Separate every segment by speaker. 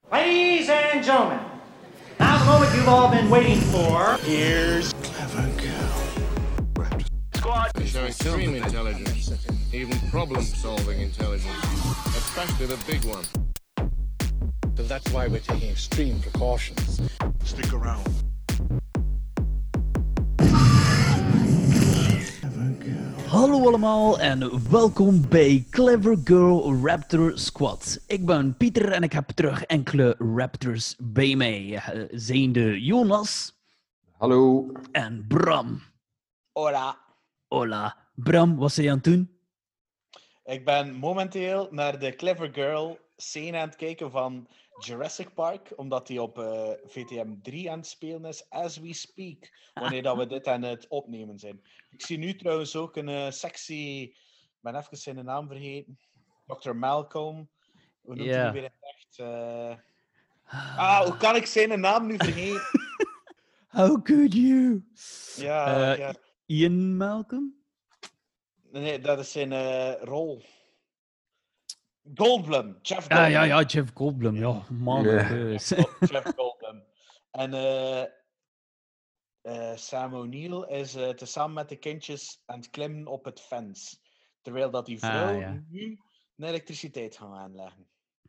Speaker 1: Ladies and gentlemen, now the moment you've all been waiting for.
Speaker 2: Here's Clever Girl.
Speaker 3: Squad. They show extreme intelligence, even problem-solving intelligence, especially the big one.
Speaker 2: So that's why we're taking extreme precautions.
Speaker 4: Stick around.
Speaker 5: Hallo allemaal en welkom bij Clever Girl Raptor Squad. Ik ben Pieter en ik heb terug enkele Raptors bij mij. Zijnde Jonas.
Speaker 6: Hallo.
Speaker 5: En Bram.
Speaker 7: Hola.
Speaker 5: Hola. Bram, wat zijn je aan het doen?
Speaker 7: Ik ben momenteel naar de Clever Girl scene aan het kijken van Jurassic Park, omdat die op VTM 3 aan het spelen is, as we speak, wanneer dat we dit aan het opnemen zijn. Ik zie nu trouwens ook een sexy, ik ben even zijn naam vergeten, Dr. Malcolm. Hoe noemt hij die weer in het echt? Hoe kan ik zijn naam nu vergeten?
Speaker 5: How could you?
Speaker 7: Ja.
Speaker 5: Ian Malcolm?
Speaker 7: Nee, dat is zijn rol. Goldblum, Jeff Goldblum.
Speaker 5: Ja, Jeff Goldblum. Ja, man.
Speaker 7: Jeff Goldblum. En Sam O'Neill is tezamen met de kindjes aan het klimmen op het fence. Terwijl dat die vrouw nu een elektriciteit gaat aanleggen.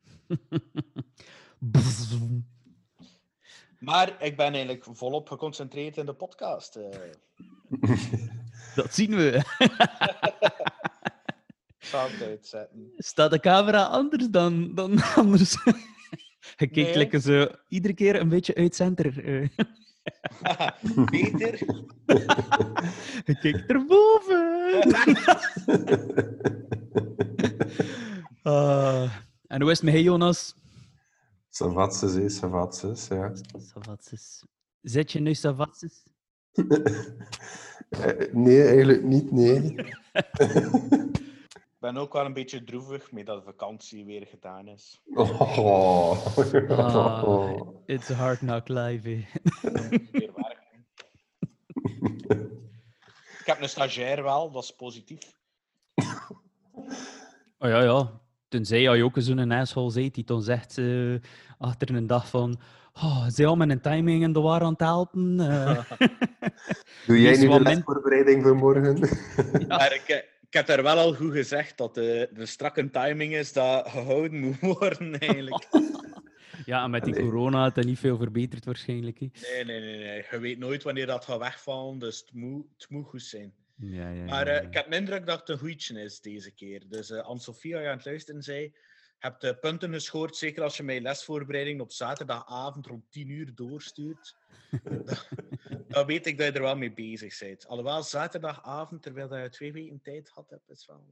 Speaker 7: Maar ik ben eigenlijk volop geconcentreerd in de podcast.
Speaker 5: Dat zien we.
Speaker 7: Sound uitzetten.
Speaker 5: Staat de camera anders dan anders? Je kijkt
Speaker 7: Nee.
Speaker 5: lekker zo iedere keer een beetje uit center.
Speaker 7: Beter.
Speaker 5: Je kijkt erboven. En hoe is het met Jonas?
Speaker 6: Savatses, ja.
Speaker 5: Savatses. Zet je nu savatses?
Speaker 6: Nee, eigenlijk niet, nee.
Speaker 7: Ik ben ook wel een beetje droevig mee dat de vakantie weer gedaan is.
Speaker 5: It's a hard knock life.
Speaker 7: Weer werken. Ik heb een stagiair wel, dat is positief.
Speaker 5: Oh ja. Tenzij je ook zo'n asshole zei die dan zegt achter een dag van zij al met een timing in de war aan het helpen.
Speaker 6: Doe jij
Speaker 5: Wees
Speaker 6: nu
Speaker 5: wat
Speaker 6: de
Speaker 5: min-
Speaker 6: lesvoorbereiding voor morgen?
Speaker 7: Maar ik heb daar wel al goed gezegd dat de strakke timing is dat gehouden moet worden, eigenlijk.
Speaker 5: Ja, en met die corona had dat niet veel verbeterd waarschijnlijk. Hè.
Speaker 7: Nee. Je weet nooit wanneer dat gaat wegvallen, dus het moet goed zijn.
Speaker 5: Ja.
Speaker 7: Maar ik heb de indruk dat het een goeitje is deze keer. Dus Anne-Sophie, als je aan het luisteren zei, hebt de punten gescoord, zeker als je mij lesvoorbereiding op zaterdagavond rond 10 uur doorstuurt. Dan weet ik dat je er wel mee bezig bent. Alhoewel, zaterdagavond, terwijl je 2 weken tijd had, is wel...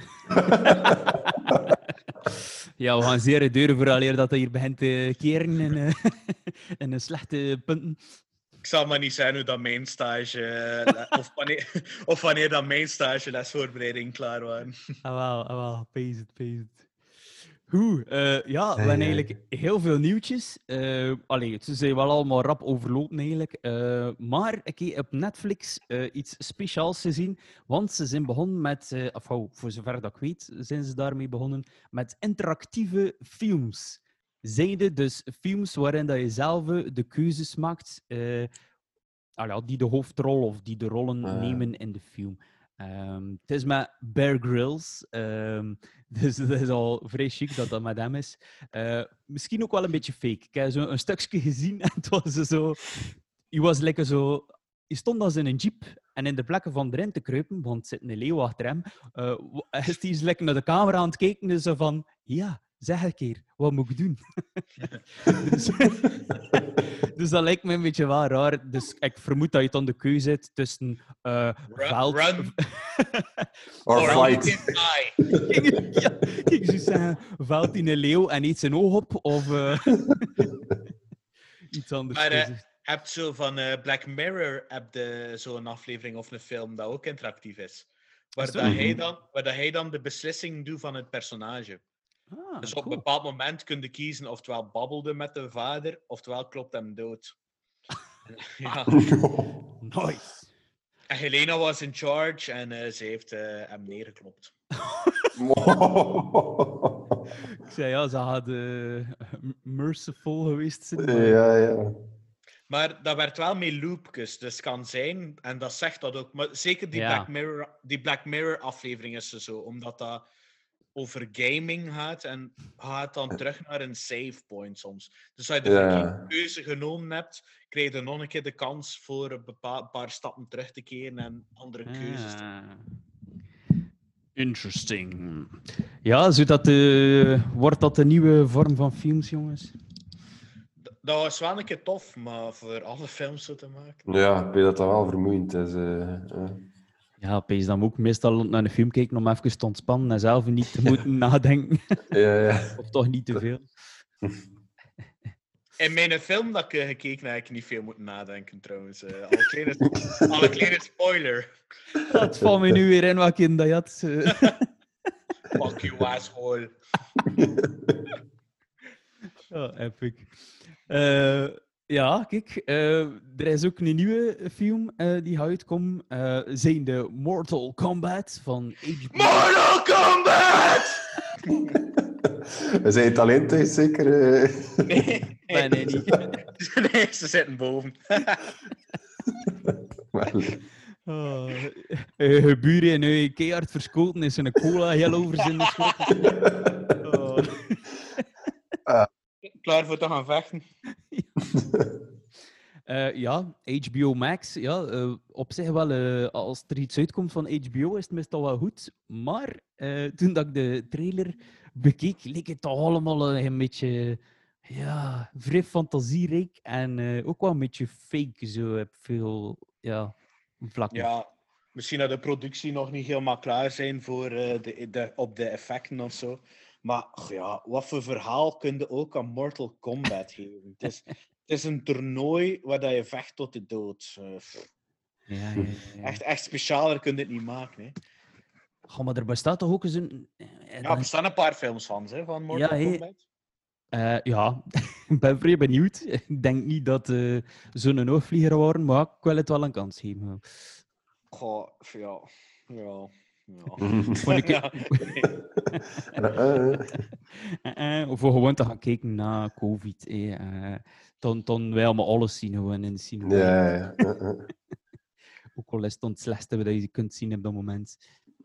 Speaker 5: Ja, we gaan zeer deuren vooraleer dat hij hier begint te keren en een slechte punten.
Speaker 7: Ik zal maar niet zijn hoe dat mijn stage... of wanneer dat mijn stage lesvoorbereiding klaar waren.
Speaker 5: Wel, pees het. Goed, we hebben eigenlijk heel veel nieuwtjes. Ze zijn wel allemaal rap overlopen eigenlijk. Maar ik heb op Netflix iets speciaals gezien. Want ze zijn begonnen met, voor zover dat ik weet, zijn ze daarmee begonnen met interactieve films. Zijnde dus films waarin dat je zelf de keuzes maakt die de hoofdrol of die de rollen nemen in de film. Het is met Bear Grylls, dus dat is al vrij chic dat dat met hem is. Misschien ook wel een beetje fake. Ik heb zo een stukje gezien en het was zo... Je stond als in een jeep en in de plekken van erin te kruipen, want er zit een leeuw achter hem, is hij lekker naar de camera aan het kijken en zo van... Ja, zeg een keer, wat moet ik doen? Dus dat lijkt me een beetje wel raar. Dus ik vermoed dat je dan de keuze hebt tussen veld...
Speaker 7: Run.
Speaker 6: Or
Speaker 7: Or
Speaker 6: fight.
Speaker 7: you can die.
Speaker 5: Ik zou zeggen, veld in een leeuw en eet zijn oog op, of iets anders.
Speaker 7: Maar je hebt zo van Black Mirror zo'n aflevering of een film dat ook interactief is. Waar dat hij dan de beslissing doet van het personage. Dus op een bepaald moment kun je kiezen oftewel babbelde met de vader, oftewel klopt hem dood. Ja.
Speaker 5: Nice.
Speaker 7: En Helena was in charge en ze heeft hem neergeklopt.
Speaker 5: Ik zei, ja, ze hadden merciful geweest zijn. Maar...
Speaker 6: Ja.
Speaker 7: Maar dat werd wel met loopjes, dus het kan zijn, en dat zegt dat ook, maar zeker
Speaker 5: Ja.
Speaker 7: die Black Mirror aflevering is zo, omdat dat over gaming gaat en gaat dan terug naar een save point soms. Dus als je de
Speaker 6: Ja.
Speaker 7: verkeerde keuze genomen hebt, krijg je nog een keer de kans voor een paar stappen terug te keren en andere keuzes te maken.
Speaker 5: Interesting. Ja, wordt dat de nieuwe vorm van films, jongens?
Speaker 7: Dat was wel een keer tof, maar voor alle films zo te maken.
Speaker 6: Ja, ik weet dat dat wel vermoeiend is.
Speaker 5: Ja, pees dan ook meestal naar een film kijken om even te ontspannen en zelf niet te moeten nadenken.
Speaker 6: Ja.
Speaker 5: Of toch niet te veel.
Speaker 7: In mijn film dat ik gekeken heb, ik niet veel moeten nadenken trouwens. Alle kleine spoiler.
Speaker 5: Dat valt me nu weer in wat ik in dat had.
Speaker 7: Fuck you, asshole.
Speaker 5: Ja, epic. Ja, kijk, er is ook een nieuwe film die gaat uitkomen. Zijn de Mortal Kombat van HBO.
Speaker 7: Mortal Kombat!
Speaker 6: We zijn talent thuis, zeker?
Speaker 7: Nee,
Speaker 5: Nee, niet.
Speaker 7: nee, ze zitten boven.
Speaker 5: Oh, buren en nu keihard verschoten is een cola heel over zijn geschoten. Oh.
Speaker 7: Klaar voor te gaan vechten?
Speaker 5: Ja, HBO Max. Ja, op zich wel, als er iets uitkomt van HBO is het meestal wel goed. Maar toen dat ik de trailer bekeek, leek het toch allemaal een beetje vrij fantasierijk en ook wel een beetje fake. Zo heb veel vlakken.
Speaker 7: Ja, misschien dat de productie nog niet helemaal klaar zijn voor op de effecten of zo. Maar ja, wat voor verhaal kun je ook aan Mortal Kombat geven? Het is een toernooi waar dat je vecht tot de dood.
Speaker 5: Ja.
Speaker 7: Echt specialer kun je het niet maken. Hè.
Speaker 5: Oh, maar er bestaat toch ook eens een...
Speaker 7: Ja, er bestaan een paar films van Mortal Kombat.
Speaker 5: Ja, ik ben vrij benieuwd. Ik denk niet dat zo'n oogvlieger worden, maar ik wil het wel een kans geven.
Speaker 7: Goh, ja.
Speaker 5: Gewoon een keer- Of we gewoon te gaan kijken na COVID. Dan wij allemaal alles zien gewoon in de cinema.
Speaker 6: Ja.
Speaker 5: Ook al is het het slechtste wat je kunt zien op dat moment.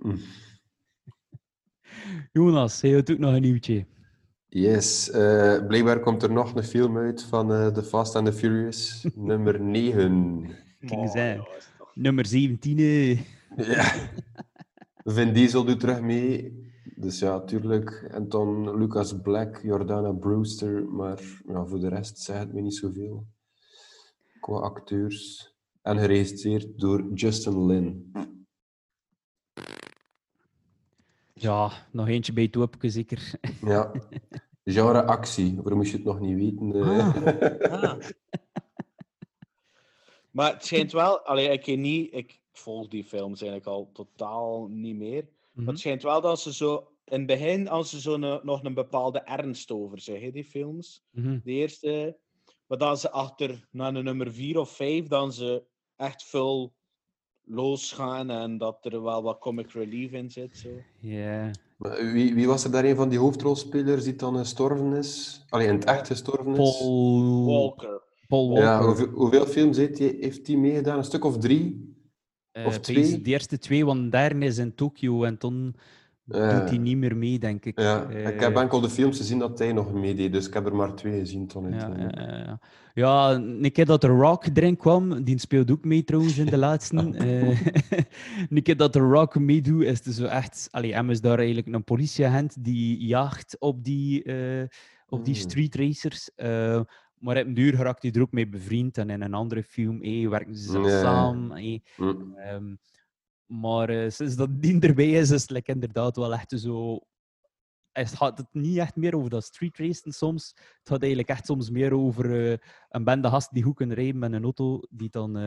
Speaker 5: Jonas, jij hebt ook nog een nieuwtje.
Speaker 6: Yes, blijkbaar komt er nog een film uit van The Fast and the Furious, nummer 9.
Speaker 5: Ging zijn. Nummer 17.
Speaker 6: Ja. Vin Diesel doet terug mee. Dus ja, tuurlijk. En dan Lucas Black, Jordana Brewster. Maar ja, voor de rest zegt het me niet zoveel. Qua acteurs. En geregisseerd door Justin Lin.
Speaker 5: Ja, nog eentje bij het hoopje zeker.
Speaker 6: Ja. Genre actie. Waarom moest je het nog niet weten?
Speaker 7: Maar het schijnt wel... ik volg die films eigenlijk al totaal niet meer. Maar het schijnt wel dat ze zo... In het begin als ze zo nog een bepaalde ernst over zeggen, die films. De eerste... Maar dan ze na een nummer 4 of 5, dan ze echt veel losgaan en dat er wel wat comic relief in zit. Zo.
Speaker 5: Ja.
Speaker 6: Wie was er daar een van die hoofdrolspelers die dan gestorven is? Allee, in het echt gestorven is?
Speaker 5: Paul
Speaker 7: Walker.
Speaker 5: Walker.
Speaker 6: Ja, hoeveel films heeft hij meegedaan? Een stuk of 3? Of 2?
Speaker 5: De eerste 2, want daarna is in Tokio en toen doet hij niet meer mee, denk ik.
Speaker 6: Ja, ik heb enkel de films gezien dat hij nog meedeed, dus ik heb er maar 2 gezien toen.
Speaker 5: Ja, een keer dat The Rock erin kwam, die speelde ook mee trouwens in de laatste. Een keer dat The Rock meedoet, is het zo echt... Hem is daar eigenlijk een politieagent die jaagt op die street racers. Maar op een duur raakt hij er ook mee bevriend. En in een andere film werken ze zelfs samen. Maar sinds dat die erbij is het inderdaad wel echt zo... Het gaat het niet echt meer over dat street racen soms. Het gaat eigenlijk echt soms meer over een bende gasten die goed kunnen rijden met een auto, die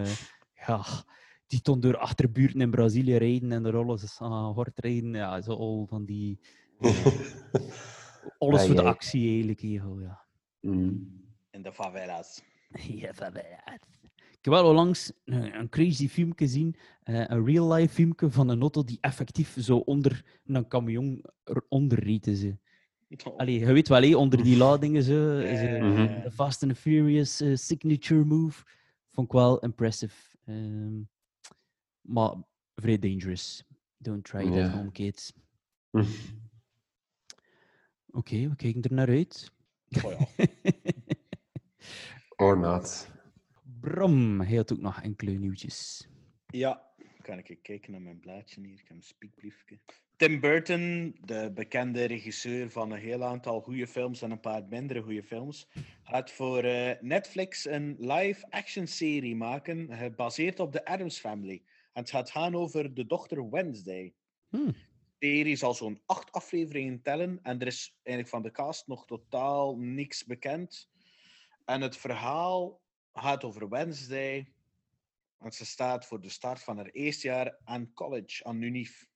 Speaker 5: dan door achterbuurten in Brazilië rijden en de rollen hard rijden. Ja, zo al van die... alles voor de actie eigenlijk. Ja.
Speaker 7: In de favelas.
Speaker 5: Ja, favelas. Ik heb wel onlangs een crazy filmpje gezien, een real-life filmpje van een auto die effectief zo onder een camion onder reed. Allee, je weet wel, hé, onder die ladingen zo.
Speaker 6: Mhm.
Speaker 5: De Fast and Furious signature move. Vond ik wel impressive. Maar vrij dangerous. Don't try it
Speaker 6: Ja.
Speaker 5: at home, kids.
Speaker 6: Hm.
Speaker 5: Oké, we kijken er naar uit.
Speaker 7: Oh ja.
Speaker 6: Or not.
Speaker 5: Bram, hij had ook nog enkele nieuwtjes.
Speaker 7: Ja, kan ik even kijken naar mijn blaadje hier. Ik heb een spiekbriefje. Tim Burton, de bekende regisseur van een heel aantal goede films en een paar mindere goede films, gaat voor Netflix een live-action serie maken, gebaseerd op de Addams Family. En het gaat gaan over de dochter Wednesday. De serie zal zo'n 8 afleveringen tellen en er is eigenlijk van de cast nog totaal niks bekend. En het verhaal gaat over Wednesday. En ze staat voor de start van haar eerste jaar aan college, aan Unif.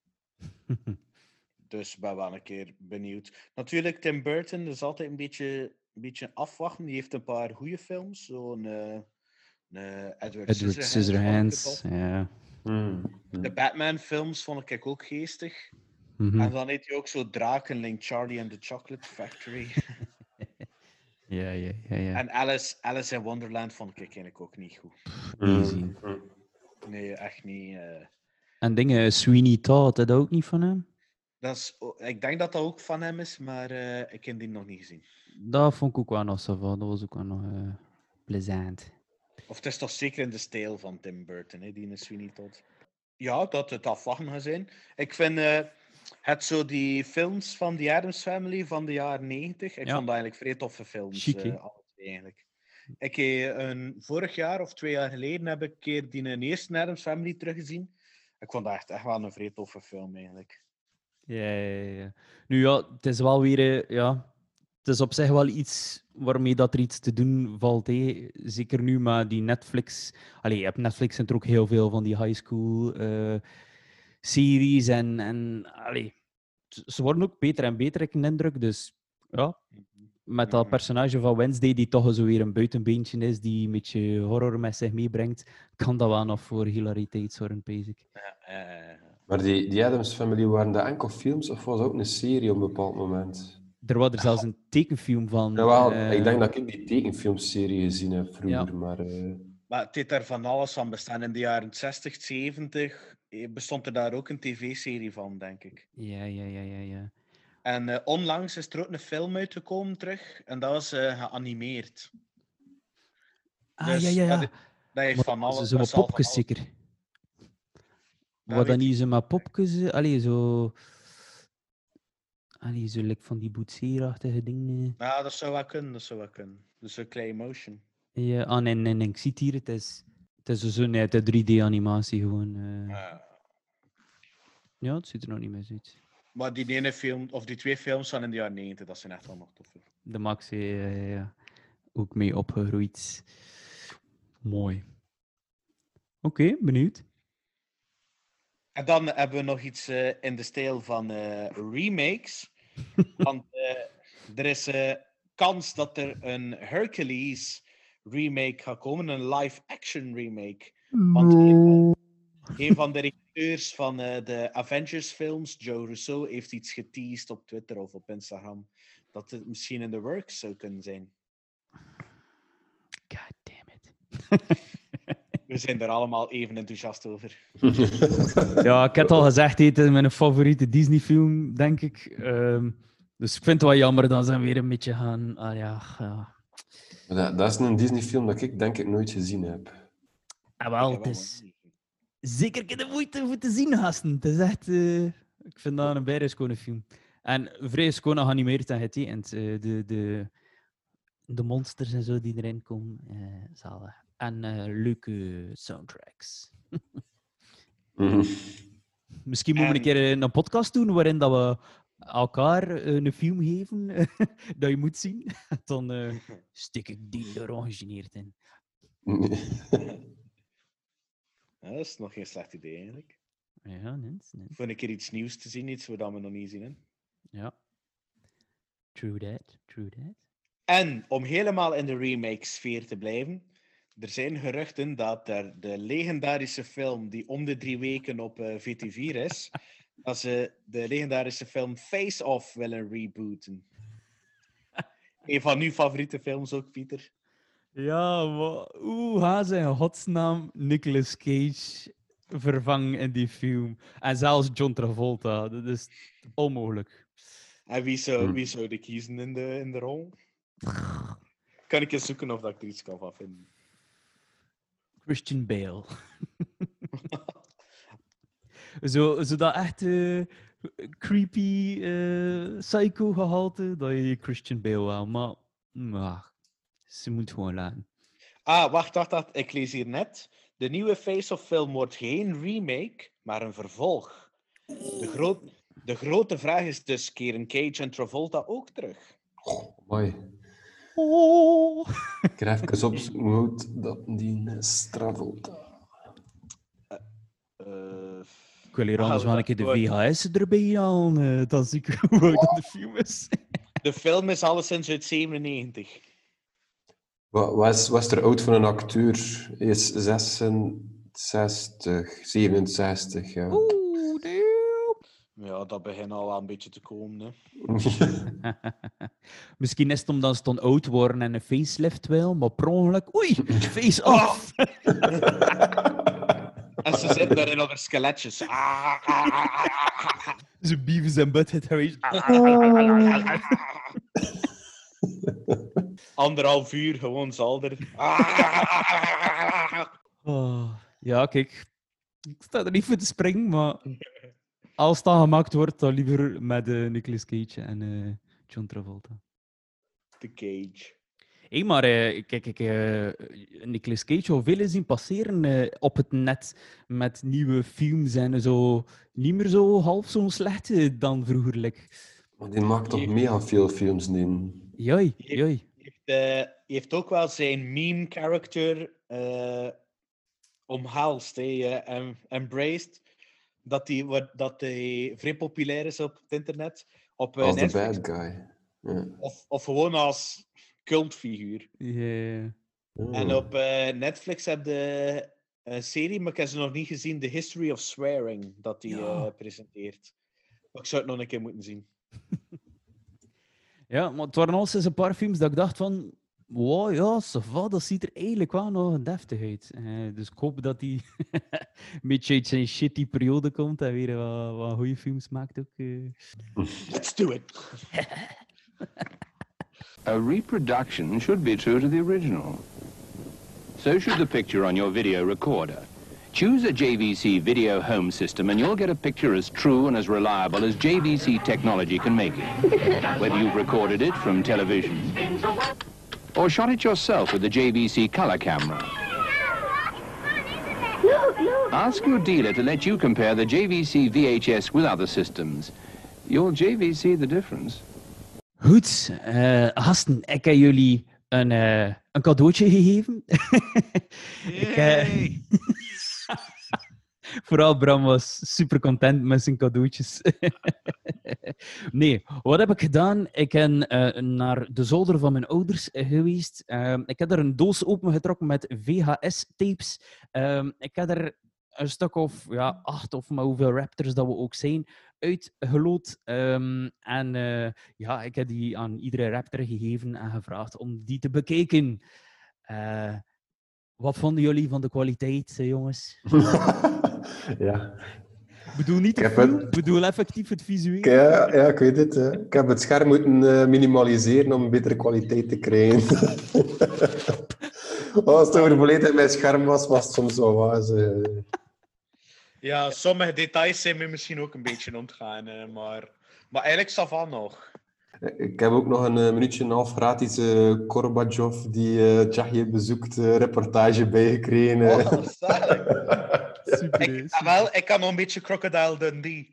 Speaker 7: Dus ben wel een keer benieuwd. Natuurlijk, Tim Burton is altijd een beetje afwachten. Die heeft een paar goede films. Zo'n Edward
Speaker 5: Scissorhands, ja.
Speaker 7: De Batman-films vond ik ook geestig.
Speaker 5: Mhm.
Speaker 7: En dan heeft hij ook zo Drakenlink, Charlie and the Chocolate Factory.
Speaker 5: Ja.
Speaker 7: En Alice in Wonderland vond ik eigenlijk ook niet goed.
Speaker 5: Easy.
Speaker 7: Nee, echt niet.
Speaker 5: En dingen, Sweeney Todd, dat ook niet van hem?
Speaker 7: Ik denk dat dat ook van hem is, maar ik heb die nog niet gezien.
Speaker 5: Dat vond ik ook wel nog zo van. Dat was ook wel nog plezant.
Speaker 7: Of het is toch zeker in de stijl van Tim Burton, hè, die Sweeney Todd. Ja, dat het afwachten gaat zijn. Ik vind het zo die films van The Addams Family van de jaren 90. Ik
Speaker 5: Ja.
Speaker 7: vond dat eigenlijk vrij toffe films.
Speaker 5: Chic, hè?
Speaker 7: Alle twee eigenlijk. Vorig jaar of 2 jaar geleden heb ik een keer die eerste Addams Family teruggezien. Ik vond dat echt wel een vrij toffe film eigenlijk.
Speaker 5: Ja. Nu ja, het is wel weer... ja, het is op zich wel iets waarmee dat er iets te doen valt. Hè. Zeker nu met die Netflix... Allee, op Netflix zijn er ook heel veel van die high school series. En allee, ze worden ook beter en beter, heb ik een indruk. Dus ja, met dat personage van Wednesday, die toch zo weer een buitenbeentje is, die een beetje horror met zich meebrengt, kan dat wel nog voor hilariteit zorgen, basic.
Speaker 6: Maar die Addams Family, waren dat enkel films of was dat ook een serie op een bepaald moment?
Speaker 5: Er was er zelfs een tekenfilm van.
Speaker 6: Jawel, ik denk dat ik die tekenfilmserie gezien heb vroeger,
Speaker 5: Ja.
Speaker 6: maar...
Speaker 7: Maar het heeft daar van alles van bestaan. In de jaren 60, 70 bestond er daar ook een tv-serie van, denk ik.
Speaker 5: Ja.
Speaker 7: En onlangs is er ook een film uitgekomen terug. En dat was geanimeerd. Dus
Speaker 5: Ja.
Speaker 7: Dat heeft van
Speaker 5: Maar
Speaker 7: alles.
Speaker 5: zo
Speaker 7: dat
Speaker 5: met
Speaker 7: zal van
Speaker 5: popjes
Speaker 7: alles-
Speaker 5: zeker.
Speaker 7: Ja,
Speaker 5: Wat dan
Speaker 7: weet
Speaker 5: niet zo met popjes... Allee, zo... Allee, zo like van die boetseerachtige dingen.
Speaker 7: Ja, dat zou wel kunnen. Dus een Clay Motion.
Speaker 5: Ja, nee, ik zie het hier. Het is zo'n 3D-animatie gewoon. Ja, het ziet er nog niet meer uit.
Speaker 7: Maar die ene film, of die 2 films van in de jaren 90, dat zijn echt wel nog toffe.
Speaker 5: De Max, ja. Ook mee opgegroeid. Mooi. Oké, benieuwd.
Speaker 7: En dan hebben we nog iets in de stijl van remakes. Want er is kans dat er een Hercules remake gaat komen, een live-action remake. Want een van de regisseurs van de Avengers-films, Joe Russo, heeft iets geteased op Twitter of op Instagram dat het misschien in the works zou kunnen zijn.
Speaker 5: God damn it.
Speaker 7: We zijn er allemaal even enthousiast over.
Speaker 5: Ja, ik heb het al gezegd, het is mijn favoriete Disney-film, denk ik. Dus ik vind het wel jammer dat ze weer een beetje gaan... ja.
Speaker 6: Dat is een Disney-film dat ik denk ik nooit gezien heb.
Speaker 5: Wel, het is zeker de moeite om te zien, gasten. Het is echt... ik vind dat een bijna schone film. En vrij schoon geanimeerd en getekend. De monsters en zo die erin komen, zalig. En leuke soundtracks. Misschien moeten we een keer een podcast doen waarin dat we elkaar een film geven dat je moet zien. Dan stik ik die er ongegeneerd in.
Speaker 7: Ja, dat is nog geen slecht idee eigenlijk.
Speaker 5: Ja, nee.
Speaker 7: Voor een keer iets nieuws te zien, iets wat we nog niet zien. Hè?
Speaker 5: Ja. True that.
Speaker 7: En om helemaal in de remake-sfeer te blijven, er zijn geruchten dat er de legendarische film die om de 3 weken op VT4 is, dat ze de legendarische film Face Off willen rebooten. Een van uw favoriete films ook, Pieter.
Speaker 5: Ja, maar hoe gaan ze in godsnaam Nicolas Cage vervangen in die film? En zelfs John Travolta. Dat is onmogelijk.
Speaker 7: En wie zou de kiezen in de rol? Kan ik eens zoeken of dat ik er iets kan van vinden?
Speaker 5: Christian Bale. Zo dat echt creepy psycho gehalte, dat je Christian Bale wel. Maar ze moet gewoon laten.
Speaker 7: Wacht. Ik lees hier net. De nieuwe Face-Off film wordt geen remake, maar een vervolg. De grote vraag is dus, keren Cage en Travolta ook terug?
Speaker 6: Mooi.
Speaker 5: Oh.
Speaker 6: Ik krijg even op moet dat die is Travolta.
Speaker 5: Ik wil hier anders wel een keer de VHS erbij halen. Dan zie ik hoe oud dat de film is.
Speaker 7: De film is alleszins uit 97.
Speaker 6: Was er oud van een acteur? Hij is 66, 67 jaar.
Speaker 5: Oeh, damn.
Speaker 7: Ja, dat begint al wel een beetje te komen. Hè.
Speaker 5: Misschien is het omdat ze dan oud worden en een facelift wil, maar per ongeluk... Oei, face off!
Speaker 7: En ze zitten daarin onder skeletjes.
Speaker 5: Ze Beavis en Butthead geweest.
Speaker 7: 1,5 uur, gewoon zalder.
Speaker 5: Oh, ja, kijk. Ik sta er niet voor te springen, maar... Als dat gemaakt wordt, dan liever met Nicolas Cage en John Travolta.
Speaker 7: The Cage.
Speaker 5: Hé, maar kijk, Nicolas Cage al veel zien passeren op het net met nieuwe films en zo. Niet meer zo half zo slecht dan vroeger.
Speaker 6: Maar die maakt toch mega veel films nu.
Speaker 5: Joi.
Speaker 7: Hij heeft ook wel zijn meme-character omhelst, embraced. Dat hij vrij populair is op het internet. Op
Speaker 6: Als de
Speaker 7: Netflix.
Speaker 6: bad guy. Ja.
Speaker 7: Of gewoon als cultfiguur.
Speaker 5: Yeah.
Speaker 7: En op Netflix heb je een serie, maar ik heb ze nog niet gezien, The History of Swearing, dat hij presenteert. Maar ik zou het nog een keer moeten zien.
Speaker 5: Ja, maar het waren al eens een paar films dat ik dacht van... Wow, ja, ça va, dat ziet er eigenlijk wel nog deftig uit. Dus ik hoop dat hij een beetje uit zijn shitty periode komt en weer wat goede films maakt ook.
Speaker 7: Let's do it!
Speaker 4: A reproduction should be true to the original. So should the picture on your video recorder. Choose a JVC video home system and you'll get a picture as true and as reliable as JVC technology can make it. Whether you've recorded it from television or shot it yourself with the JVC color camera. Ask your dealer to let you compare the JVC VHS with other systems. You'll JVC the difference.
Speaker 5: Goed, gasten, ik heb jullie een cadeautje gegeven. Vooral Bram was super content met zijn cadeautjes. Nee, wat heb ik gedaan? Ik ben naar de zolder van mijn ouders geweest. Ik heb er een doos opengetrokken met VHS-tapes. Ik heb er een stuk of 8 of maar hoeveel Raptors dat we ook zijn, uitgeloot. Ik heb die aan iedere Raptor gegeven en gevraagd om die te bekijken. Wat vonden jullie van de kwaliteit, jongens?
Speaker 6: Ja.
Speaker 5: Ik bedoel niet de film, ik bedoel effectief het visueel.
Speaker 6: Ja, ik weet het. Hè. Ik heb het scherm moeten minimaliseren om een betere kwaliteit te krijgen. Als het over volledig mijn scherm was het soms zo was.
Speaker 7: Ja, sommige details zijn me misschien ook een beetje ontgaan, maar eigenlijk ça va nog.
Speaker 6: Ik heb ook nog een minuutje en een half gratis Gorbachev die Tsjechië bezoekt reportage bijgekregen.
Speaker 7: Oh, zalig.
Speaker 5: Super.
Speaker 7: Ik kan nog een beetje Crocodile Dundee.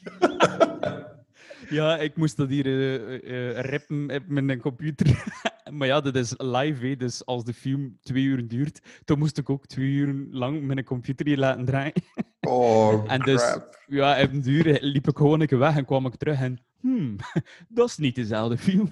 Speaker 5: Ja, ik moest dat hier rappen op mijn computer. Maar ja, dat is live, hè. Dus als de film 2 uur duurt, dan moest ik ook 2 uur lang mijn computer hier laten draaien.
Speaker 6: Oh,
Speaker 5: En dus,
Speaker 6: crap.
Speaker 5: ja, op een duur liep ik gewoon een keer weg en kwam ik terug en... dat is niet dezelfde film.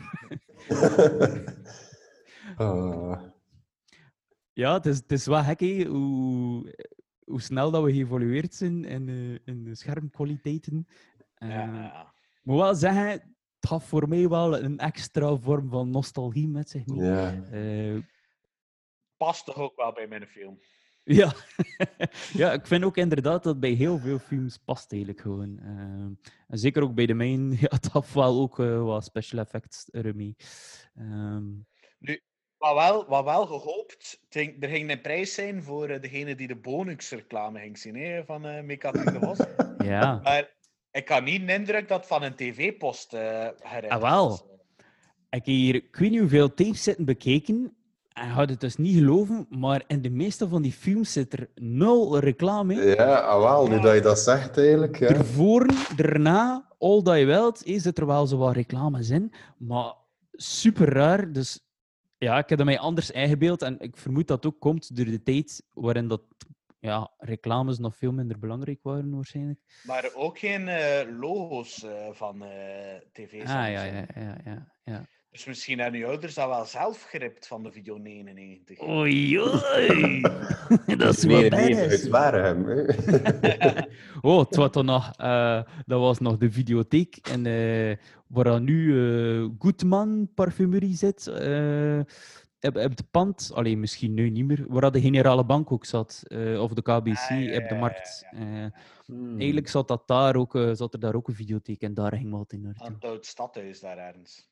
Speaker 5: Ja, het is wel gek, hè, hoe snel dat we geëvolueerd zijn in de schermkwaliteiten.
Speaker 7: Ja.
Speaker 5: Ik moet wel zeggen, het gaf voor mij wel een extra vorm van nostalgie met zich mee.
Speaker 6: Ja.
Speaker 7: Past toch ook wel bij mijn film.
Speaker 5: Ja. Ja, ik vind ook inderdaad dat bij heel veel films past eigenlijk gewoon. En zeker ook bij de mijne, ja, het had wel ook wat special effects ermee.
Speaker 7: Nu, wat wel gehoopt, er ging een prijs zijn voor degene die de Bonux-reclame ging zien, hè, van Mekatien de Vos.
Speaker 5: Ja.
Speaker 7: Maar ik had niet de indruk dat het van een tv-post gered
Speaker 5: Ah, wel.
Speaker 7: was.
Speaker 5: Ik weet niet hoeveel tapes zitten bekeken. En je gaat het dus niet geloven, maar in de meeste van die films zit er 0 reclame in.
Speaker 6: Ja, wel, nu dat je dat zegt eigenlijk. Ja.
Speaker 5: Ervoor, daarna, all dat je wilt, zit er wel zo wat reclames in. Maar super raar. Dus ja, ik heb het mij anders ingebeeld. En ik vermoed dat het ook komt door de tijd waarin dat, ja, reclames nog veel minder belangrijk waren, waarschijnlijk.
Speaker 7: Maar ook geen logo's van tv's.
Speaker 5: Ah, ja.
Speaker 7: Dus misschien hebben uw ouders dat wel zelf geript van de video 99.
Speaker 5: Oei, oei. Dat is
Speaker 6: Nee,
Speaker 5: wel
Speaker 6: nee,
Speaker 5: badass.
Speaker 6: het waren hem. Hè.
Speaker 5: Oh, het was dan nog, dat was nog de videotheek. En waar dan nu Goedman Parfumerie zit, op het pand, alleen misschien nu niet meer, waar de Generale Bank ook zat, of de KBC op de markt. Eigenlijk zat er daar ook een videotheek en daar ging wat in
Speaker 7: Aan
Speaker 5: naartoe.
Speaker 7: het oud stadhuis daar ergens.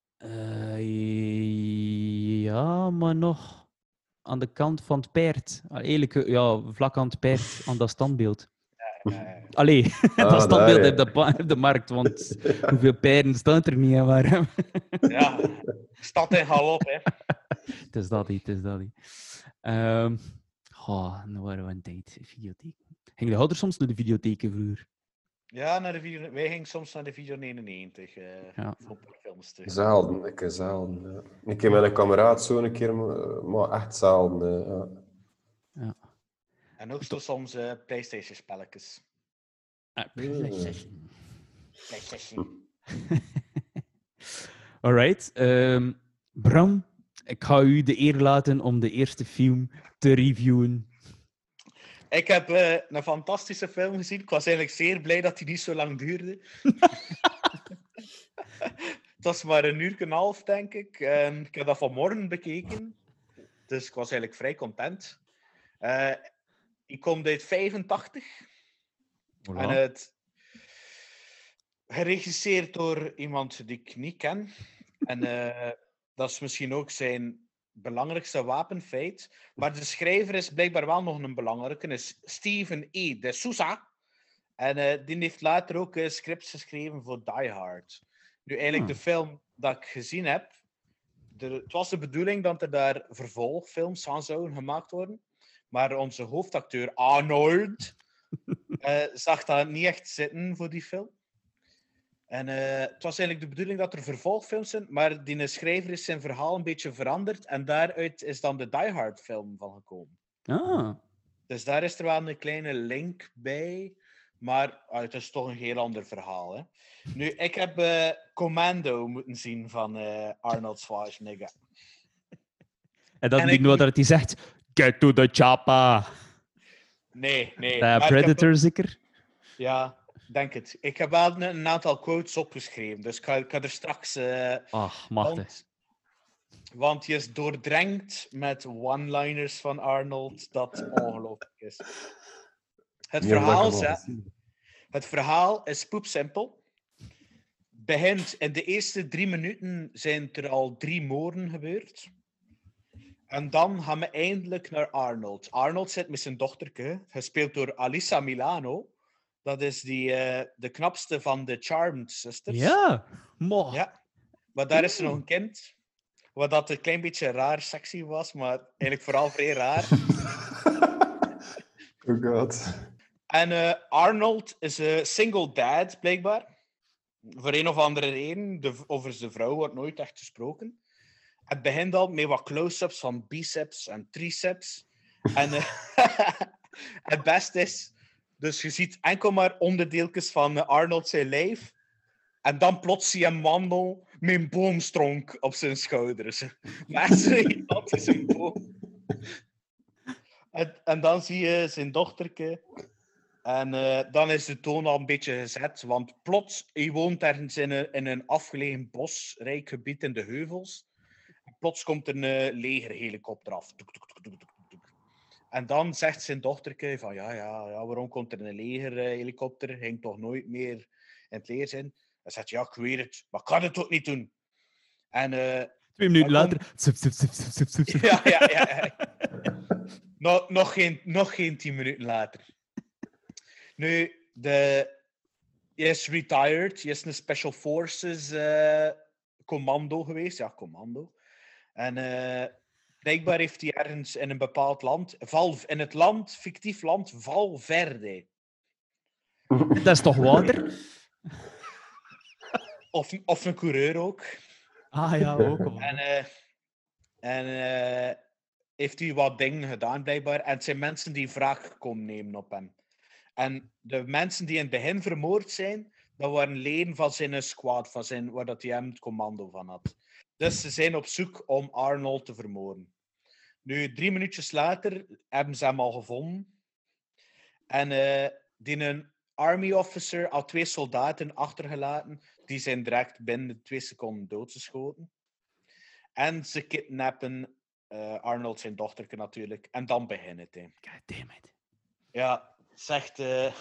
Speaker 5: Ja, maar nog aan de kant van het paard. Eigenlijk, ja, vlak aan het paard, aan dat standbeeld. Allee, dat
Speaker 6: daar,
Speaker 5: standbeeld
Speaker 6: ja.
Speaker 5: op de markt, want hoeveel paarden staan er niet aan waar?
Speaker 7: Ja, stad in galop, hè.
Speaker 5: Het is dat niet. Nou waren we een tijd, videotheek. Ging de ouders soms naar de videotheken vroeger?
Speaker 7: Ja, wij gingen soms naar de video 99
Speaker 5: Ja.
Speaker 7: voor films terug.
Speaker 6: Zelden, ik zelden. Ja. Ik heb met een kameraad zo een keer, maar echt zelden. Ja.
Speaker 7: En ook zo soms PlayStation-spelletjes.
Speaker 5: PlayStation.
Speaker 7: PlayStation.
Speaker 5: Alright. Bram, ik ga u de eer laten om de eerste film te reviewen.
Speaker 7: Ik heb een fantastische film gezien. Ik was eigenlijk zeer blij dat hij niet zo lang duurde. Het was maar 1 uur en een half, denk ik. En ik heb dat vanmorgen bekeken. Dus ik was eigenlijk vrij content. Die komt uit 85. En het geregisseerd door iemand die ik niet ken. En dat is misschien ook zijn belangrijkste wapenfeit. Maar de schrijver is blijkbaar wel nog een belangrijke. Is Steven E. de Souza. En die heeft later ook scripts geschreven voor Die Hard. Nu, eigenlijk de film dat ik gezien heb. Het was de bedoeling dat er daar vervolgfilms van zouden gemaakt worden. Maar onze hoofdacteur Arnold zag dat niet echt zitten voor die film. En het was eigenlijk de bedoeling dat er vervolgfilms zijn, maar die schrijver is zijn verhaal een beetje veranderd en daaruit is dan de Die Hard film van gekomen. Dus daar is er wel een kleine link bij, maar het is toch een heel ander verhaal. Hè? Nu, ik heb Commando moeten zien van Arnold Schwarzenegger.
Speaker 5: En dat ding wat hij zegt, get to the chopper.
Speaker 7: Nee.
Speaker 5: Predator zeker?
Speaker 7: Ja, denk het. Ik heb wel een aantal quotes opgeschreven, dus ik ga er straks...
Speaker 5: machtig.
Speaker 7: Want je is doordrenkt met one-liners van Arnold, dat ongelooflijk is. Het verhaal is poepsimpel. Begint in de eerste 3 minuten zijn er al 3 moorden gebeurd. En dan gaan we eindelijk naar Arnold. Arnold zit met zijn dochterke, gespeeld door Alyssa Milano. Dat is de knapste van de Charmed Sisters.
Speaker 5: Ja,
Speaker 7: ja. Maar daar is er nog een kind. Wat dat een klein beetje raar sexy was, maar eigenlijk vooral vrij raar.
Speaker 6: Oh god.
Speaker 7: En Arnold is een single dad, blijkbaar. Voor een of andere reden. Over zijn vrouw wordt nooit echt gesproken. Het begint al met wat close-ups van biceps en triceps. En het beste is... Dus je ziet enkel maar onderdeeltjes van Arnold zijn lijf. En dan plots zie je een wandel met een boomstronk op zijn schouders. Maar dat is een boom. En dan zie je zijn dochterke En dan is de toon al een beetje gezet, want plots, hij woont ergens in een afgelegen bosrijk gebied in de heuvels. Plots komt er een legerhelikopter af. Tuk, tuk, tuk, tuk, tuk, tuk. En dan zegt zijn dochterke van, ja, waarom komt er een legerhelikopter? Ging toch nooit meer in het leger zijn? Hij zegt, ja, ik weet het, maar ik kan het ook niet doen. En
Speaker 5: 2 minuten
Speaker 7: dan
Speaker 5: later. Sup, sup, sup, sup, sup, sup, sup.
Speaker 7: ja. Nog geen 10 minuten later. Nu, je is retired. Je is een Special Forces commando geweest. Ja, commando. En blijkbaar heeft hij ergens in een bepaald land... in het land, fictief land, Valverde.
Speaker 5: Dat is toch water?
Speaker 7: Of een coureur ook.
Speaker 5: Ah ja, ook al.
Speaker 7: En heeft hij wat dingen gedaan, blijkbaar. En het zijn mensen die wraak komen nemen op hem. En de mensen die in het begin vermoord zijn, dat waren leden van zijn squad, waar dat hij hem het commando van had. Dus ze zijn op zoek om Arnold te vermoorden. Nu, 3 minuutjes later hebben ze hem al gevonden. En die een army officer had 2 soldaten achtergelaten. Die zijn direct binnen 2 seconden doodgeschoten. En ze kidnappen Arnold zijn dochterke natuurlijk. En dan begint het.
Speaker 5: God damn it.
Speaker 7: Ja, zegt...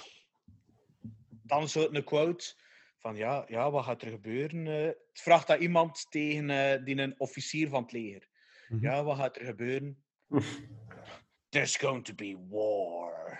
Speaker 7: dan zo een quote van ja, wat gaat er gebeuren? Het vraagt dat iemand tegen die een officier van het leger. Ja, wat gaat er gebeuren? There's going to be war.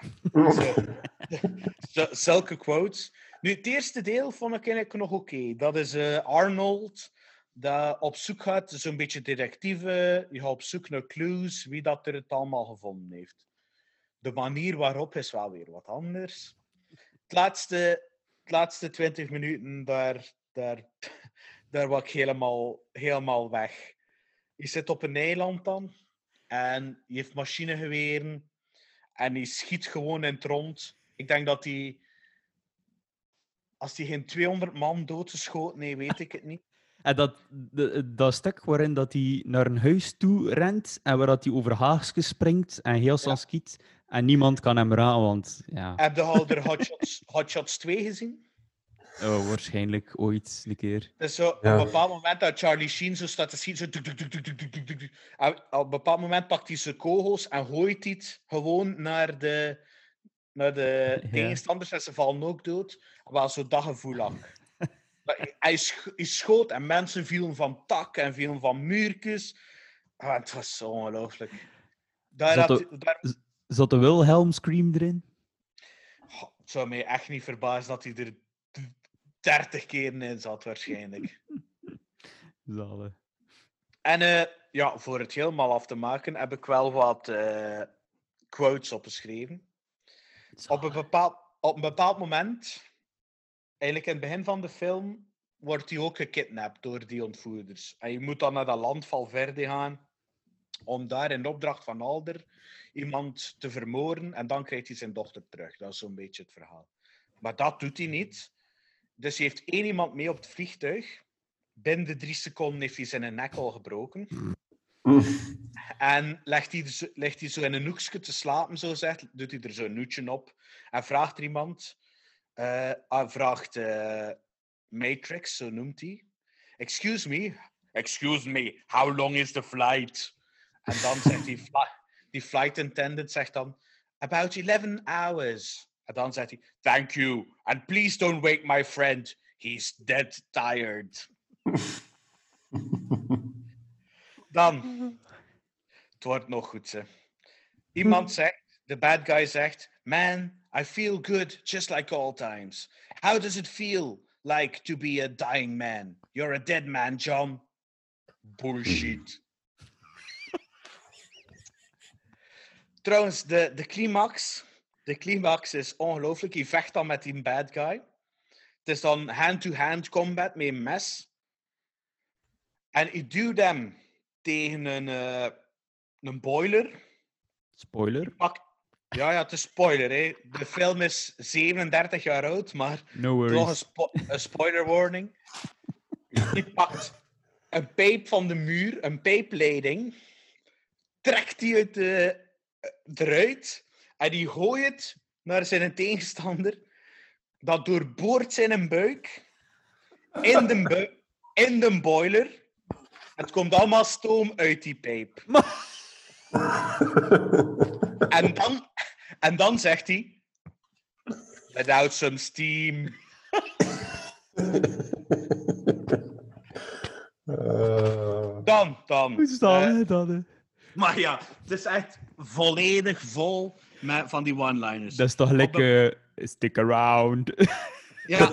Speaker 7: Zulke quotes. Nu, het eerste deel vond ik eigenlijk nog oké. Dat is Arnold, dat op zoek gaat, zo'n beetje detectieve. Je gaat op zoek naar clues, wie dat er het allemaal gevonden heeft. De manier waarop is wel weer wat anders. Het laatste 20 minuten, daar was ik helemaal weg. Je zit op een eiland dan. En je heeft machinegeweren. En die schiet gewoon in het rond. Ik denk dat hij... Als hij geen 200 man doodgeschoten heeft, weet ik het niet.
Speaker 5: En dat stuk waarin dat hij naar een huis toe rent en waar dat hij over haagjes springt en heel snel schiet en niemand kan hem raken, want ja...
Speaker 7: Heb je al de Hot Shots 2 gezien?
Speaker 5: Oh, waarschijnlijk ooit een keer.
Speaker 7: Dus zo, op een bepaald moment dat Charlie Sheen zo staat te schieten, zo... En op een bepaald moment pakt hij zijn kogels en gooit het gewoon naar de tegenstanders en ze vallen ook dood. Wel zo dat gevoel lang. Hij schoot en mensen vielen van tak en vielen van muurtjes. Het was zo ongelooflijk.
Speaker 5: Zat de Wilhelm scream erin?
Speaker 7: Het zou mij echt niet verbazen dat hij er 30 keer in zat, waarschijnlijk.
Speaker 5: Zalig.
Speaker 7: En voor het helemaal af te maken, heb ik wel wat quotes opgeschreven. Op een bepaald moment, eigenlijk in het begin van de film, wordt hij ook gekidnapt door die ontvoerders. En je moet dan naar dat land Valverde gaan, om daar in opdracht van Alder iemand te vermoorden, en dan krijgt hij zijn dochter terug. Dat is zo'n beetje het verhaal. Maar dat doet hij niet. Dus hij heeft 1 iemand mee op het vliegtuig. Binnen de 3 seconden heeft hij zijn nek al gebroken. En ligt hij zo in een hoekje te slapen, zo zegt, doet hij er zo'n noetje op. En vraagt er iemand... vraagt Matrix, zo noemt hij. Excuse me, how long is the flight? En dan zegt die flight attendant zegt dan, about 11 hours. En dan zegt hij, thank you, and please don't wake my friend, he's dead tired. Dan, het wordt nog goed, hè. Iemand zegt, de bad guy zegt, man, I feel good just like all times. How does it feel like to be a dying man? You're a dead man, John. Bullshit. Trouwens, de climax. De climax is ongelooflijk. Je vecht dan met die bad guy. Het is dan hand-to-hand combat met een mes. En je duwt hem tegen een boiler.
Speaker 5: Spoiler?
Speaker 7: Ja, het is spoiler. Hè. De film is 37 jaar oud, maar
Speaker 5: No worries.
Speaker 7: toch een spoiler warning. Die pakt een pijp van de muur, een pijpleiding, trekt die eruit en die gooit het naar zijn tegenstander, dat doorboort zijn buik, in de boiler. Het komt allemaal stoom uit die pijp. En dan zegt hij, without some steam. Dan.
Speaker 5: Hoe staan dat? Hè?
Speaker 7: Maar ja, het is echt volledig vol van die one-liners.
Speaker 5: Dat is toch lekker stick around.
Speaker 7: Ja.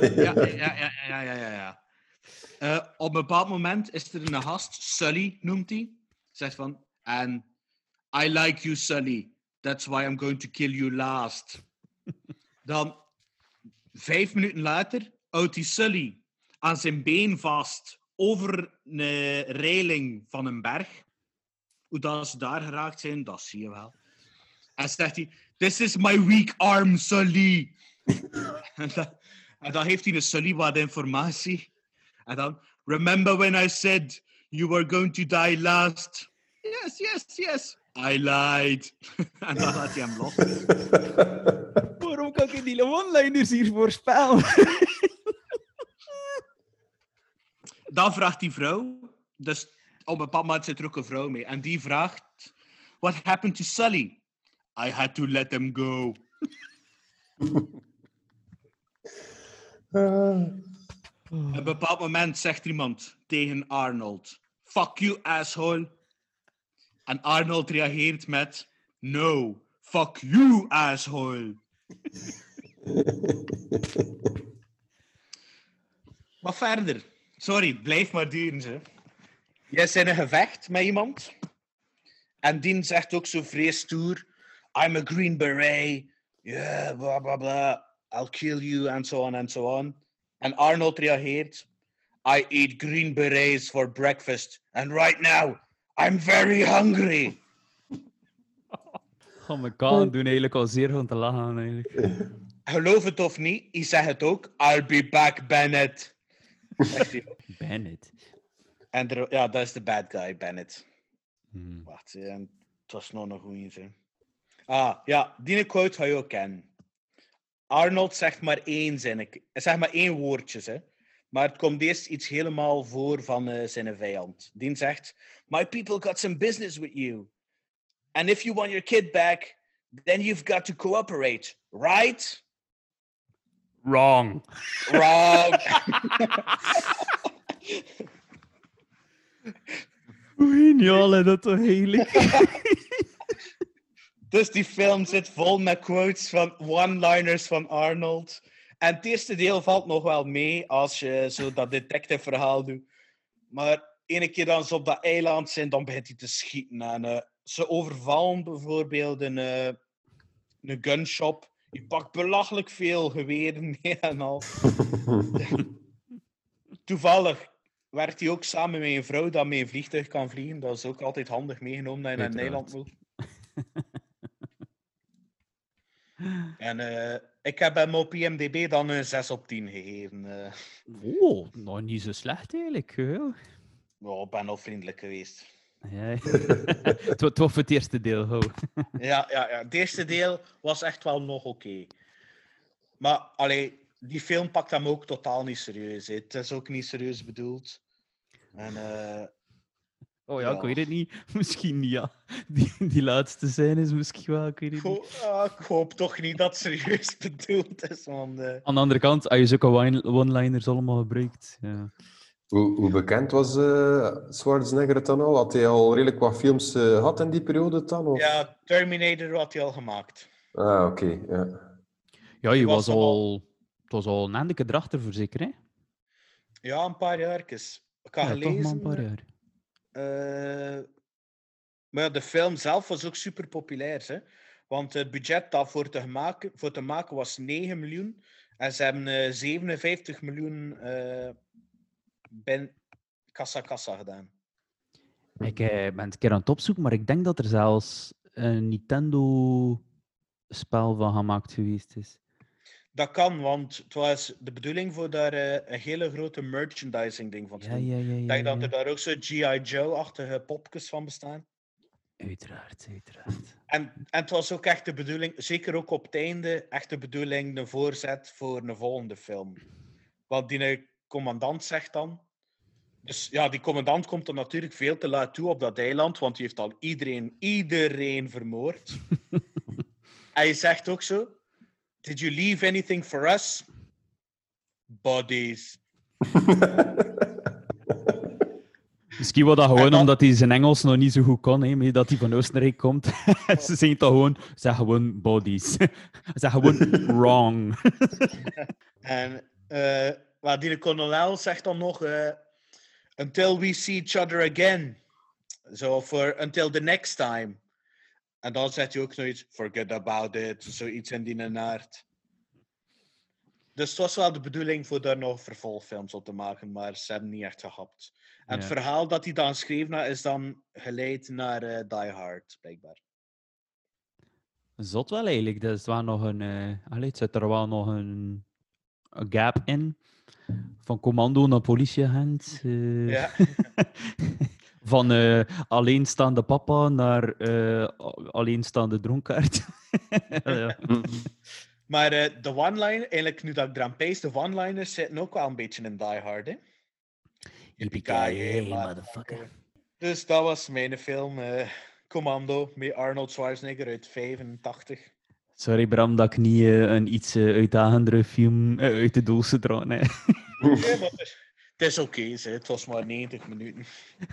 Speaker 7: Op een bepaald moment is er een gast, Sully noemt hij. Zegt van, and I like you, Sully. That's why I'm going to kill you last. Dan, 5 minuten later, houdt die Sully aan zijn been vast over een reiling van een berg. Hoe dat ze daar geraakt zijn, dat zie je wel. En zegt hij, this is my weak arm, Sully. En dan heeft hij een Sully wat informatie. En dan, remember when I said you were going to die last? Yes. I lied. En dan laat hij hem los.
Speaker 5: Waarom kan ik die one-liners hier voorspellen?
Speaker 7: Dan vraagt die vrouw, dus op een bepaald moment zit er ook een vrouw mee, en die vraagt, what happened to Sully? I had to let him go. Op een bepaald moment zegt iemand tegen Arnold, fuck you, asshole. En Arnold reageert met, no, fuck you, asshole. Wat verder? Sorry, blijf maar duren, ze. Jij is in een gevecht met iemand. En die zegt ook zo vrees stoer, I'm a Green Beret. Yeah, blah, blah, blah. I'll kill you, and so on, and so on. En Arnold reageert, I eat Green Berets for breakfast. And right now, I'm very hungry.
Speaker 5: Oh my god, doen eigenlijk al zeer van te lachen. Eigenlijk.
Speaker 7: Geloof het of niet, hij zegt het ook. I'll be back, Bennett.
Speaker 5: Bennett?
Speaker 7: En ja, dat is de bad guy, Bennett. Wacht, het was nog een goeie. Ja, die quote ga je ook kennen. Arnold zegt maar één zinnetje. Hij zegt maar 1 woordje, hè. Maar het komt eerst iets helemaal voor van zijn vijand. Die zegt, my people got some business with you. And if you want your kid back, then you've got to cooperate, right?
Speaker 5: Wrong. Geniaal, hè, dat toch heerlijk.
Speaker 7: Dus die film zit vol met quotes van one-liners van Arnold. En het eerste deel valt nog wel mee als je zo dat detective-verhaal doet. Maar ene keer dan ze op dat eiland zijn, dan begint hij te schieten. En ze overvallen bijvoorbeeld een gunshop. Je pakt belachelijk veel geweren mee en al. Toevallig werkt hij ook samen met een vrouw dat met een vliegtuig kan vliegen. Dat is ook altijd handig meegenomen dat je naar Nederland moet. En ik heb hem op IMDb dan een 6 op 10 gegeven.
Speaker 5: Oh, nou niet zo slecht eigenlijk.
Speaker 7: Ik ben al vriendelijk geweest.
Speaker 5: Ja. Het was het eerste deel, ho.
Speaker 7: Ja. Het eerste deel was echt wel nog oké. Maar allee, die film pakt hem ook totaal niet serieus. Hè. Het is ook niet serieus bedoeld. En,
Speaker 5: oh ja, ik weet het niet. Misschien niet, ja. Die laatste scène is misschien wel, ik weet het niet.
Speaker 7: Ik hoop toch niet dat het serieus bedoeld is. Want,
Speaker 5: aan de andere kant, als je zulke one-liners allemaal gebruikt... Ja.
Speaker 6: Hoe bekend was Schwarzenegger dan al? Had hij al redelijk wat films gehad in die periode dan? Of?
Speaker 7: Ja, Terminator had hij al gemaakt.
Speaker 6: Ah, oké. Ja.
Speaker 5: Ja, je was al... Het was al een eindelijke drachter voor zeker, hè?
Speaker 7: Ja, een paar jaar. Ik had gelezen...
Speaker 5: toch maar een paar jaar.
Speaker 7: Maar ja, de film zelf was ook super populair, hè? Want het budget dat voor te maken was 9 miljoen. En ze hebben 57 miljoen kassa gedaan.
Speaker 5: Ik ben een keer aan het opzoeken, maar ik denk dat er zelfs een Nintendo-spel van gemaakt geweest is.
Speaker 7: Dat kan, want het was de bedoeling voor daar een hele grote merchandising-ding van te doen. Ik denk dat er daar ook zo G.I. Joe-achtige popjes van bestaan.
Speaker 5: Uiteraard, uiteraard.
Speaker 7: En het was ook echt de bedoeling, zeker ook op het einde, echt de bedoeling, een voorzet voor een volgende film. Want die commandant zegt dan... Dus ja, die commandant komt er natuurlijk veel te laat toe op dat eiland, want die heeft al iedereen vermoord. Hij zegt ook zo... Did you leave anything for us? Bodies.
Speaker 5: Misschien was dat gewoon
Speaker 7: dan-
Speaker 5: omdat hij zijn Engels nog niet zo goed kon, hè, maar dat hij van Oostenrijk komt. Ze zeggen toch gewoon, zeg gewoon bodies. Zeg gewoon wrong.
Speaker 7: En maar die kolonel zegt dan nog... until we see each other again. Zo, until the next time. En dan zegt hij ook zoiets... Forget about it. Zoiets in die aard. Dus het was wel de bedoeling voor daar nog vervolgfilms op te maken, maar ze hebben niet echt gehapt. En het
Speaker 5: Ja.
Speaker 7: verhaal dat hij dan schreef, is dan geleid naar Die Hard, blijkbaar.
Speaker 5: Zot wel eigenlijk. Dus er nog het zit er wel nog een gap in. Van commando naar politieagent.
Speaker 7: Ja.
Speaker 5: Van alleenstaande papa naar alleenstaande dronkaard. Ja.
Speaker 7: Maar de one-liner, eigenlijk nu dat ik eraan pees, de one-liners zitten ook wel een beetje in Die Hard, hè?
Speaker 5: Yippee-ki-yay, motherfucker.
Speaker 7: Dus dat was mijn film, Commando, met Arnold Schwarzenegger uit 85.
Speaker 5: Sorry Bram, dat ik niet een iets uitdagendere film uit de doos gedraaid heb.
Speaker 7: Ja, maar het is oké, het was maar 90 minuten.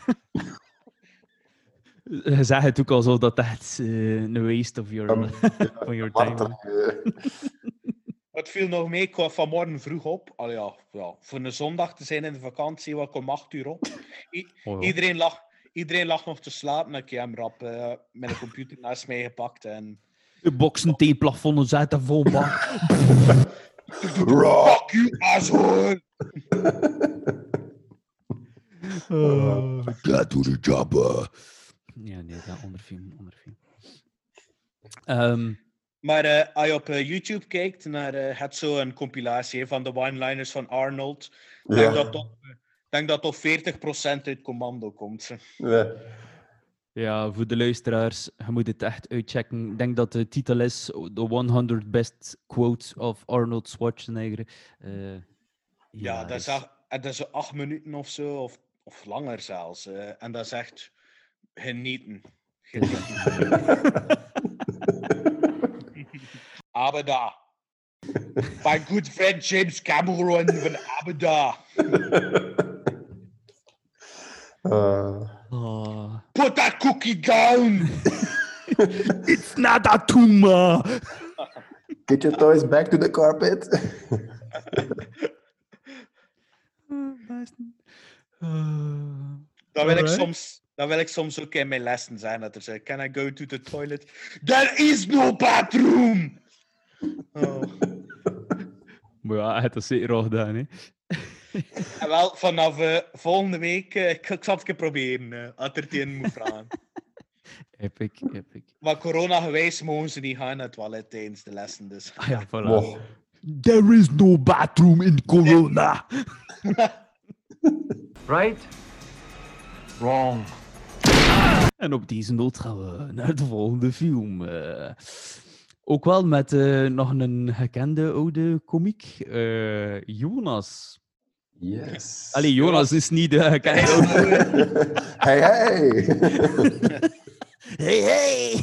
Speaker 5: Je zegt het ook alsof dat echt een waste of your, van your time is.
Speaker 7: Het viel nog mee, ik kwam vanmorgen vroeg op. Allee, ja, voor een zondag te zijn in de vakantie, wat om 8 uur op.
Speaker 5: Oh, ja.
Speaker 7: Iedereen lag nog te slapen. Ik heb hem rap met een computer naast mij gepakt. En...
Speaker 5: De boksen tegen het plafond en zetten vol bak.
Speaker 7: Fuck you, asshole!
Speaker 5: Get to the job. Ja, nee, dat onderfilm.
Speaker 7: Maar als je op YouTube kijkt naar het zo een compilatie van de one-liners van Arnold, denk dat toch 40% uit Commando komt.
Speaker 6: Ja.
Speaker 5: Ja, voor de luisteraars, je moet het echt uitchecken. Ik denk dat de titel is The 100 Best Quotes of Arnold Schwarzenegger.
Speaker 7: Ja, dat is zo 8 minuten of zo, of langer zelfs. En dat is echt genieten. Abada. My good friend James Cameron van Abada.
Speaker 5: Oh.
Speaker 7: Put that cookie down!
Speaker 5: It's not a tumor!
Speaker 6: Get your toys back to the carpet.
Speaker 7: Dat wil ik soms ook in mijn lessen zijn. Dat er zegt, can I go to the toilet? There is no bathroom! Oh.
Speaker 5: Maar ja, het is zeker al gedaan, hè.
Speaker 7: En wel, vanaf volgende week, ik zal het een keer proberen, als er het in moet vragen.
Speaker 5: Epic.
Speaker 7: Maar corona-gewijs mogen ze niet gaan naar het toilet tijdens de lessen, dus...
Speaker 5: Ah ja, voilà.
Speaker 6: Wow.
Speaker 5: There is no bathroom in corona.
Speaker 1: Right? Wrong.
Speaker 5: En op deze noot gaan we naar de volgende film. Ook wel met nog een gekende oude komiek. Jonas.
Speaker 6: Yes.
Speaker 5: Allee, Jonas is niet de gekende oude...
Speaker 6: Hey, hey.
Speaker 5: Hey!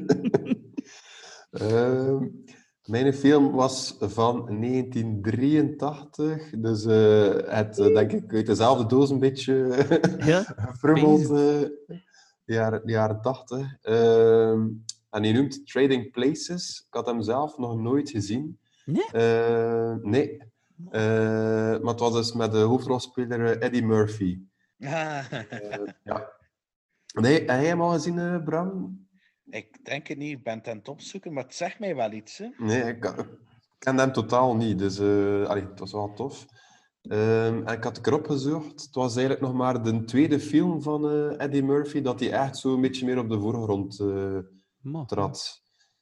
Speaker 6: Mijn film was van 1983, dus het denk ik uit dezelfde doos een beetje
Speaker 5: Ja?
Speaker 6: gefrummeld, jaren 80. En die noemt Trading Places. Ik had hem zelf nog nooit gezien.
Speaker 5: Nee?
Speaker 6: Nee. Maar het was dus met de hoofdrolspeler Eddie Murphy. Ja. Nee, heb jij hem al gezien, Bram?
Speaker 7: Ik denk het niet, ik ben het aan het opzoeken, maar het zegt mij wel iets. Hè?
Speaker 6: Nee, ik ken hem totaal niet, dus het was wel tof. En ik had erop gezocht, het was eigenlijk nog maar de tweede film van Eddie Murphy dat hij echt zo een beetje meer op de voorgrond trad.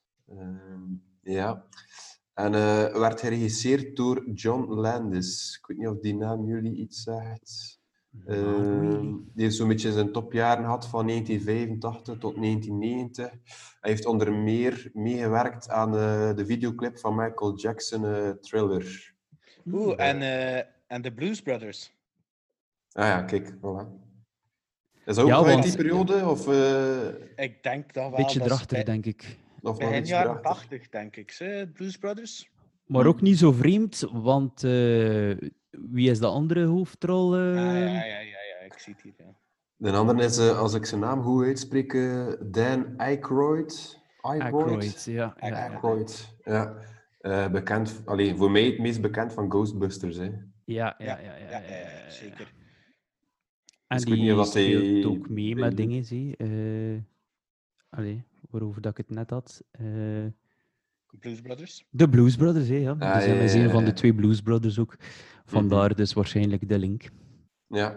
Speaker 6: Ja. En werd geregisseerd door John Landis. Ik weet niet of die naam jullie iets zegt. Die heeft zo'n beetje zijn topjaren gehad van 1985 tot 1990. Hij heeft onder meer meegewerkt aan de videoclip van Michael Jackson, Thriller.
Speaker 7: En de Blues Brothers.
Speaker 6: Ah ja, kijk, voilà. Is dat ook
Speaker 5: Ja,
Speaker 6: uit
Speaker 5: want-
Speaker 6: die periode? Of,
Speaker 7: Ik denk dat wel.
Speaker 5: Beetje
Speaker 7: dat is
Speaker 5: erachter, denk ik.
Speaker 6: of nog
Speaker 7: begin
Speaker 6: iets
Speaker 7: jaren
Speaker 6: erachter?
Speaker 7: 80, denk ik. Ze, Blues Brothers.
Speaker 5: Maar ook niet zo vreemd, want wie is de andere hoofdrol?
Speaker 7: Ja, ik zie het hier. Ja.
Speaker 6: De andere is, als ik zijn naam goed uitspreek, Dan Aykroyd.
Speaker 5: Aykroyd, ja.
Speaker 6: Aykroyd, ja. Bekend, voor mij het meest bekend van Ghostbusters. Hè.
Speaker 5: Ja,
Speaker 7: zeker.
Speaker 5: En
Speaker 6: Dus ik weet
Speaker 5: die
Speaker 6: niet of dat hij-
Speaker 5: speelt ook mee met
Speaker 6: bij-
Speaker 5: dingen, zie. Waarover dat ik het net had.
Speaker 7: Blues Brothers.
Speaker 5: De Blues Brothers, hè, ja.
Speaker 6: Ah,
Speaker 5: Dus hij is
Speaker 6: ja,
Speaker 5: een van
Speaker 6: ja.
Speaker 5: de twee Blues Brothers ook. Vandaar dus waarschijnlijk de link.
Speaker 6: Ja.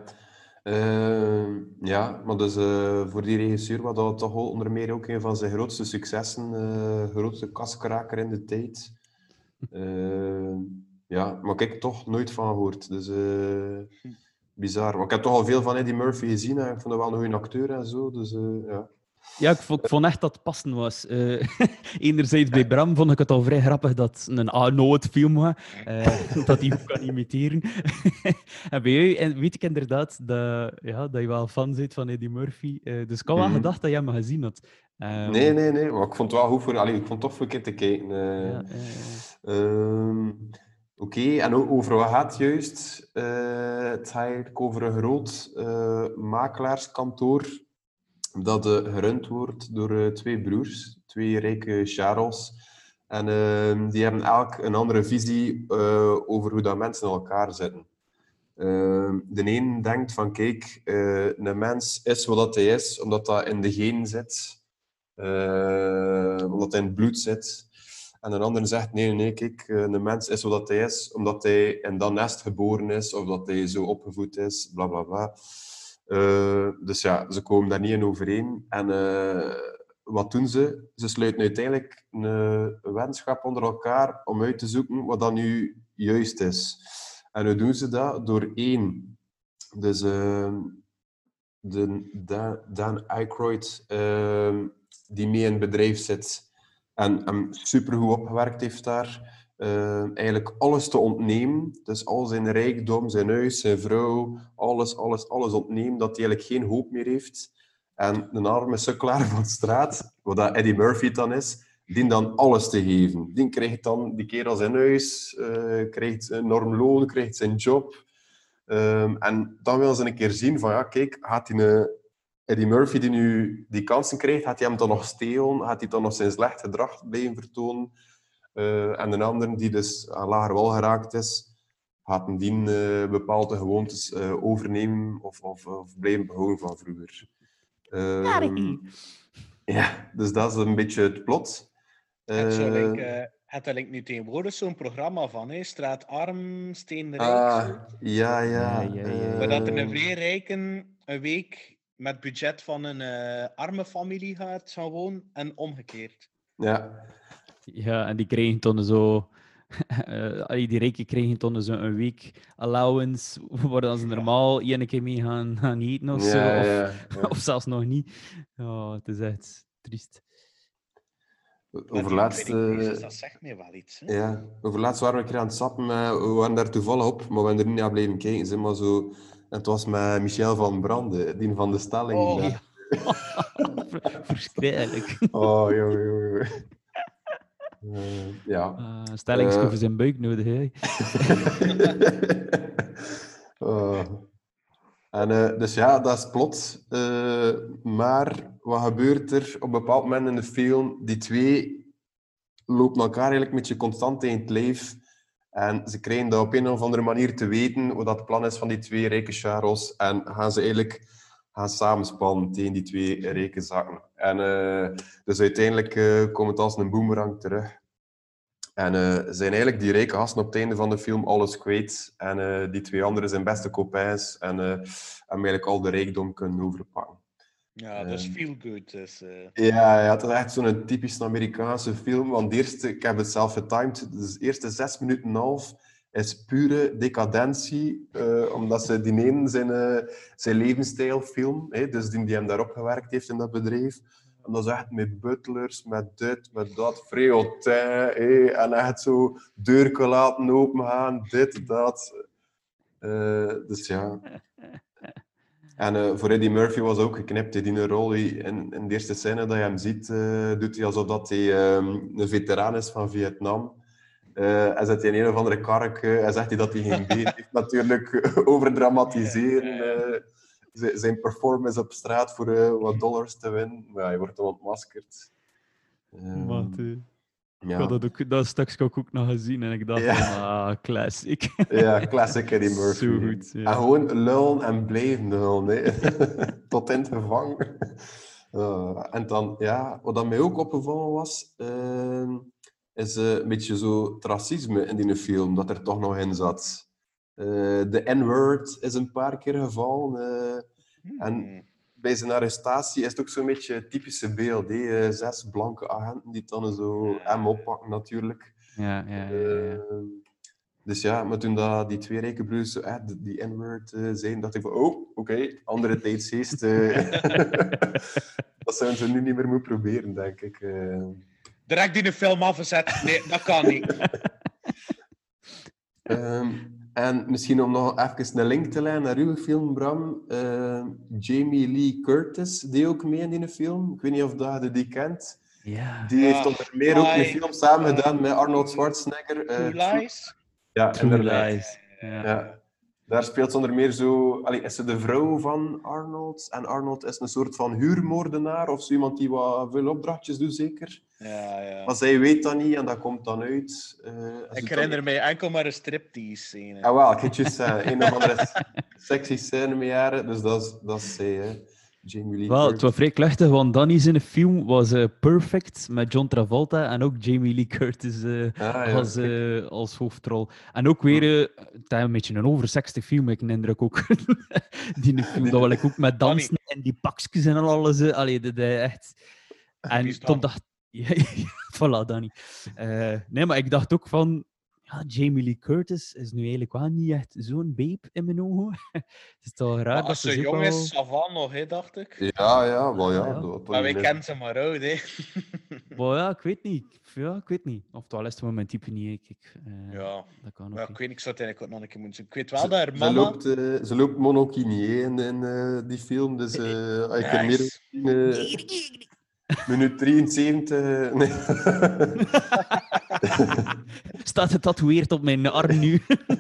Speaker 6: Ja, maar dus voor die regisseur was dat toch wel onder meer ook een van zijn grootste successen. Grootste kaskraker in de tijd. Ja, maar ik heb er toch nooit van gehoord. Dus bizar. Maar ik heb toch al veel van Eddie Murphy gezien. En ik vond hem wel een goede acteur en zo. Dus ja.
Speaker 5: Ja, ik vond echt dat het passen was. Enerzijds bij Bram vond ik het al vrij grappig dat het een Arnold-film was, dat hij ook kan imiteren. En bij jou weet ik inderdaad dat je wel fan bent van Eddie Murphy. Dus ik had wel gedacht dat jij hem gezien had.
Speaker 6: Nee. Maar ik vond het wel goed voor... ik vond het tof voor een keer te kijken. Oké, en over wat gaat het juist? Het gaat eigenlijk over een groot makelaarskantoor dat gerund wordt door twee broers, twee rijke Charles. En die hebben elk een andere visie over hoe dat mensen in elkaar zitten. De een denkt van, kijk, een mens is wat dat hij is, omdat dat in de genen zit. Omdat hij in het bloed zit. En een ander zegt, nee, kijk, een mens is wat dat hij is, omdat hij in dat nest geboren is, of dat hij zo opgevoed is, bla bla bla. Dus ja, ze komen daar niet in overeen. En wat doen ze? Ze sluiten uiteindelijk een wetenschap onder elkaar om uit te zoeken wat dan nu juist is. En hoe doen ze dat? Door één. Dus Dan Aykroyd, die mee in het bedrijf zit en supergoed opgewerkt heeft daar, eigenlijk alles te ontnemen. Dus al zijn rijkdom, zijn huis, zijn vrouw, alles ontnemen, dat hij eigenlijk geen hoop meer heeft. En een arme sukkelaar van de straat, wat dat Eddie Murphy dan is, die dan alles te geven. Die krijgt dan die kerel zijn huis, krijgt een enorm loon, krijgt zijn job. En dan wil ze een keer zien van, ja, kijk, gaat die Eddie Murphy die nu die kansen krijgt, gaat hij hem dan nog stelen? Gaat hij dan nog zijn slecht gedrag blijven vertonen? En een ander die dus aan lager wal geraakt is, gaat hem die bepaalde gewoontes overnemen of blijven behouden van vroeger. Ja, dus dat is een beetje het plot.
Speaker 7: Het link nu tegenwoordig zo'n programma van, hè? Straatarm, Steenrijk.
Speaker 6: Ja.
Speaker 7: Waar dat er een vrij rijken een week met budget van een arme familie gaat gewoon en omgekeerd.
Speaker 6: Ja.
Speaker 5: Ja, en die kregen toen zo... die rijken kregen toen zo een week allowance, waar dan ze normaal één keer mee gaan eten of zo.
Speaker 6: Ja.
Speaker 5: Of zelfs nog niet. Ja, het is echt triest.
Speaker 6: Overlaatst...
Speaker 7: Dat zegt me wel iets. Hè?
Speaker 6: Ja, overlaatst waren we een keer aan het sappen. We waren daar toevallig op, maar we hebben er niet naar blijven kijken. Zeg maar zo. En het was met Michel van Brande, die van de stelling.
Speaker 7: Oh,
Speaker 6: ja.
Speaker 5: Verschrikkelijk.
Speaker 6: Oh, jongen. Ja.
Speaker 5: Stellings over zijn buik nodig, hè.
Speaker 6: En dus ja, dat is plot. Maar wat gebeurt er op een bepaald moment in de film? Die twee lopen elkaar eigenlijk een beetje constant in het lijf. En ze krijgen dat op een of andere manier te weten, wat dat het plan is van die twee rijke Charles. En gaan ze eigenlijk samenspannen tegen die twee rijke zakken. En dus uiteindelijk komt het als een boemerang terug. En zijn eigenlijk die rijke gasten op het einde van de film alles kwijt. En die twee anderen zijn beste copains. En eigenlijk al de rijkdom kunnen overpakken.
Speaker 7: Ja, dat is feel good. Dus,
Speaker 6: Ja, het is echt zo'n typisch Amerikaanse film. Want de eerste, ik heb het zelf getimed, dus de eerste 6 minuten en een half is pure decadentie, omdat ze die ene zijn levensstijl film, dus die hem daarop gewerkt heeft in dat bedrijf. En dat is echt met butlers, met dit, met dat, fréotin, en echt zo deurken laten opengaan, dit, dat. Dus ja. En voor Eddie Murphy was ook geknipt. Die een rol in de eerste scène dat je hem ziet, doet hij alsof dat hij een veteraan is van Vietnam. En zet hij in een of andere kark en zegt hij dat hij geen been heeft. Natuurlijk overdramatiseren. Zijn performance op straat voor wat dollars te winnen. Maar ja, hij wordt dan ontmaskerd.
Speaker 5: Ik had dat stukje ook nog gezien en ik dacht classic.
Speaker 6: Ja, classic Eddie Murphy.
Speaker 5: Zo goed, ja.
Speaker 6: En gewoon lullen en blijven lullen. Tot in het gevangen. En dan, ja, wat mij ook opgevallen was, is een beetje zo het racisme in die film, dat er toch nog in zat. De N-word is een paar keer gevallen. En bij zijn arrestatie is het ook zo'n beetje het typische beeld. 6 blanke agenten die dan zo hem oppakken, natuurlijk.
Speaker 5: Ja.
Speaker 6: Dus ja, maar toen die 2 rijke broers zo die N-word zeiden, dacht ik van, oké, andere tijdsgeest. Dat zouden ze nu niet meer moeten proberen, denk ik.
Speaker 7: Direct die een film afgezet. Nee, dat kan niet.
Speaker 6: En misschien om nog even een link te leggen naar uw film, Bram. Jamie Lee Curtis deed ook mee in die film. Ik weet niet of je die kent.
Speaker 5: Ja.
Speaker 6: Die heeft onder meer ook een film samen gedaan met Arnold Schwarzenegger.
Speaker 7: True Lies?
Speaker 6: Ja,
Speaker 5: True
Speaker 6: inderdaad.
Speaker 5: Lies.
Speaker 6: Ja. Daar speelt ze onder meer zo... is ze de vrouw van Arnold? En Arnold is een soort van huurmoordenaar of zo iemand die wat veel opdrachtjes doet, zeker.
Speaker 7: Ja.
Speaker 6: Maar zij weet dat niet en dat komt dan uit.
Speaker 7: Ik herinner mij enkel maar een striptease scène.
Speaker 6: Ah, wel, ik heb juist een of andere sexy scène mee jaren, dus dat is zij, hè. Jamie Lee
Speaker 5: Wel,
Speaker 6: Curtis.
Speaker 5: het was vrij kluchtig, want Danny zijn film was Perfect met John Travolta en ook Jamie Lee Curtis als hoofdrol. En ook weer het is een beetje een oversexte film, ik indruk ook. Die film, dat wil ik ook met dansen en die pakjes en alles. Echt. En toen dacht voilà, Danny. Nee, maar ik dacht ook van... Ja, Jamie Lee Curtis is nu eigenlijk wel niet echt zo'n babe in mijn ogen. Het is toch raar
Speaker 7: Maar
Speaker 6: Ah,
Speaker 7: als ze jong is, Savan nog, dacht ik.
Speaker 6: Ja.
Speaker 7: Maar wij kennen ze maar oud, hè.
Speaker 5: Maar ja, ik weet niet. Of het wel is het wel mijn type niet. Dat kan ook
Speaker 7: Maar ik
Speaker 5: niet.
Speaker 7: weet niet, ik zou het eigenlijk ook nog een keer moeten zien. Ik weet wel dat haar mama...
Speaker 6: Ze loopt monokini in die film, dus als ik er meer... Minuut 73... Nee.
Speaker 5: Staat getatoeëerd op mijn arm nu.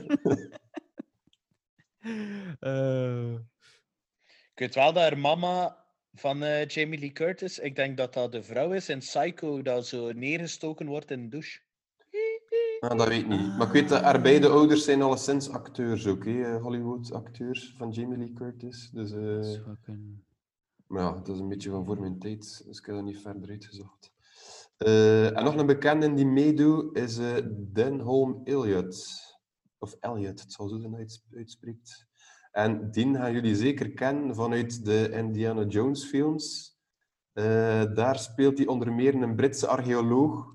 Speaker 7: Ik weet wel dat haar mama van Jamie Lee Curtis, ik denk dat dat de vrouw is in Psycho, dat zo neergestoken wordt in de douche.
Speaker 6: Dat weet ik niet. Maar ik weet dat haar beide ouders zijn alleszins acteurs ook, Hollywood-acteurs van Jamie Lee Curtis. Dus, maar ja, dat is een beetje van voor mijn tijd, dus ik heb dat niet verder uitgezocht. En nog een bekende die meedoet is Denholm Elliott. Of Elliott, het zal zo zijn uitspreekt. En die gaan jullie zeker kennen vanuit de Indiana Jones films. Daar speelt hij onder meer een Britse archeoloog.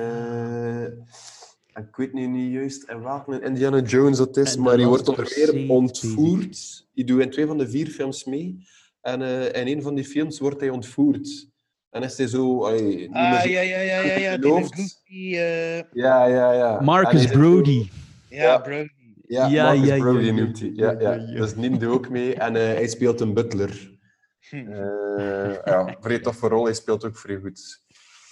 Speaker 6: Ik weet nu niet juist in welke Indiana Jones dat is, maar hij wordt onder meer ontvoerd. Hij doet in 2 van de 4 films mee. En in een van die films wordt hij ontvoerd. En is hij zo...
Speaker 7: Ja.
Speaker 6: Ja.
Speaker 5: Marcus Brody.
Speaker 7: Ja, Brody.
Speaker 6: Ja, Marcus Brody noemt hij. Ja. Dus neemt hij ook mee. En hij speelt een butler. Vrij toffe rol. Hij speelt ook vrij goed.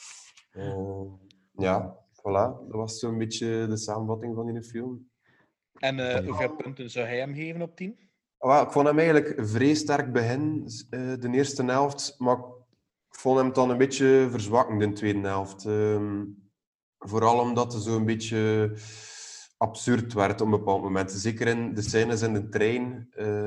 Speaker 6: Voilà. Dat was zo'n beetje de samenvatting van die film.
Speaker 7: En hoeveel punten zou hij hem geven op 10?
Speaker 6: Ik vond hem eigenlijk vrij sterk begin, de eerste helft, maar ik vond hem dan een beetje verzwakkend in de tweede helft. Vooral omdat het zo een beetje absurd werd op een bepaald moment. Zeker in de scènes in de trein.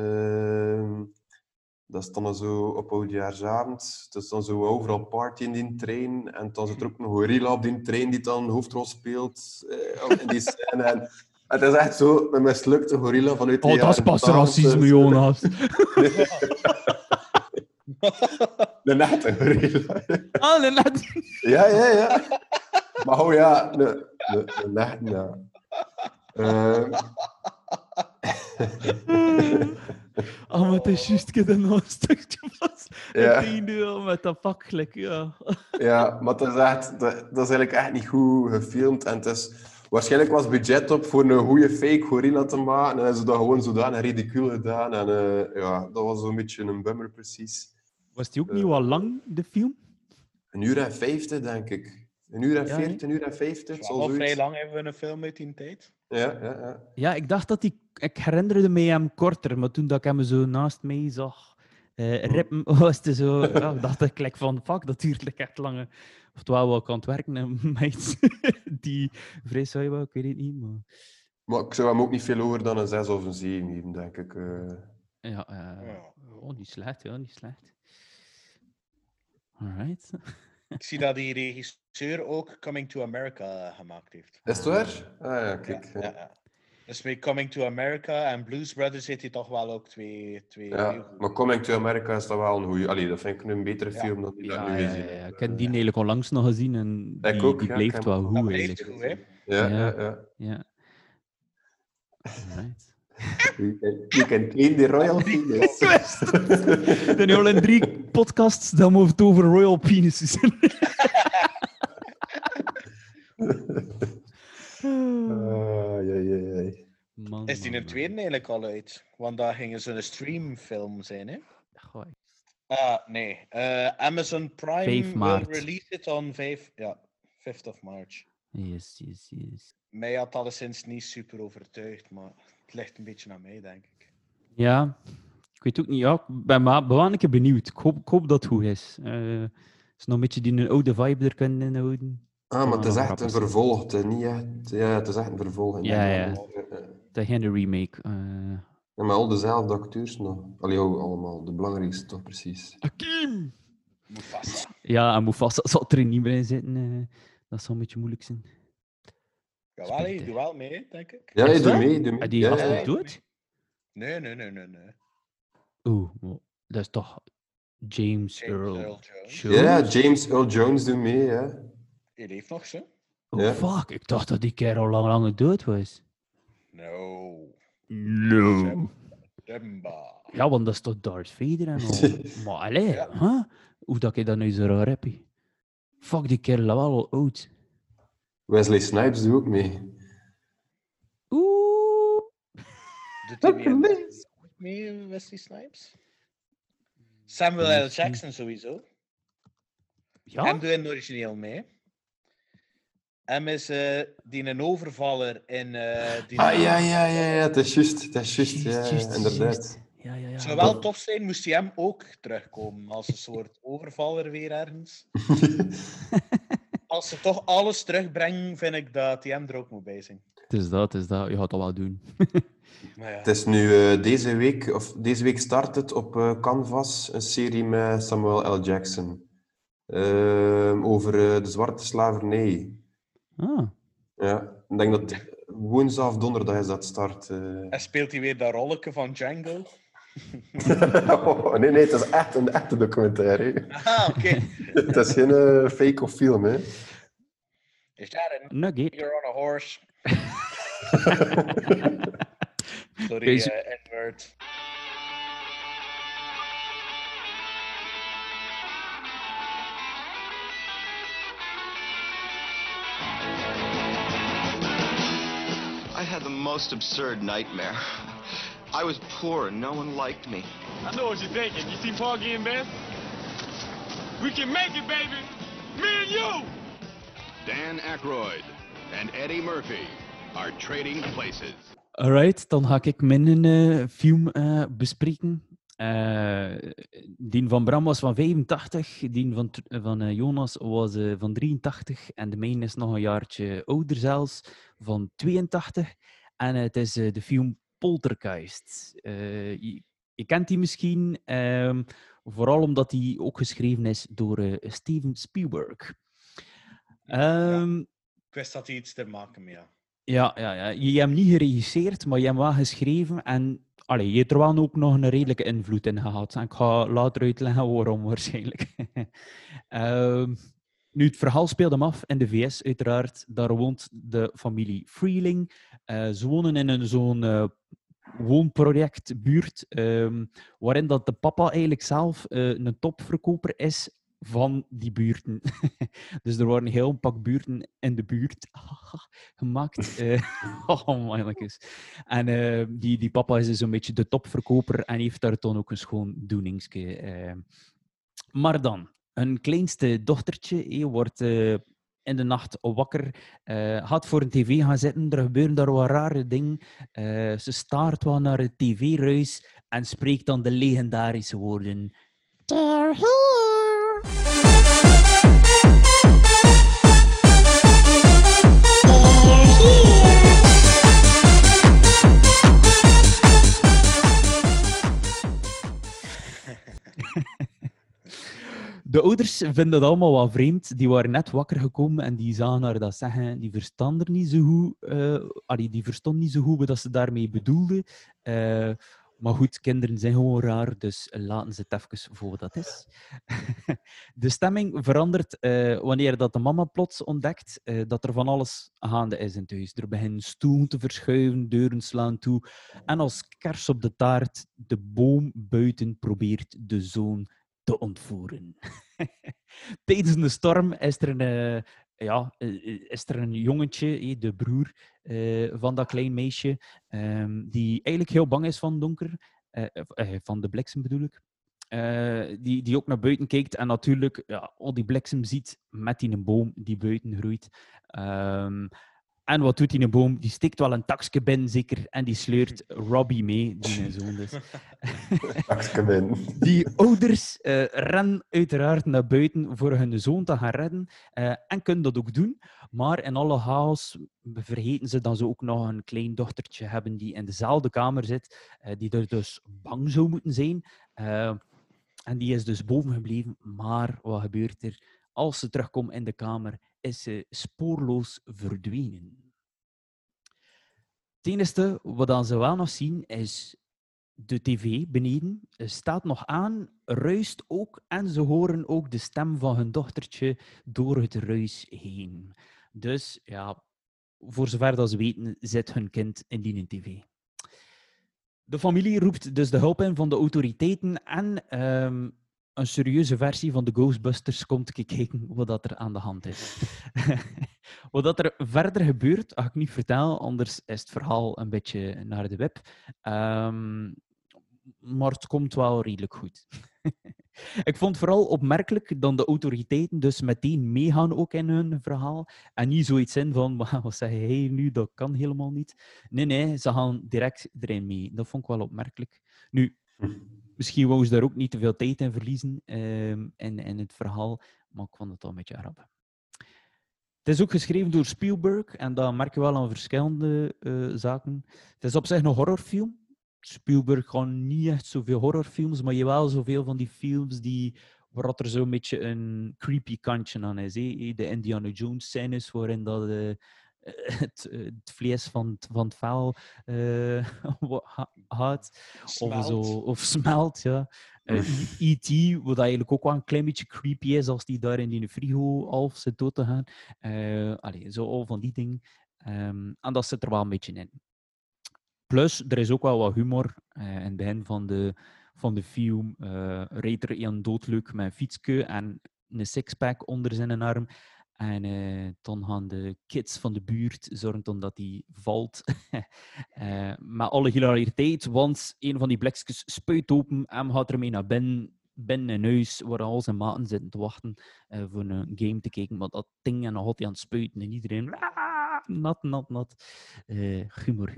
Speaker 6: Dat is dan zo op oudejaarsavond. Het is dan zo overal party in die trein. En dan zit er ook een gorilla op die trein die dan een hoofdrol speelt in die scène. En het is echt zo een mislukte gorilla vanuit de jaren
Speaker 5: dat is pas racisme, Jonas.
Speaker 6: Een nette gorilla.
Speaker 5: Een nette.
Speaker 6: Ja. Maar een nette, ja.
Speaker 5: Oh, maar het is juist, ik heb er nog een stukje vast.
Speaker 6: Ja.
Speaker 5: Het einde met dat pakgelijk, ja.
Speaker 6: Ja, maar dat is eigenlijk echt niet goed gefilmd. En het is, waarschijnlijk was het budget op voor een goede fake gorilla te maken. En hebben ze dat gewoon zodanig ridicule gedaan. En ja, dat was zo'n beetje een bummer precies.
Speaker 5: Was die ook niet wel lang, de film?
Speaker 6: 1:50 denk ik. 1:40,
Speaker 5: Ja,
Speaker 6: 1:50.
Speaker 7: Het is al vrij lang hebben we een film uit die tijd.
Speaker 6: Ja.
Speaker 5: Ja, ik dacht dat die... Ik herinnerde me hem korter, maar toen dat ik hem zo naast mij zag rippen, was het zo... Ja, ik dacht ik like van, fuck, dat duurt echt lang. Oftewel, wel ik aan het werken en meid die vrij saai was, ik weet het niet, maar...
Speaker 6: Maar ik zou hem ook niet veel hoger dan een 6 of een 7 geven, denk ik.
Speaker 5: Ja, oh, niet slecht, ja, niet slecht. Alright.
Speaker 7: Ik zie dat die regisseur ook Coming to America gemaakt heeft.
Speaker 6: Is het waar? Ah ja, kijk.
Speaker 7: Ja. Dus met Coming to America en Blues Brothers zit hij toch wel ook twee
Speaker 6: Ja,
Speaker 7: heel goede.
Speaker 6: maar Coming to America is dat wel een goeie. Allee, dat vind ik een betere
Speaker 7: Ja.
Speaker 6: film dan die dat
Speaker 5: Ja,
Speaker 6: nu
Speaker 5: ja,
Speaker 6: gezien
Speaker 5: ja.
Speaker 6: heb.
Speaker 5: Ik heb die eigenlijk onlangs nog gezien en
Speaker 6: Ik
Speaker 5: die,
Speaker 6: ook,
Speaker 5: die
Speaker 6: ja,
Speaker 5: blijft
Speaker 6: ik heb
Speaker 5: wel
Speaker 6: hem
Speaker 5: goed
Speaker 7: Dat blijft
Speaker 5: eigenlijk.
Speaker 7: goed, hè?
Speaker 6: Ja.
Speaker 5: Ja. Alright.
Speaker 6: You can clean the royal penis.
Speaker 5: Er zijn nu al in 3 podcasts dat we het over royal penises.
Speaker 6: Jee.
Speaker 5: Man,
Speaker 7: Is die
Speaker 5: man,
Speaker 7: een tweede eigenlijk al uit? Want dat ging eens een streamfilm zijn, hè?
Speaker 5: Goh.
Speaker 7: Nee. Amazon Prime
Speaker 5: 5
Speaker 7: will
Speaker 5: maart.
Speaker 7: release it on 5th of March.
Speaker 5: Yes.
Speaker 7: Mij had alleszins niet super overtuigd, maar het ligt een beetje aan mij, denk ik.
Speaker 5: Ja, ik weet ook niet. Ja, ik ben wel een keer benieuwd. Ik hoop dat het goed is. Is nog een beetje die een oude vibe er kunnen inhouden.
Speaker 6: Ah, maar het is
Speaker 5: wel
Speaker 6: echt een
Speaker 5: grappig.
Speaker 6: vervolg. Het is niet echt... Ja, het is echt een vervolg.
Speaker 5: Ja. Dat is geen remake.
Speaker 6: Ja, maar al dezelfde acteurs nog. Allee, allemaal. De belangrijkste toch precies.
Speaker 5: Akeem!
Speaker 7: Mufasa.
Speaker 5: Ja, en Mufasa zal er niet meer in zitten. Dat zal een beetje moeilijk zijn.
Speaker 7: Jawel, hij doet wel mee, denk ik.
Speaker 6: Ja,
Speaker 5: Is
Speaker 6: je doet
Speaker 5: dat?
Speaker 6: mee.
Speaker 5: En die gast
Speaker 7: ja.
Speaker 5: ook dood?
Speaker 7: Nee.
Speaker 5: Oeh, maar dat is toch James Earl
Speaker 7: Jones.
Speaker 5: Jones?
Speaker 6: Ja, James Earl Jones doet mee, ja.
Speaker 7: Hij leeft nog, zo?
Speaker 5: Oh,
Speaker 6: Ja.
Speaker 5: fuck. Ik dacht dat die kerel lang dood was.
Speaker 7: No.
Speaker 5: No.
Speaker 7: Dumba.
Speaker 5: Ja, want dat is toch Darth Vader en al. Maar allee,
Speaker 7: Ja.
Speaker 5: huh? Hoe dat je dat nu zo raar hebt? Fuck, die kerel is wel al oud.
Speaker 6: Wesley Snipes doet ook mee.
Speaker 5: Oeh.
Speaker 7: Doet hij mee, Wesley Snipes? Samuel L. Jackson sowieso.
Speaker 5: Ja?
Speaker 7: Hem doet in het origineel mee. Hem is die een overvaller in... die
Speaker 6: Ja, het is juist. Ja, inderdaad.
Speaker 5: Ja.
Speaker 7: Het zou wel tof zijn, moest hij hem ook terugkomen als een soort overvaller weer ergens. Als ze toch alles terugbrengen, vind ik dat hij hem er ook moet bij zijn.
Speaker 5: Het is dat. Je gaat dat wel doen.
Speaker 7: Maar ja.
Speaker 6: Het is nu deze week start het op Canvas, een serie met Samuel L. Jackson. Over de zwarte slavernij.
Speaker 5: Ah.
Speaker 6: Ja, ik denk dat woensdag of donderdag is dat start.
Speaker 7: En speelt hij weer dat rolletje van Django?
Speaker 6: Nee, het is echt een echte documentaire.
Speaker 7: Ah, oké.
Speaker 6: Het is geen fake of film, hè.
Speaker 7: Is dat een
Speaker 5: Nugget.
Speaker 7: You're on a horse? Sorry,
Speaker 5: Deze-
Speaker 7: N-word.
Speaker 8: I had the most absurd nightmare. I was poor and no one liked me.
Speaker 9: I know what you're thinking. You see Porgy and Bess? We can make it, baby. Me and you.
Speaker 10: Dan Aykroyd and Eddie Murphy are trading places.
Speaker 5: Alright, dan ga ik mijn film bespreken. Die van Bram was van 85, die van Jonas was van 83 en de mijne is nog een jaartje ouder zelfs, van 82. En het is de film Poltergeist. Je kent die misschien, vooral omdat die ook geschreven is door Steven Spielberg.
Speaker 7: Ik wist dat hij iets te maken mee had.
Speaker 5: Ja. Je hebt hem niet geregisseerd, maar je hebt hem wel geschreven. En je hebt er wel ook nog een redelijke invloed in gehad. En ik ga later uitleggen waarom waarschijnlijk. Nu, het verhaal speelt hem af in de VS, uiteraard. Daar woont de familie Freeling. Ze wonen in zo'n woonprojectbuurt, waarin dat de papa eigenlijk zelf een topverkoper is van die buurten. Dus er worden heel een pak buurten in de buurt gemaakt. Oh, mannetjes. En die papa is dus een beetje de topverkoper en heeft daar dan ook een schoon doeningske. Maar dan, hun kleinste dochtertje wordt in de nacht wakker, gaat voor een tv gaan zitten, er gebeuren daar wat rare dingen. Ze staart wel naar het tv-ruis en spreekt dan de legendarische woorden. They're here! They're here! De ouders vinden dat allemaal wel vreemd. Die waren net wakker gekomen en die zagen haar dat zeggen. Die verstonden niet zo goed. Die verstonden niet zo goed wat ze daarmee bedoelden. Maar goed, kinderen zijn gewoon raar, dus laten ze het even voor wat dat is. De stemming verandert wanneer dat de mama plots ontdekt dat er van alles gaande is in het huis. Er beginnen stoelen te verschuiven, deuren slaan toe. En als kers op de taart, de boom buiten probeert de zoon te ontvoeren. Tijdens de storm is er een jongetje, de broer van dat klein meisje, die eigenlijk heel bang is van donker, van de bliksem bedoel ik, die ook naar buiten kijkt en natuurlijk al die bliksem ziet met die een boom die buiten groeit. En wat doet die boom? Die steekt wel een takje binnen, zeker, en die sleurt Robbie mee, die zoon dus.
Speaker 6: Takje binnen.
Speaker 5: Die ouders rennen uiteraard naar buiten voor hun zoon te gaan redden en kunnen dat ook doen, maar in alle chaos vergeten ze dat ze ook nog een klein dochtertje hebben die in dezelfde kamer zit, die er dus bang zou moeten zijn. En die is dus boven gebleven, maar wat gebeurt er? Als ze terugkomt in de kamer, is ze spoorloos verdwenen. Het enige wat ze wel nog zien, is de tv beneden. Staat nog aan, ruist ook en ze horen ook de stem van hun dochtertje door het ruis heen. Dus ja, voor zover dat ze weten, zit hun kind in die tv. De familie roept dus de hulp in van de autoriteiten en een serieuze versie van de Ghostbusters komt kijken wat dat er aan de hand is. Wat dat er verder gebeurt, ga ik niet vertellen, anders is het verhaal een beetje naar de web. Maar het komt wel redelijk goed. Ik vond vooral opmerkelijk dat de autoriteiten dus meteen meegaan ook in hun verhaal. En niet zoiets in van, wat zeg jij nu, dat kan helemaal niet. Nee, ze gaan direct erin mee. Dat vond ik wel opmerkelijk. Nu, misschien wou ze daar ook niet te veel tijd in verliezen in het verhaal, maar ik vond het wel een beetje rap. Het is ook geschreven door Spielberg en dat merk je wel aan verschillende zaken. Het is op zich een horrorfilm. Spielberg gewoon niet echt zoveel horrorfilms, maar je wel zoveel van die films waar er zo'n beetje een creepy kantje aan is. De Indiana Jones scènes waarin dat het vlees van het vel gaat. Of smelt, ja. E.T., wat eigenlijk ook wel een klein beetje creepy is als die daar in die frigo half zit dood te gaan. Zo al van die dingen. En dat zit er wel een beetje in. Plus, er is ook wel wat humor. In het begin van de film reed er een doodleuk met een fietsje en een sixpack onder zijn arm. En dan gaan de kids van de buurt zorgen dat hij valt. Met alle hilariteit, want een van die blikjes spuit open en gaat ermee naar binnen in huis, waar al zijn maten zitten te wachten voor een game te kijken. Want dat ding en dan gaat hij aan het spuiten en iedereen... Nat. Humor.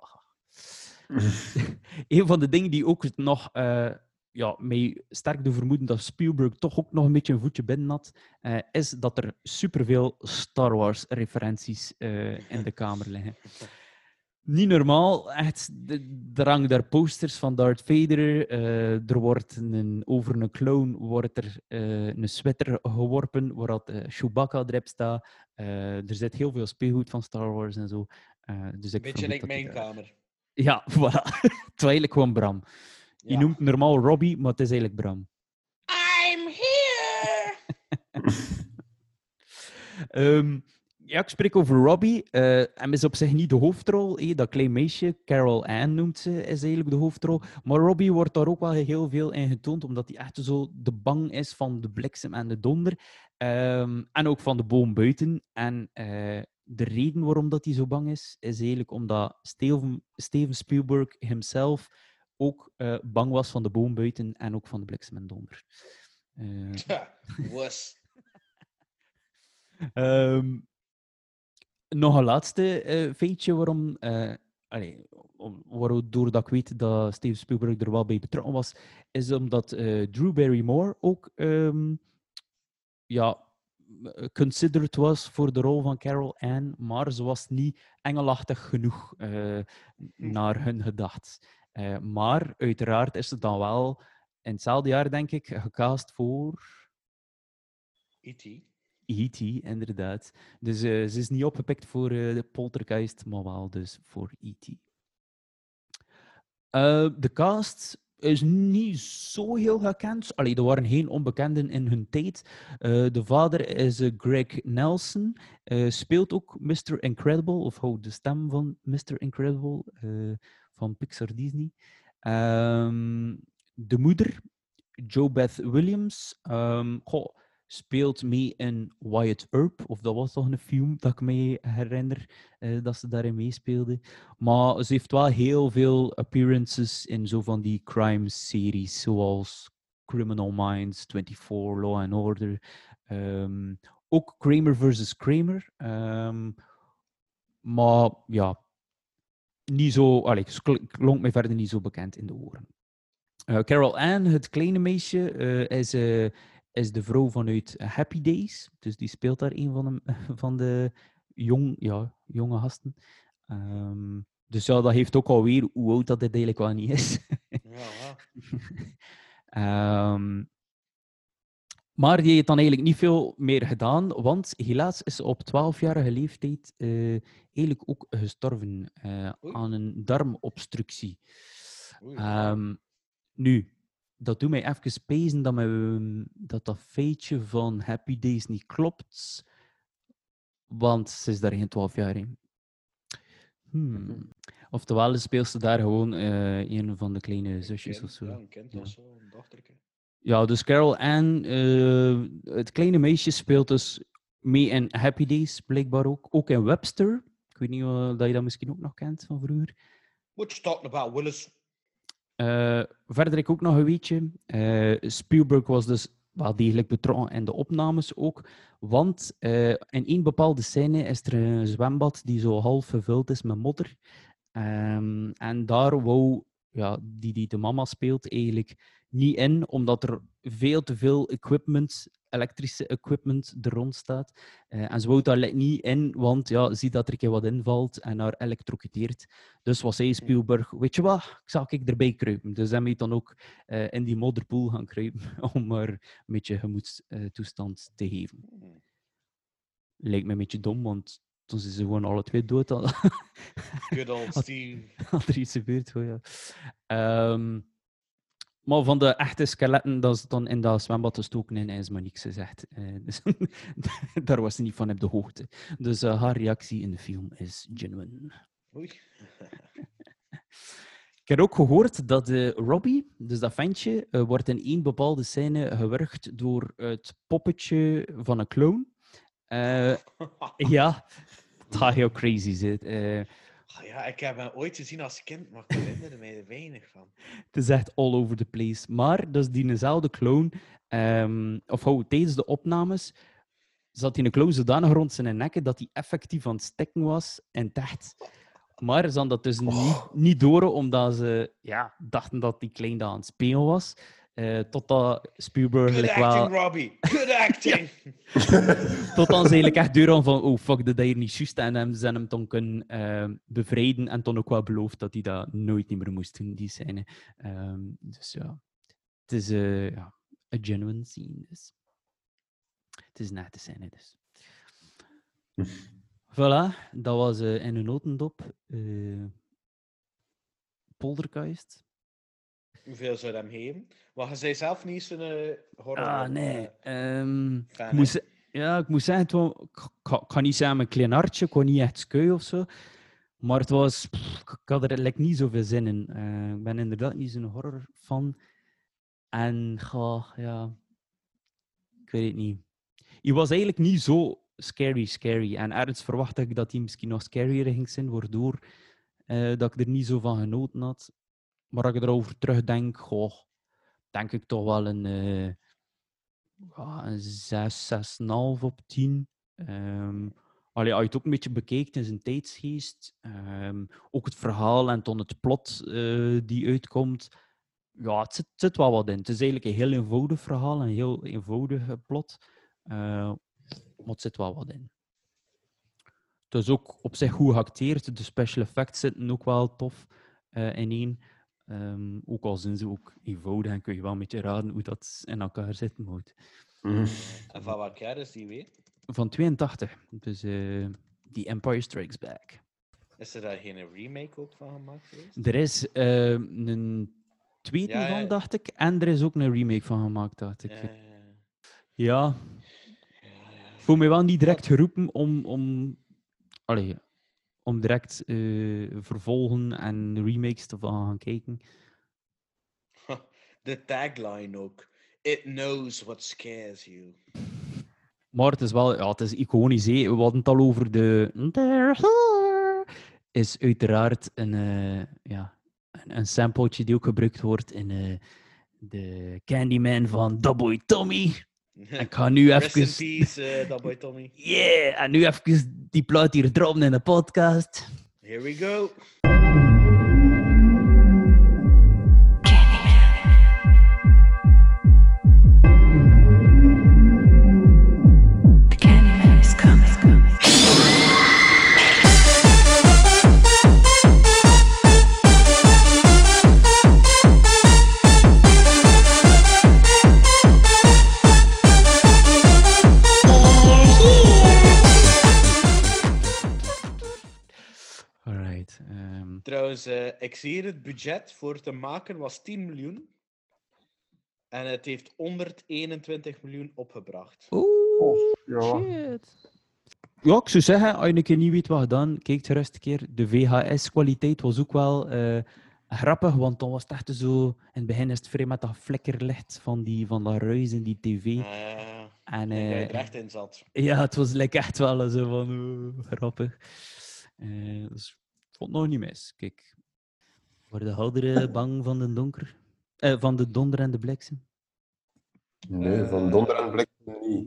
Speaker 5: Een van de dingen die ook nog mij sterk doet vermoeden dat Spielberg toch ook nog een beetje een voetje binnen had, is dat er superveel Star Wars referenties in de kamer liggen. Niet normaal. Echt, er hangen daar posters van Darth Vader. Er wordt over een clown wordt er een sweater geworpen waar dat Chewbacca erop staat. Er zit heel veel speelgoed van Star Wars en zo. Dus ik
Speaker 7: beetje like mijn kamer.
Speaker 5: Ja, voilà. Het is eigenlijk gewoon Bram. Je noemt het normaal Robbie, maar het is eigenlijk Bram.
Speaker 7: I'm here!
Speaker 5: Ja, ik spreek over Robbie. Hem is op zich niet de hoofdrol. Dat klein meisje, Carol Ann noemt ze, is eigenlijk de hoofdrol. Maar Robbie wordt daar ook wel heel veel in getoond, omdat hij echt zo de bang is van de bliksem en de donder. En ook van de boom buiten. En de reden waarom dat hij zo bang is eigenlijk omdat Steven Spielberg himself ook bang was van de boom buiten en ook van de bliksem en donder.
Speaker 7: Was.
Speaker 5: Nog een laatste feitje waardoor dat ik weet dat Steven Spielberg er wel bij betrokken was, is omdat Drew Barrymore ook considered was voor de rol van Carol Ann, maar ze was niet engelachtig genoeg naar hun gedacht. Maar uiteraard is ze dan wel in hetzelfde jaar, denk ik, gecast voor...
Speaker 7: E.T.
Speaker 5: E.T., inderdaad. Dus ze is niet opgepikt voor de Poltergeist, maar wel dus voor E.T. De cast is niet zo heel gekend. Allee, er waren geen onbekenden in hun tijd. De vader is Greg Nelson. Speelt ook Mr. Incredible, of houdt de stem van Mr. Incredible van Pixar Disney. De moeder, JoBeth Williams, speelt mee in Wyatt Earp, of dat was toch een film dat ik me herinner dat ze daarin meespeelde. Maar ze heeft wel heel veel appearances in zo van die crime-series, zoals Criminal Minds, 24, Law and Order. Ook Kramer vs. Kramer. Maar ja, niet zo... klonk mij verder niet zo bekend in de oren. Carol Ann, het kleine meisje, is de vrouw vanuit Happy Days. Dus die speelt daar een van de jonge gasten. Dus ja, dat heeft ook alweer hoe oud dat dit eigenlijk wel niet is. Maar die heeft dan eigenlijk niet veel meer gedaan, want helaas is ze op 12-jarige leeftijd eigenlijk ook gestorven aan een darmobstructie. Nu, dat doet mij even spijzen dat feitje van Happy Days niet klopt, want ze is daar geen 12 jaar in. Oftewel speelt ze daar gewoon een van de kleine zusjes of zo.
Speaker 7: Ja, een kind of zo, een dochterke.
Speaker 5: Ja, dus Carol Ann, het kleine meisje, speelt dus mee in Happy Days, blijkbaar ook. Ook in Webster. Ik weet niet of je dat misschien ook nog kent van vroeger.
Speaker 7: What you talking about, Willis?
Speaker 5: Verder ik ook nog een weetje. Spielberg was dus wel degelijk betrokken in de opnames ook. Want in één bepaalde scène is er een zwembad die zo half gevuld is met modder. En daar wou die de mama speelt eigenlijk niet in, omdat er veel te veel elektrische equipment er rond staat. En ze wou daar niet in, want ziet dat er een keer wat invalt en haar elektrocuteert. Dus was zei Spielberg, weet je wat, ik zal erbij kruipen. Dus hij moet dan ook in die modderpoel gaan kruipen, om haar een beetje gemoedstoestand te geven. Lijkt me een beetje dom, want toen zijn ze gewoon alle twee dood.
Speaker 7: Good old Steve.
Speaker 5: Had er iets gebeurd, maar van de echte skeletten dat ze dan in dat zwembad gestoken in, is maar niks gezegd. Dus daar was ze niet van op de hoogte. Dus haar reactie in de film is genuine.
Speaker 7: Oei.
Speaker 5: Ik heb ook gehoord dat Robbie, dus dat ventje, wordt in één bepaalde scène gewurgd door het poppetje van een clown. Ja, het gaat heel crazy zitten.
Speaker 7: Ja, ik heb hem ooit gezien als kind, maar ik herinner me er weinig van.
Speaker 5: Het is echt all over the place. Maar dus diezelfde clown, tijdens de opnames, zat die clown zodanig rond zijn nekken dat hij effectief aan het stikken was in het echt. Maar ze hadden dat dus niet door, omdat ze dachten dat die klein aan het spelen was. Totdat Spielberg
Speaker 7: Good acting, Robbie. Good acting.
Speaker 5: Tot dan ze eigenlijk echt deur aan van, oh fuck, dat hier niet juist. En ze hem dan kunnen bevrijden en dan ook wel beloofd dat hij dat nooit meer moest doen, die scène. Dus ja, het is een genuine scene. Dus. Het is een echte scène, dus. Voilà, dat was in een notendop. Poltergeist.
Speaker 7: Hoeveel zou je hem geven? Maar je zei zelf niet zo'n horror.
Speaker 5: Nee. Ja, ik moet zeggen, ik ga niet zeggen mijn klein hartje, ik kon niet echt skui of zo. Maar het was... ik had er like, niet zoveel zin in. Ik ben inderdaad niet zo'n horror fan. En ja... Ik weet het niet. Hij was eigenlijk niet zo scary. En ergens verwachtte ik dat hij misschien nog scarier ging zijn, waardoor dat ik er niet zo van genoten had. Maar als ik erover terugdenk, denk ik toch wel een 6, 6,5 op 10. Als je het ook een beetje bekijkt in zijn tijdsgeest, ook het verhaal en dan het plot die uitkomt, ja, het zit wel wat in. Het is eigenlijk een heel eenvoudig verhaal, een heel eenvoudig plot, maar het zit wel wat in. Het is ook op zich goed geacteerd, de special effects zitten ook wel tof ineen. Ook al zijn ze ook eenvoudig en kun je wel een beetje raden hoe dat in elkaar zit. Moet.
Speaker 7: En van welk jaar is die weer?
Speaker 5: Van 82, dus The Empire Strikes Back.
Speaker 7: Is er daar geen remake ook van gemaakt geweest?
Speaker 5: Er is een tweede van, dacht ik, en er is ook een remake van gemaakt, dacht ik. Ja. Ik voel me wel niet direct geroepen om direct vervolgen en remakes te gaan kijken.
Speaker 7: De tagline ook. It knows what scares you.
Speaker 5: Maar het is wel, ja, het is iconisch. Hè. We hadden het al over is uiteraard een sampletje die ook gebruikt wordt in de Candyman van Doughboy Tommy. Ik ga nu even...
Speaker 7: Rest in peace, Doughboy Tommy.
Speaker 5: Yeah, en nu even die plaat hier droppen in de podcast.
Speaker 7: Here we go. Trouwens, ik zie hier het budget voor te maken was 10 miljoen. En het heeft 121 miljoen opgebracht.
Speaker 5: Shit. Ja, ik zou zeggen, als je een keer niet weet wat gedaan, kijk gerust een keer. De VHS-kwaliteit was ook wel grappig, want dan was het echt zo... In het begin is het vrij met dat flikkerlicht van dat ruis in die tv.
Speaker 7: En je er echt in zat.
Speaker 5: Ja, het was echt wel zo van... grappig. Dus ik vond het nog niet mis. Kijk, worden de ouderen bang van de donker? Van de donder en de bliksem?
Speaker 6: Nee, van donder en bliksem niet.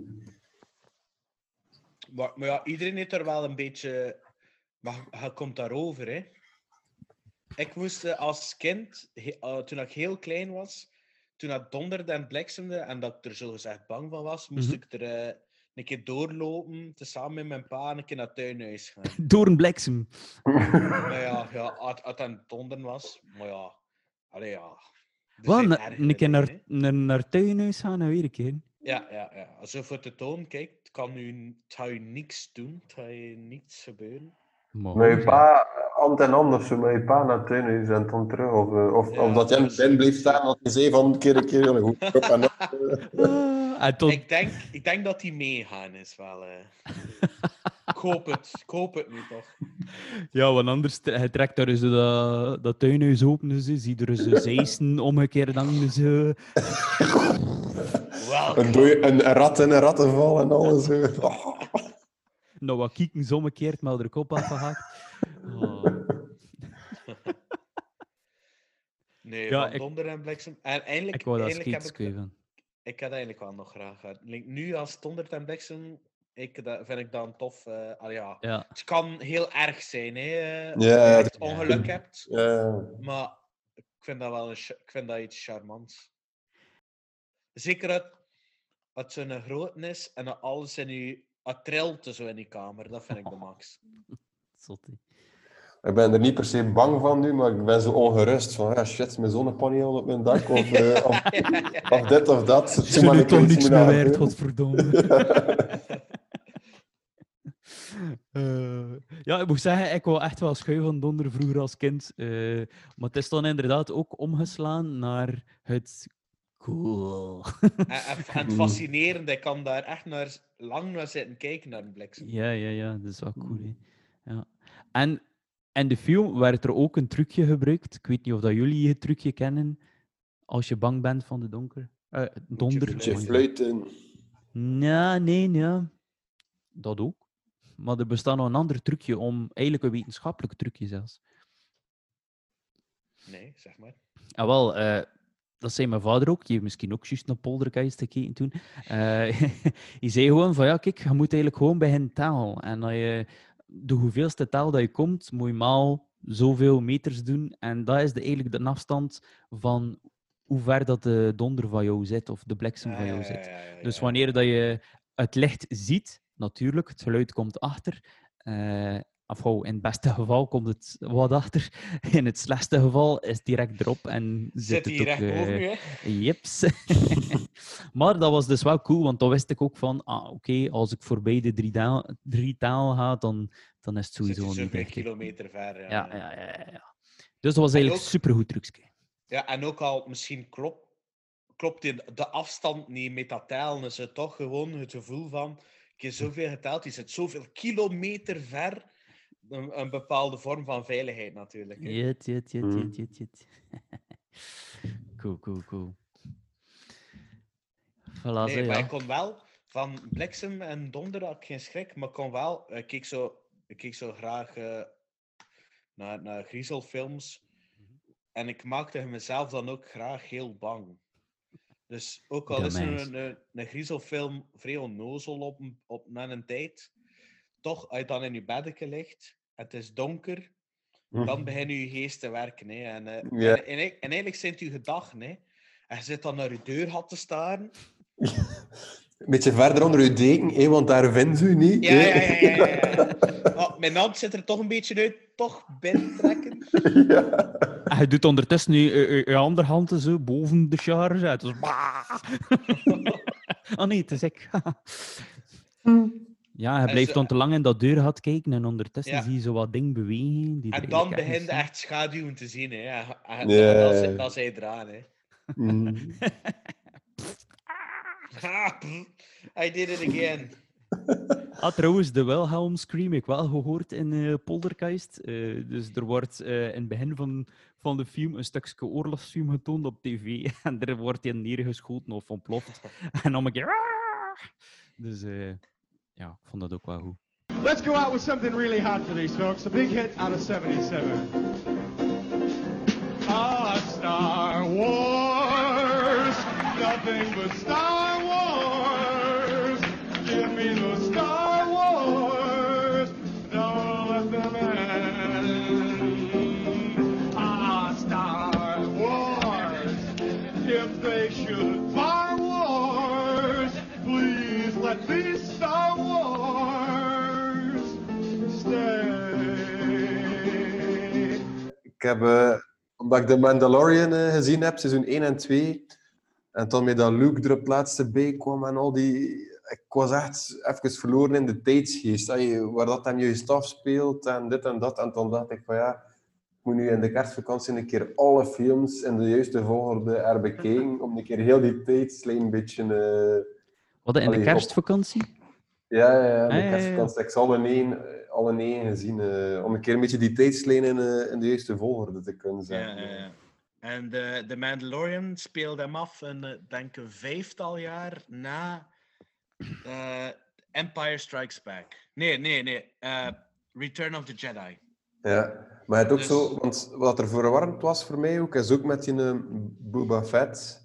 Speaker 7: Maar ja, iedereen heeft er wel een beetje... Maar je komt daarover, hè. Ik moest als kind, toen ik heel klein was, toen het donderde en bliksemde en dat ik er zogezegd bang van was, moest ik er een keer doorlopen, tezamen met mijn pa, en een keer naar het tuinhuis gaan.
Speaker 5: Door een bliksem?
Speaker 7: Maar ja, als het aan het donderen was, maar ja... Allee, ja...
Speaker 5: Wel, een keer naar het tuinhuis gaan en weer een keer.
Speaker 7: Ja. Zo voor te tonen, kijk, het gaat je niks doen, het gaat je niets gebeuren.
Speaker 6: Met je pa, hand in hand of zo, met je pa naar het tuinhuis en dan terug. Of dat jij binnen bleef staan, dat je zei van een keer, goed op en op.
Speaker 7: Ik denk dat die meegaan is wel. Ik hoop het nu toch.
Speaker 5: Ja, want anders hij trekt daar dus dat tuinhuis open, dus zie er dus zeisten omgekeerd dan dus.
Speaker 6: Een rat in een rattenval en alles.
Speaker 5: Nou, wat kieken omgekeerd, maar er kop afgehakt. Oh.
Speaker 7: Nee, ja, van donder en bliksem. En eindelijk,
Speaker 5: ik wou dat skateskuiven.
Speaker 7: Ik had eigenlijk wel nog graag gehad. Nu als donder en bliksem, vind ik dat tof. Ja. Het kan heel erg zijn, hè, als je echt ongeluk hebt. Maar ik vind dat wel iets charmants. Zeker als het zo'n groot is en dat alles in je... Het trilt zo in die kamer, dat vind ik de max.
Speaker 5: Zottie.
Speaker 6: Ik ben er niet per se bang van nu, maar ik ben zo ongerust. Van, shit, mijn zonnepaneel op mijn dak, of dit of dat.
Speaker 5: Ze nu toch niks meer waard, godverdomme. Ja, ik moet zeggen, ik wou echt wel schuiven van donder vroeger als kind. Maar het is dan inderdaad ook omgeslaan naar het Cool.
Speaker 7: En fascinerend, ik kan daar echt lang naar zitten kijken, naar een bliksem.
Speaker 5: Ja, dat is wel cool. Hè. Ja. En in de film werd er ook een trucje gebruikt. Ik weet niet of dat jullie het trucje kennen. Als je bang bent van de donder.
Speaker 6: Moet je fluiten.
Speaker 5: Nee. Dat ook. Maar er bestaat nog een ander trucje eigenlijk een wetenschappelijk trucje zelfs.
Speaker 7: Nee, zeg maar.
Speaker 5: Ah, wel, dat zei mijn vader ook. Die heeft misschien ook juist naar Poltergeist gekeken toen. Die zei gewoon van, ja, kijk, je moet eigenlijk gewoon beginnen tellen. En als je de hoeveelste tel dat je komt, moet je maal zoveel meters doen. En dat is eigenlijk de afstand van hoe ver dat de donder van jou zit, of de bliksem van jou zit. Dus wanneer dat je het licht ziet, natuurlijk, het geluid komt achter. In het beste geval komt het wat achter. In het slechtste geval is het direct erop en
Speaker 7: Zit
Speaker 5: het
Speaker 7: hij recht boven je?
Speaker 5: Jips. Maar dat was dus wel cool, want dan wist ik ook van, oké, als ik voorbij de drie talen ga, dan is het sowieso niet
Speaker 7: zoveel
Speaker 5: echt.
Speaker 7: kilometer ver.
Speaker 5: Ja. Dus dat was eigenlijk
Speaker 7: ook-
Speaker 5: supergoed trucje.
Speaker 7: Ja, en ook al misschien klopt de afstand niet met dat tellen, is het toch gewoon het gevoel van, ik heb zoveel geteld, die zit zoveel kilometer ver. Een bepaalde vorm van veiligheid natuurlijk. Hè.
Speaker 5: Jet. Cool. Voilà,
Speaker 7: Nee, maar
Speaker 5: ja.
Speaker 7: ik kon wel van bliksem en donder had ik geen schrik, maar ik kon wel. Ik keek zo graag naar griezelfilms. En ik maakte mezelf dan ook graag heel bang. Dus ook al is er een griezelfilm vrij onnozel na een tijd, toch, als je dan in je beddeke ligt, het is donker, dan beginnen je geest te werken. Hè. En eigenlijk zijn het je gedachten. Hè. En je zit dan naar je deurgat te staren.
Speaker 6: Een beetje verder onder je deken, want daar vinden ze u niet.
Speaker 7: Ja. Oh, mijn hand zit er toch een beetje uit, toch binnentrekken.
Speaker 5: En je doet ondertussen je andere hand zo boven de charge uit. Dus nee, het is ik. Ja, hij blijft dan te lang in dat deurgat kijken en ondertussen zie je zo wat dingen bewegen. Die
Speaker 7: En dan begint je echt schaduwen te zien. Hè. Dat is hij eraan. Hè. I did it again.
Speaker 5: Trouwens, de Wilhelm Scream heb ik wel gehoord in Poltergeist. Dus er wordt in het begin van de film een stukje oorlogsfilm getoond op tv. En er wordt hij neergeschoten of ontploft. En dan een keer... Dus ja, ik vond dat ook wel goed.
Speaker 9: Let's go out with something really hot for these folks. A big hit out of 77. Star Wars. Nothing but Star Wars. Give me the Star Wars. Don't let them end. Star Wars. If they should Star Wars, please let me Star Wars stay.
Speaker 6: Ik heb, omdat ik The Mandalorian gezien heb, seizoen 1 en 2, en toen met dat Luke er op het laatste bij kwam en al die... Ik was echt even verloren in de tijdsgeest. Waar dat hem juist afspeelt en dit en dat. En toen dacht ik van ja, ik moet nu in de kerstvakantie een keer alle films in de juiste volgorde herbekijken, om een keer heel die tijdslijn een beetje...
Speaker 5: Wat, in de kerstvakantie?
Speaker 6: Ja, de kerstvakantie. Ik heb alle negen gezien, om een keer een beetje die tijdslijn in de juiste volgorde te kunnen zetten.
Speaker 7: Ja. En The Mandalorian speelde hem af denk een 5-tal jaar na Empire Strikes Back. Nee. Return of the Jedi.
Speaker 6: Ja, maar het ook zo, want wat er verwarrend was voor mij ook, is ook met die Boba Fett.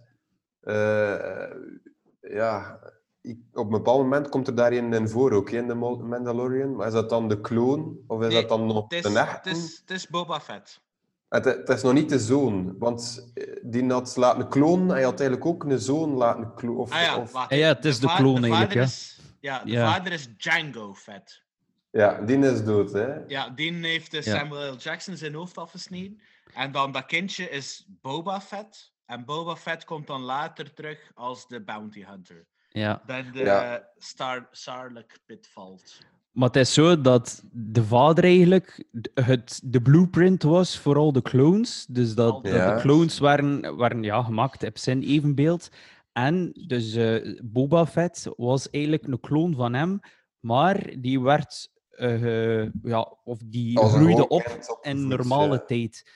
Speaker 6: Op een bepaald moment komt er daar in voor ook, in de Mandalorian. Maar is dat dan de kloon? Of is dat dan nog de echte?
Speaker 7: Het is Boba Fett.
Speaker 6: Het is nog niet de zoon, want die had laten klonen en je had eigenlijk ook een zoon laten klonen.
Speaker 5: Het is de kloon eigenlijk,
Speaker 7: ja. De vader is Django Fett.
Speaker 6: Ja, die is dood, hè?
Speaker 7: Ja, die heeft Samuel L. Jackson zijn hoofd afgesneden. En dan dat kindje is Boba Fett. En Boba Fett komt dan later terug als de Bounty Hunter.
Speaker 5: Ja.
Speaker 7: Dan de Sarlacc pit valt.
Speaker 5: Maar het is zo dat de vader eigenlijk de blueprint was voor al de clones. Dus dat de clones waren gemaakt op zijn evenbeeld. En dus Boba Fett was eigenlijk een kloon van hem, maar die werd... die groeide op in normale tijd.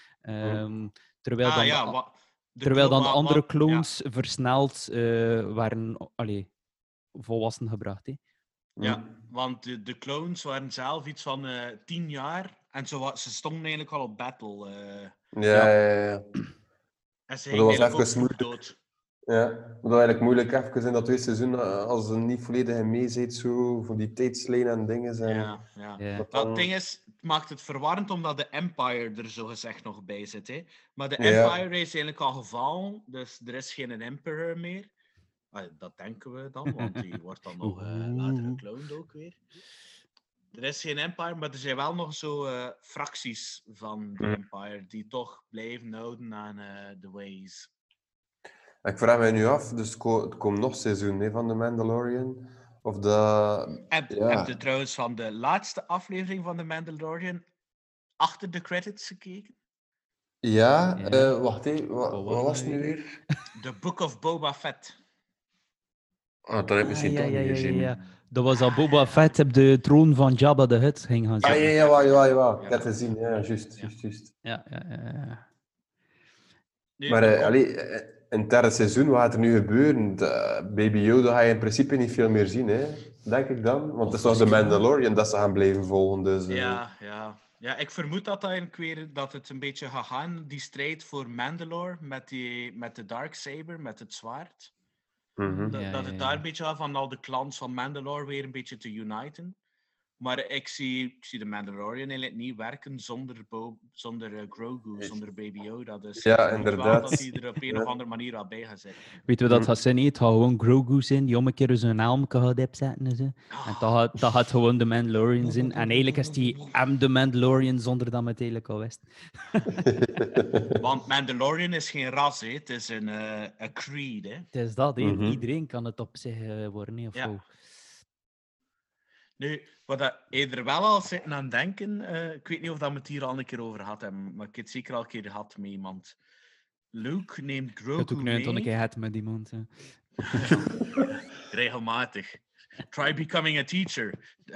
Speaker 5: Terwijl dan de andere clones versneld waren volwassen gebracht. Hè.
Speaker 7: Ja, want de clones waren zelf iets van 10 jaar en ze stonden eigenlijk al op battle.
Speaker 6: Ja.
Speaker 7: En ze
Speaker 6: dat was
Speaker 7: eigenlijk
Speaker 6: even moeilijk.
Speaker 7: dood.
Speaker 6: Ja, dat was eigenlijk moeilijk even in dat tweede seizoen, als ze niet volledig in mee zit, zo, voor die tijdslijn en dingen.
Speaker 7: Ja. Dat ding is, het maakt het verwarrend omdat de Empire er zo gezegd nog bij zit. Hè. Maar de Empire is eigenlijk al gevallen, dus er is geen Emperor meer. Dat denken we dan, want die wordt dan nog later gekloond ook weer. Er is geen Empire, maar er zijn wel nog zo fracties van de Empire die toch blijven houden aan de ways.
Speaker 6: Ik vraag mij nu af, dus het komt nog seizoen van The Mandalorian. Of dat...
Speaker 7: Heb je trouwens van de laatste aflevering van The Mandalorian achter de credits gekeken?
Speaker 6: Ja. Wacht even, wat was het nu weer?
Speaker 7: The Book of Boba Fett.
Speaker 6: Dat heb ik misschien toch niet gezien.
Speaker 5: Ja. Dat was al Boba Fett op de troon van Jabba the Hutt ging gaan zitten.
Speaker 6: Ja. Ik heb het gezien, juist.
Speaker 5: Ja.
Speaker 6: Maar in het derde seizoen, wat gaat er nu gebeuren? Baby Yoda ga je in principe niet veel meer zien, hè? Denk ik dan. Want het is nog de Mandalorian dat ze gaan blijven volgen. Dus,
Speaker 7: Ja, ik vermoed dat het een beetje gaat gaan, die strijd voor Mandalore met de Darksaber, met het zwaard. Dat het daar een beetje gaat van al de clans van Mandalore weer een beetje te uniten. Maar ik zie de Mandalorian eigenlijk niet werken zonder Grogu, zonder Baby Yoda. Dus
Speaker 6: inderdaad.
Speaker 7: dat hij er op een of andere manier al bij gaat zitten.
Speaker 5: Weet je wat dat gaat zijn? Het gaat gewoon Grogu zijn, die om een keer zijn helm gaat opzetten. En zo. En dat gaat gewoon de Mandalorian zijn. En eigenlijk is die de Mandalorian zonder dat we het eigenlijk al wist.
Speaker 7: Want Mandalorian is geen ras, hè. Het is een creed. Hè.
Speaker 5: Het is dat, hè. Iedereen kan het op zich worden. Hè, of
Speaker 7: Nu, wat je er wel al zitten aan denken, ik weet niet of we het hier al een keer over gehad hebben, maar ik heb het zeker al een keer gehad met iemand. Luke neemt Grogu mee. Ik heb
Speaker 5: ook nu een keer gehad met iemand.
Speaker 7: Regelmatig. Try becoming a teacher.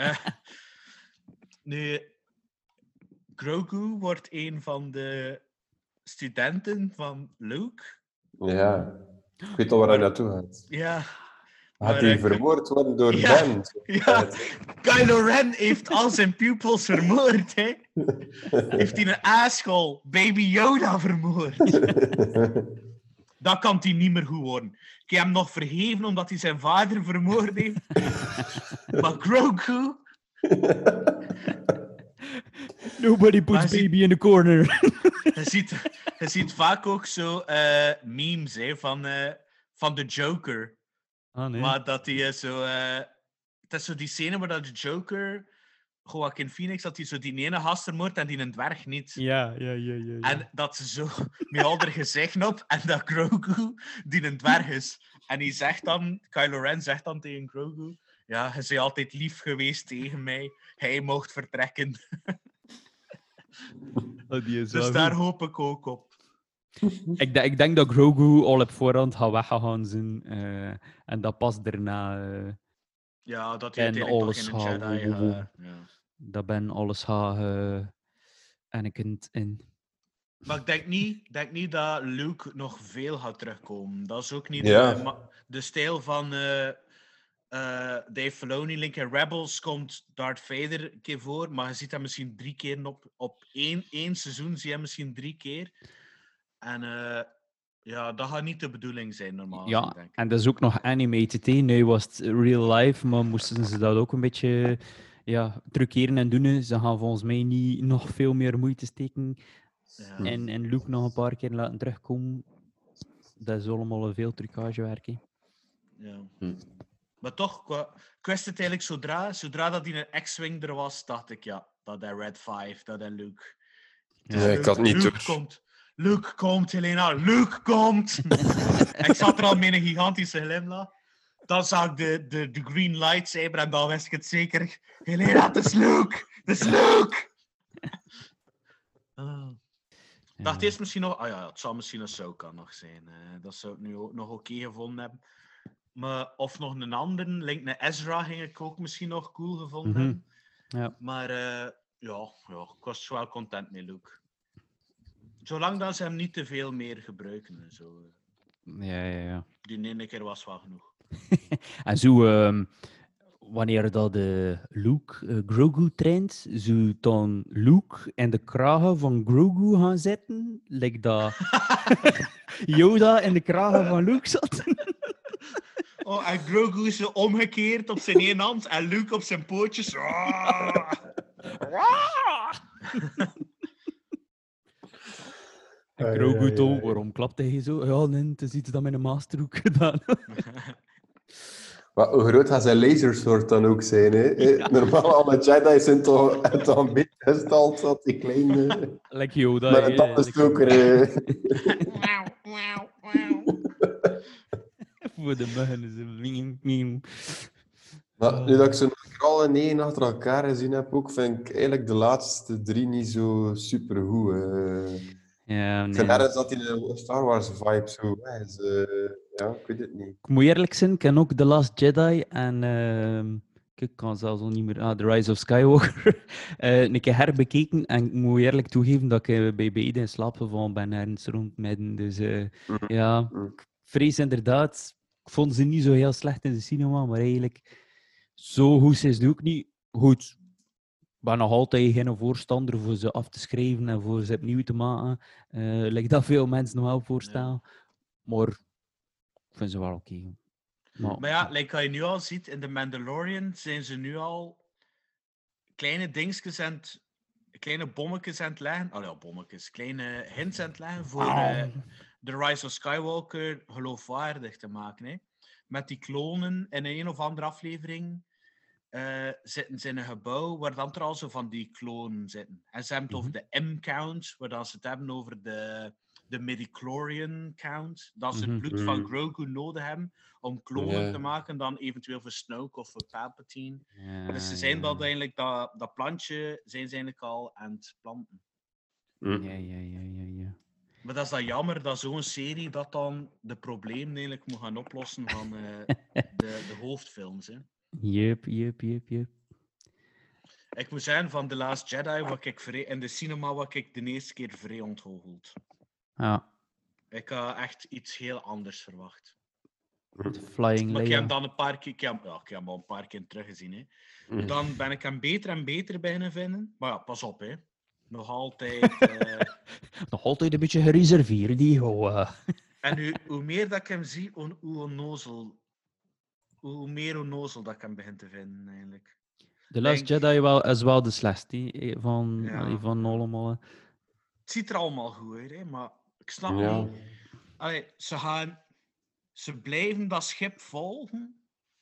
Speaker 7: Nu, Grogu wordt een van de studenten van Luke.
Speaker 6: Ja, ik weet al waar hij naartoe gaat.
Speaker 7: Ja.
Speaker 6: Gaat hij vermoord worden door Ben?
Speaker 7: Ja, Kylo Ren heeft al zijn pupils vermoord, hè. Heeft hij een asshole Baby Yoda vermoord. Dat kan hij niet meer goed worden. Ik heb hem nog vergeven omdat hij zijn vader vermoord heeft. Maar Grogu...
Speaker 5: Nobody puts baby in the corner.
Speaker 7: Je ziet vaak ook zo memes hè, van de Joker.
Speaker 5: Ah, nee.
Speaker 7: Maar dat hij zo... het is zo die scène waar dat de Joker... Joaquin Phoenix, dat hij zo die ene gast vermoordt en die een dwerg niet.
Speaker 5: Ja.
Speaker 7: En dat ze zo met al haar gezicht op en dat Grogu die een dwerg is. En hij zegt dan... Kylo Ren zegt dan tegen Grogu... Ja, je bent altijd lief geweest tegen mij. Hij mocht vertrekken. Dus daar hoop ik ook op.
Speaker 5: Ik denk dat Grogu al op voorhand gaat weggegaan zijn. En dat pas daarna...
Speaker 7: ja, dat hij uiteindelijk toch in een Jedi...
Speaker 5: Dat Ben alles gaat... Anakin in.
Speaker 7: Maar ik denk niet dat Luke nog veel gaat terugkomen. Dat is ook niet de stijl van... Dave Filoni, Link in Rebels, komt Darth Vader een keer voor, maar je ziet hem misschien 3 keer op één seizoen, zie je hem misschien 3 keer. En dat gaat niet de bedoeling zijn, normaal.
Speaker 5: Ja, denk ik. En dat is ook nog animated. Nu was het real life, maar moesten ze dat ook een beetje truceren en doen. Ze gaan volgens mij niet nog veel meer moeite steken en Luke nog een paar keer laten terugkomen. Dat is allemaal veel trucagewerk.
Speaker 7: Ja. Maar toch, ik wist het eigenlijk zodra dat die een X-Wing er was, dacht ik, dat hij Red 5, dat hij Luke.
Speaker 6: Ja, ik had niet
Speaker 7: Luke komt, Helena, Luke komt! Ik zat er al met een gigantische glimlach. Dan zag ik de green lightsaber en dan wist ik het zeker. Helena, het is Luke! Het is Luke! Ik dacht eerst misschien nog... het zou misschien een Ahsoka nog zijn. Dat zou ik nu ook nog oké gevonden hebben. Maar, of nog een andere, Link naar Ezra, ging ik ook misschien nog cool gevonden hebben.
Speaker 5: Ja.
Speaker 7: Maar ik was wel content met Luke. Zolang dat ze hem niet te veel meer gebruiken en zo.
Speaker 5: Ja.
Speaker 7: Die ene keer was wel genoeg.
Speaker 5: En zo, wanneer dat de Luke Grogu traint, zou dan Luke in de kragen van Grogu gaan zitten? Like dat Yoda in de kragen van Luke zat?
Speaker 7: Oh, en Grogu is zo omgekeerd op zijn ene hand en Luke op zijn pootjes.
Speaker 5: En Grogu toch, waarom klapt hij zo? Ja, nee, het is iets dat met een masterhoek gedaan.
Speaker 6: Maar hoe groot gaat zijn lasersoort dan ook zijn? Hè? Ja. Normaal, alle Jedi zijn toch een beetje gestald, dat die kleine...
Speaker 5: Like Yoda.
Speaker 6: Met een tandenstoker.
Speaker 5: Voor de muggen is het...
Speaker 6: Maar nu dat ik ze alle 9 achter elkaar gezien heb, ook, vind ik eigenlijk de laatste 3 niet zo supergoed.
Speaker 5: Ja,
Speaker 6: ik vind ergens dat hij een Star Wars vibe zo is. Ik weet het niet.
Speaker 5: Ik moet eerlijk zijn, ik ken ook The Last Jedi en ik kan zelfs al niet meer... The Rise of Skywalker. Een keer herbekeken en ik moet eerlijk toegeven dat ik bij beide in slaap gevallen ben ergens rond midden. Dus ik vrees inderdaad... Ik vond ze niet zo heel slecht in de cinema, maar eigenlijk zo goed is het ook niet. Goed, ik ben nog altijd geen voorstander voor ze af te schrijven en voor ze opnieuw te maken. Lijkt dat veel mensen nog wel voorstellen. Ja. Maar ik vind ze wel oké.
Speaker 7: Maar ja, like je nu al ziet, in The Mandalorian zijn ze nu al kleine dingetjes kleine bommetjes aan het leggen. Bommetjes. Kleine hints aan het leggen voor The Rise of Skywalker geloofwaardig te maken. Hè. Met die klonen in een of andere aflevering zitten ze in een gebouw waar dan er al zo van die klonen zitten. En ze hebben het over de M-count, waar dan ze het hebben over de midi-chlorian count. Dat ze het bloed van Grogu nodig hebben om klonen te maken, dan eventueel voor Snoke of voor Palpatine. Dus ze zijn dat eigenlijk, dat plantje zijn ze eigenlijk al aan het planten.
Speaker 5: Ja.
Speaker 7: Maar dat is dan jammer dat zo'n serie dat dan de problemen eigenlijk moet gaan oplossen van de hoofdfilms. Hè.
Speaker 5: Yep.
Speaker 7: Ik moet zeggen, van The Last Jedi, wat ik in de cinema wat ik de eerste keer vrij ontgoocheld.
Speaker 5: Ja.
Speaker 7: Ik had echt iets heel anders verwacht.
Speaker 5: Flying
Speaker 7: maar ik
Speaker 5: Leia.
Speaker 7: heb dan een paar keer... Ik heb hem al een paar keer teruggezien. Hè. Dan ben ik hem beter en beter beginnen vinden. Maar ja, pas op, hè. Nog altijd...
Speaker 5: Nog altijd een beetje gereserveerd, die
Speaker 7: En hoe meer dat ik hem zie, hoe meer onnozel dat ik hem begin te vinden, eigenlijk.
Speaker 5: The Last Jedi is wel de slechtste van allemaal.
Speaker 7: Het ziet er allemaal goed uit, hè, maar ik snap niet... Allee, ze blijven dat schip volgen.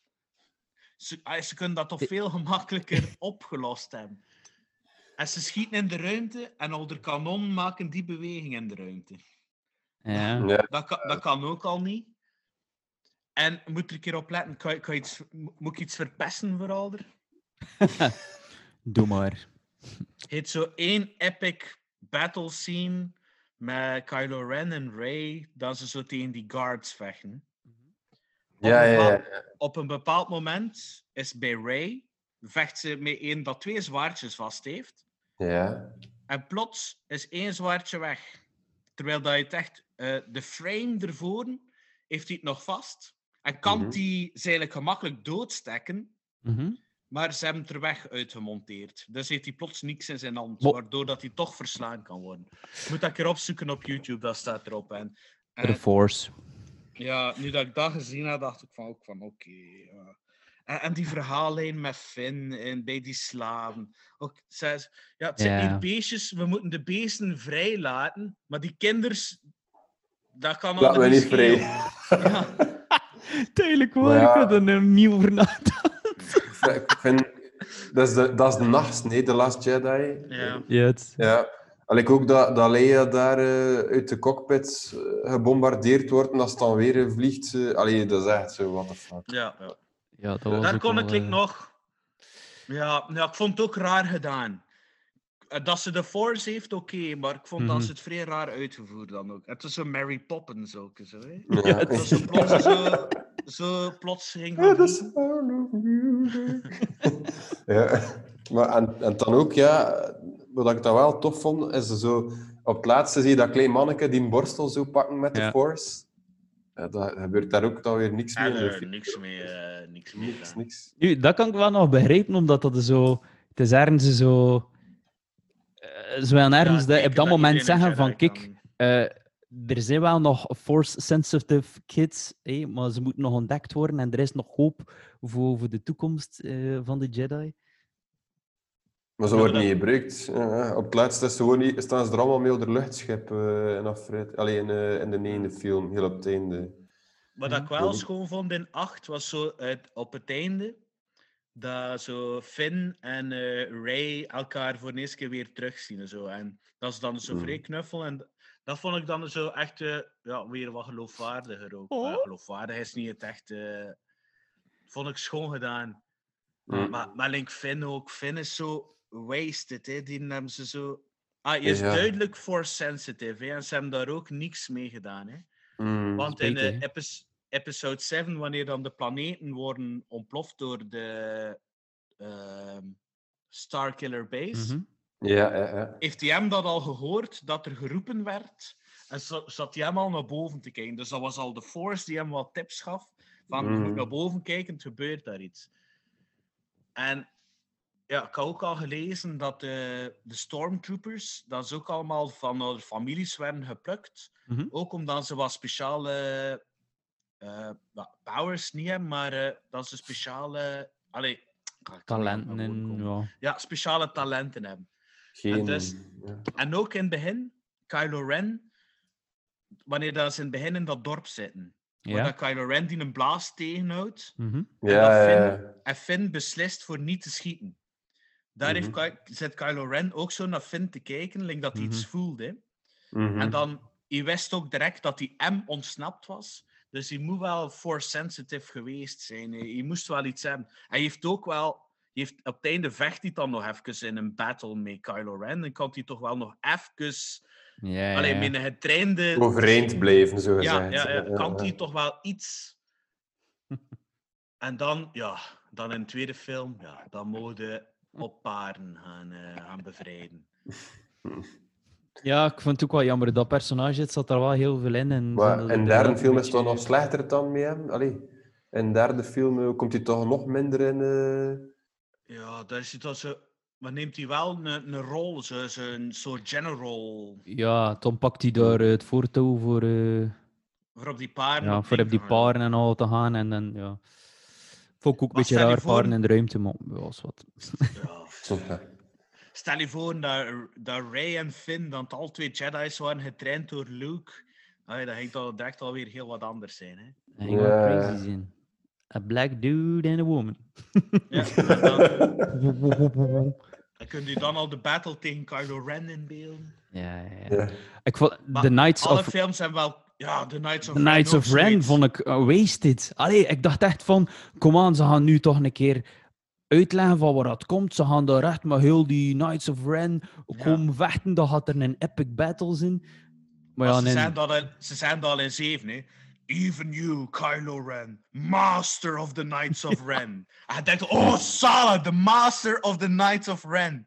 Speaker 7: Ze kunnen dat toch veel gemakkelijker opgelost hebben. En ze schieten in de ruimte en al de kanon maken die beweging in de ruimte.
Speaker 5: Ja.
Speaker 7: Dat kan ook al niet. En moet er een keer op letten, moet ik iets verpesten voor ouder?
Speaker 5: Doe maar.
Speaker 7: Heet zo één epic battle scene met Kylo Ren en Rey, dat ze zo tegen die guards vechten. Op een bepaald moment is bij Rey, vecht ze met één dat 2 zwaardjes vast heeft.
Speaker 6: Ja.
Speaker 7: En plots is 1 zwaardje weg. Terwijl dat je het echt... de frame ervoor heeft hij het nog vast. En kan die ze eigenlijk gemakkelijk doodstekken. Maar ze hebben het er weg uitgemonteerd. Dus heeft hij plots niks in zijn hand. Waardoor dat hij toch verslaan kan worden. Je moet dat een keer opzoeken op YouTube. Dat staat erop. En
Speaker 5: The Force.
Speaker 7: Ja, nu dat ik dat gezien heb, dacht ik van oké. En die verhaallijn met Finn en bij die slaven. Ook, het zijn hier beestjes, we moeten de beesten vrij laten, maar die kinders, dat kan
Speaker 6: al niet vrij.
Speaker 7: Ja.
Speaker 5: Tuurlijk waar, ik had er niet over nagedacht.
Speaker 6: Ik vind, dat is de nachts, nee, The Last Jedi.
Speaker 7: Ja.
Speaker 5: Yes.
Speaker 6: Ja. Ik ook dat Leia daar uit de cockpit gebombardeerd wordt en als het dan weer vliegt. Dat is echt zo, what the fuck.
Speaker 7: Ja.
Speaker 5: Ja, dat was
Speaker 7: Daar
Speaker 5: ook
Speaker 7: kon
Speaker 5: wel,
Speaker 7: ik nog... Ja, ik vond het ook raar gedaan. Dat ze de Force heeft, oké, maar ik vond dat ze het vrij raar uitgevoerd dan ook. Het is zo Mary Poppins ook, zo, hè.
Speaker 6: Ja.
Speaker 7: Het was zo plots ging
Speaker 6: Ja, dat is sound of music. Ja, maar en dan ook, wat ik dan wel tof vond, is zo... Op het laatste zie je dat klein manneke die een borstel zo pakken met de Force. Ja, dat gebeurt daar ook dan weer niks mee.
Speaker 7: Niks mee.
Speaker 6: Niks.
Speaker 5: Nu, dat kan ik wel nog begrijpen, omdat dat zo... Het is ergens zo... Ze willen ergens op dat moment zeggen van, kijk, er zijn wel nog force-sensitive kids, maar ze moeten nog ontdekt worden en er is nog hoop voor de toekomst van de Jedi.
Speaker 6: Maar ze worden niet gebruikt. Ja, op het laatste staan ze er allemaal mee op het luchtschip in de negende film, heel op het einde.
Speaker 7: Wat ik wel schoon vond in 8 was zo op het einde dat zo Finn en Rey elkaar voor de eerste keer weer terugzien en zo. En dat is dan zo vrij knuffel en dat vond ik dan zo echt weer wat geloofwaardiger ook. Geloofwaardig is niet het echt... vond ik schoon gedaan. Maar Link Finn ook. Finn is zo wasted, hè. Die hebben ze zo... je is duidelijk force sensitive, hè. En ze hebben daar ook niks mee gedaan, hè. Want in episode 7, wanneer dan de planeten worden ontploft door de Starkiller Base, heeft hij hem dat al gehoord, dat er geroepen werd, en zat hij hem al naar boven te kijken. Dus dat was al de Force die hem wat tips gaf, van je moet naar boven kijken, het gebeurt daar iets. En ja, ik had ook al gelezen dat de Stormtroopers, dat ze ook allemaal van hun families werden geplukt. Ook omdat ze wat speciale powers niet hebben, maar dat ze speciale...
Speaker 5: talenten
Speaker 7: speciale talenten hebben. En ook in het begin, Kylo Ren, wanneer dat ze in het begin in dat dorp zitten, waar dat Kylo Ren die een blaas tegenhoudt, en Finn beslist voor niet te schieten. Daar zit Kylo Ren ook zo naar Finn te kijken, dat hij iets voelde. En dan, hij wist ook direct dat hij hem ontsnapt was. Dus hij moet wel force-sensitive geweest zijn. Hij moest wel iets hebben. Hij heeft ook wel... op het einde vecht hij dan nog even in een battle met Kylo Ren. Dan kan hij toch wel nog even... met een getrainde...
Speaker 6: overeind blijven, zo gezegd.
Speaker 7: Ja, kan hij toch wel iets... En dan, dan in de tweede film, dan mogen de op paarden gaan bevrijden.
Speaker 5: Ja, ik vond het ook wel jammer. Dat personage zat er wel heel veel in.
Speaker 6: Maar in de derde film is het toch nog slechter dan met hem? In de derde film komt hij toch nog minder in...
Speaker 7: Ja, daar is hij toch zo... Maar neemt hij wel een rol, zo'n soort general...
Speaker 5: Ja, dan pakt hij daar het voortouw voor...
Speaker 7: voor op die paarden...
Speaker 5: Ja, voor op die paarden en al te gaan. En dan, ja... Vond ik ook een beetje raar, paarden in de ruimte, maar was wat.
Speaker 7: Ja. Stel je voor dat Rey en Finn, dan al twee Jedi's waren getraind door Luke. Dat ging toch direct alweer heel wat anders zijn, hè?
Speaker 5: Hij ging wel crazy zijn. A black dude and a woman.
Speaker 7: Ja, en kun je dan al de battle tegen Kylo Ren inbeelden?
Speaker 5: Ja. Ik vond The Knights
Speaker 7: alle
Speaker 5: of...
Speaker 7: films hebben wel... Ja, The
Speaker 5: The Knights of Ren vond ik wasted. Ik dacht echt van... Kom aan, ze gaan nu toch een keer uitleggen van waar dat komt. Ze gaan daar echt met heel die Knights of Ren komen vechten. Dan gaat er een epic battle zijn. Maar
Speaker 7: ze zijn al in 7, hè. Even you, Kylo Ren, master of the Knights of Ren. En hij denkt, oh, Sala, the master of the Knights of Ren.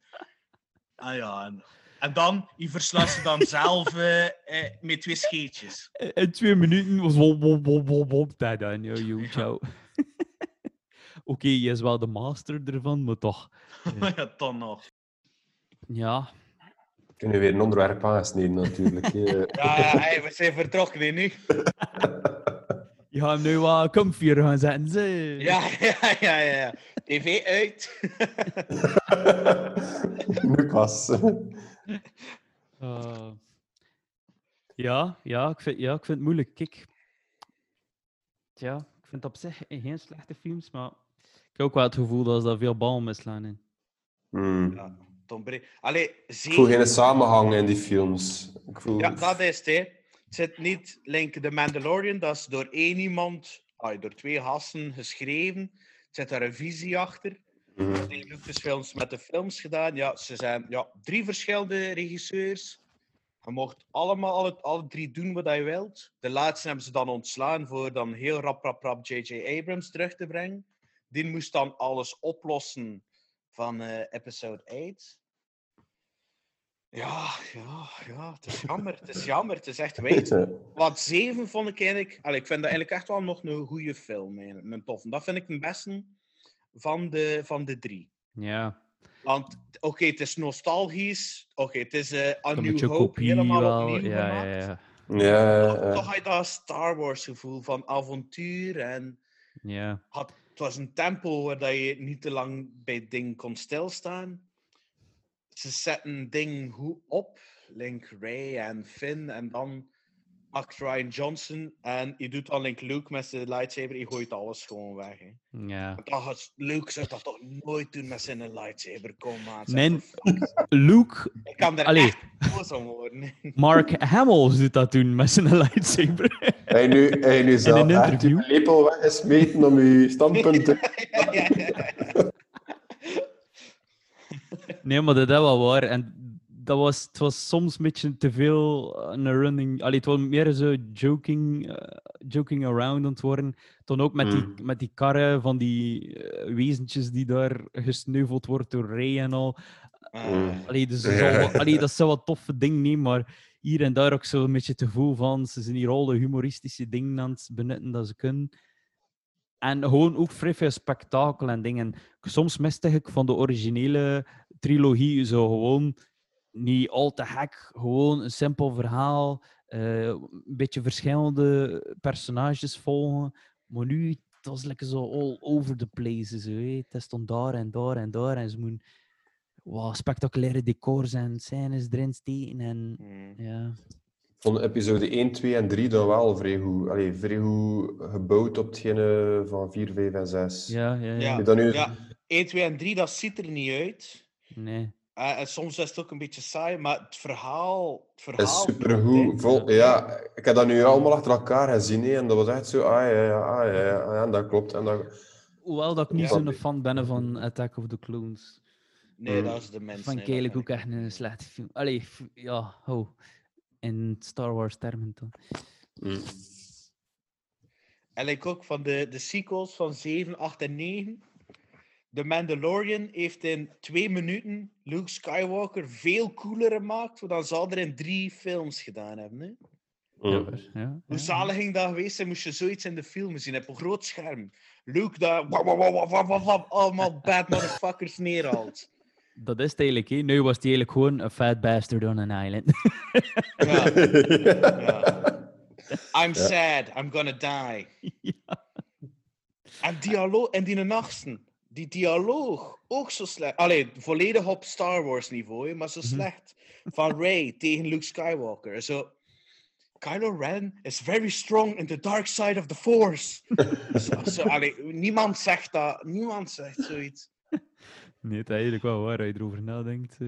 Speaker 7: En dan, hij verslaat ze dan zelf met 2 scheetjes.
Speaker 5: In 2 minuten was wop, dat dan, ciao. Oké, je is wel de master ervan, maar toch.
Speaker 7: Ja, toch nog.
Speaker 5: Ja.
Speaker 6: Kunnen we weer een onderwerp aansnijden, natuurlijk.
Speaker 7: We zijn vertrokken nu.
Speaker 5: Je gaat nu wel comfier gaan zetten, ze.
Speaker 7: Ja. TV uit.
Speaker 6: Lucas.
Speaker 5: Ik vind het moeilijk. Kijk. Tja, ik vind op zich geen slechte films, maar ik heb ook wel het gevoel dat ze daar veel ballen misslaan in.
Speaker 7: Allee,
Speaker 6: Ik voel geen samenhang in die films. Ik voel...
Speaker 7: Ja, dat is het, hè. Het zit niet, like The Mandalorian, dat is door één iemand, door 2 gasten geschreven. Er zit daar een visie achter.
Speaker 6: Mhm.
Speaker 7: Die Lucasfilms met de films gedaan. Ja, ze zijn 3 verschillende regisseurs. Je mocht allemaal alle 3 doen wat je wilt. De laatste hebben ze dan ontslaan voor dan heel rap J.J. Abrams terug te brengen. Die moest dan alles oplossen van episode 8. Ja, het is jammer. Het is jammer. Het is echt wijd. Want 7 vond ik eigenlijk... ik vind dat eigenlijk echt wel nog een goede film. Een toffe. Dat vind ik de beste van de 3.
Speaker 5: Ja.
Speaker 7: Want, het is nostalgisch. Het is A
Speaker 5: Een
Speaker 7: New
Speaker 5: beetje
Speaker 7: Hope
Speaker 5: kopie
Speaker 7: helemaal
Speaker 5: wel.
Speaker 7: opnieuw
Speaker 5: Ja,
Speaker 7: gemaakt.
Speaker 5: ja.
Speaker 7: Toch had je dat Star Wars gevoel van avontuur. En
Speaker 5: Ja.
Speaker 7: het was een tempo waar dat je niet te lang bij het ding kon stilstaan. Ze zetten ding goed op. Link Ray en Finn. En dan maakt Ryan Johnson. En je doet dan Link Luke met zijn lightsaber. Je gooit alles gewoon weg. Hè.
Speaker 5: Ja.
Speaker 7: Luke zou dat toch nooit doen met zijn lightsaber. Kom maar.
Speaker 5: Nee, Luke...
Speaker 7: Ik kan er echt boos om worden.
Speaker 5: Mark Hamill doet dat doen met zijn lightsaber.
Speaker 6: Hij nu zelf
Speaker 5: een
Speaker 6: echt
Speaker 5: interview.
Speaker 6: uw lepel weggesmeten om uw standpunt te...
Speaker 5: Nee, maar dat is wel waar. En het was soms een beetje te veel een running... het was meer zo joking around aan het worden. Dan ook met die karren van die wezentjes die daar gesneuveld wordt door Rey en al. Dus dat is wel een toffe ding, nee, maar hier en daar ook zo een beetje te voel van. Ze zijn hier al de humoristische dingen aan het benutten dat ze kunnen. En gewoon ook vrij veel spektakel en dingen. Soms miste ik van de originele trilogie zo gewoon niet al te gek. Gewoon een simpel verhaal. Een beetje verschillende personages volgen. Maar nu, het was lekker zo all over the place. Zo, het stond daar en daar en daar. En ze moeten spectaculaire decors en scènes erin steken. En, ja.
Speaker 6: Ik vond episode 1, 2 en 3 dan wel vrij goed. Vrij goed gebouwd op hetgene van 4, 5 en 6.
Speaker 5: Ja.
Speaker 7: 1, 2 en 3, dat ziet er niet uit.
Speaker 5: Nee.
Speaker 7: En soms is het ook een beetje saai, maar het verhaal
Speaker 6: is supergoed. Ik heb dat nu allemaal achter elkaar gezien en dat was echt zo, en dat klopt. En dat...
Speaker 5: Hoewel dat ik niet zo'n fan ben van Attack of the Clones.
Speaker 7: Nee, dat is de mensen.
Speaker 5: Van eigenlijk ook echt een slechte film. In Star Wars termen dan.
Speaker 7: En ik ook van de sequels van 7, 8 en 9. The Mandalorian heeft in 2 minuten Luke Skywalker veel cooler gemaakt dan ze er in 3 films gedaan hebben. Hè? Hoe zalig ging dat geweest zijn? Moest je zoiets in de film zien op een groot scherm. Luke daar allemaal bad motherfuckers neerhaalt.
Speaker 5: Dat is het eigenlijk, hè. Nu was hij eigenlijk gewoon een fat bastard on an island.
Speaker 7: Ja. I'm sad, I'm gonna die. En dialoog, en die nachtsten. Die dialoog, ook zo slecht. Volledig op Star Wars niveau, maar zo slecht. Van Rey tegen Luke Skywalker. Zo, Kylo Ren is very strong in the dark side of the Force. Niemand zegt dat. Niemand zegt zoiets.
Speaker 5: Nee, het is eigenlijk wel waar als je erover nadenkt.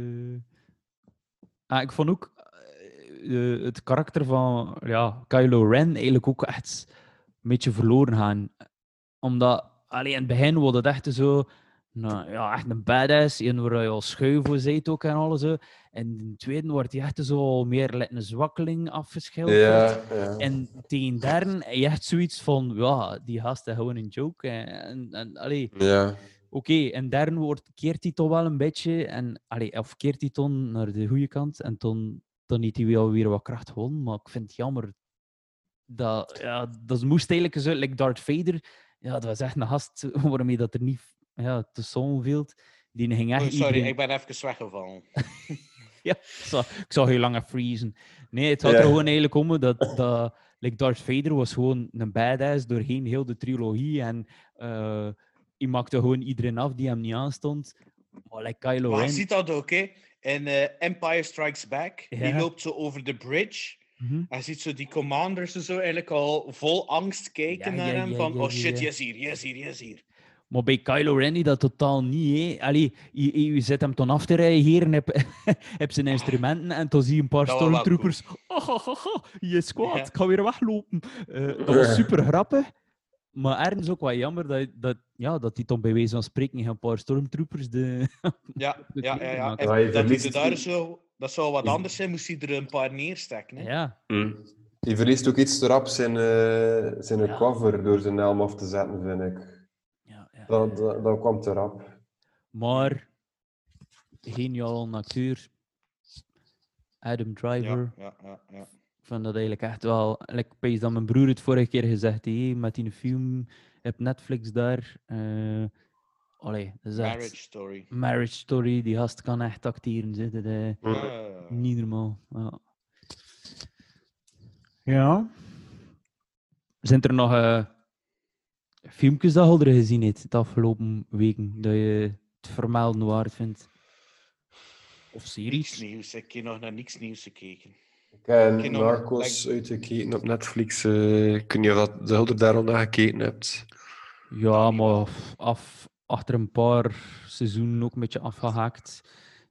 Speaker 5: Ik vond ook het karakter van Kylo Ren eigenlijk ook echt een beetje verloren gaan. Omdat in het begin was het echt zo... echt een badass. En waar je al schuil voor zit ook en alles. En in de tweede wordt hij echt zo meer een zwakkeling afgeschilderd.
Speaker 6: Ja.
Speaker 5: En tegen derde heb je echt zoiets van... die gast is gewoon een joke.
Speaker 6: Ja.
Speaker 5: En derde keert hij toch wel een beetje. Of keert hij dan naar de goede kant. En dan heeft hij wel weer wat kracht gewonnen. Maar ik vind het jammer. Dat moest eigenlijk zo... Like Darth Vader... Ja, dat was echt een gast waarmee dat er niet te zo'n viel. Die ging echt
Speaker 7: Ik ben even weggevallen.
Speaker 5: Ik zou heel lang gaan freezen. Nee, het gaat er gewoon eigenlijk om dat like Darth Vader was gewoon een badass doorheen heel de trilogie. En hij maakte gewoon iedereen af die hem niet aanstond. Maar like Kylo Ren...
Speaker 7: je ziet dat ook, hè. In Empire Strikes Back. Die loopt zo over de bridge. Hij ziet zo die commanders en zo eigenlijk al vol angst kijken naar hem. Van, shit, yes hier.
Speaker 5: Maar bij Kylo Ren is dat totaal niet, hè. Allee, je zet hem dan af te reageren, heb zijn instrumenten en dan zie je een paar
Speaker 7: Dat was wel
Speaker 5: stormtroopers. Je is kwaad, ik ga weer weglopen. Dat was super grappig. Maar ergens ook wel jammer dat hij dan bij wijze van spreken een paar stormtroopers
Speaker 7: Ja.
Speaker 6: Ja,
Speaker 7: En
Speaker 6: je
Speaker 7: dat hij
Speaker 6: verliest
Speaker 7: er daar zo... Dat zou wat anders zijn, moest hij er een paar neersteken. Hè?
Speaker 5: Ja.
Speaker 6: Je verliest ook iets te rap zijn cover door zijn helm af te zetten, vind ik. Dat kwam te rap.
Speaker 5: Maar, geniaal acteur. Adam Driver.
Speaker 7: Ja.
Speaker 5: Ik vind dat eigenlijk echt wel... Ik weet dat mijn broer het vorige keer gezegd heeft, met die film op Netflix daar. Dat is echt... Marriage Story. Die gast kan echt acteren. Niet normaal. Ja. Zijn er nog filmpjes dat je gezien hebt de afgelopen weken, dat je het vermelden waard vindt? Of series?
Speaker 7: Niks nieuws. Ik heb nog naar niks nieuws gekeken.
Speaker 6: Ik heb Narcos uitgekeken op Netflix. Ik weet niet of de Hulder daar al naar gekeken hebt.
Speaker 5: Ja, maar achter een paar seizoenen ook een beetje afgehaakt.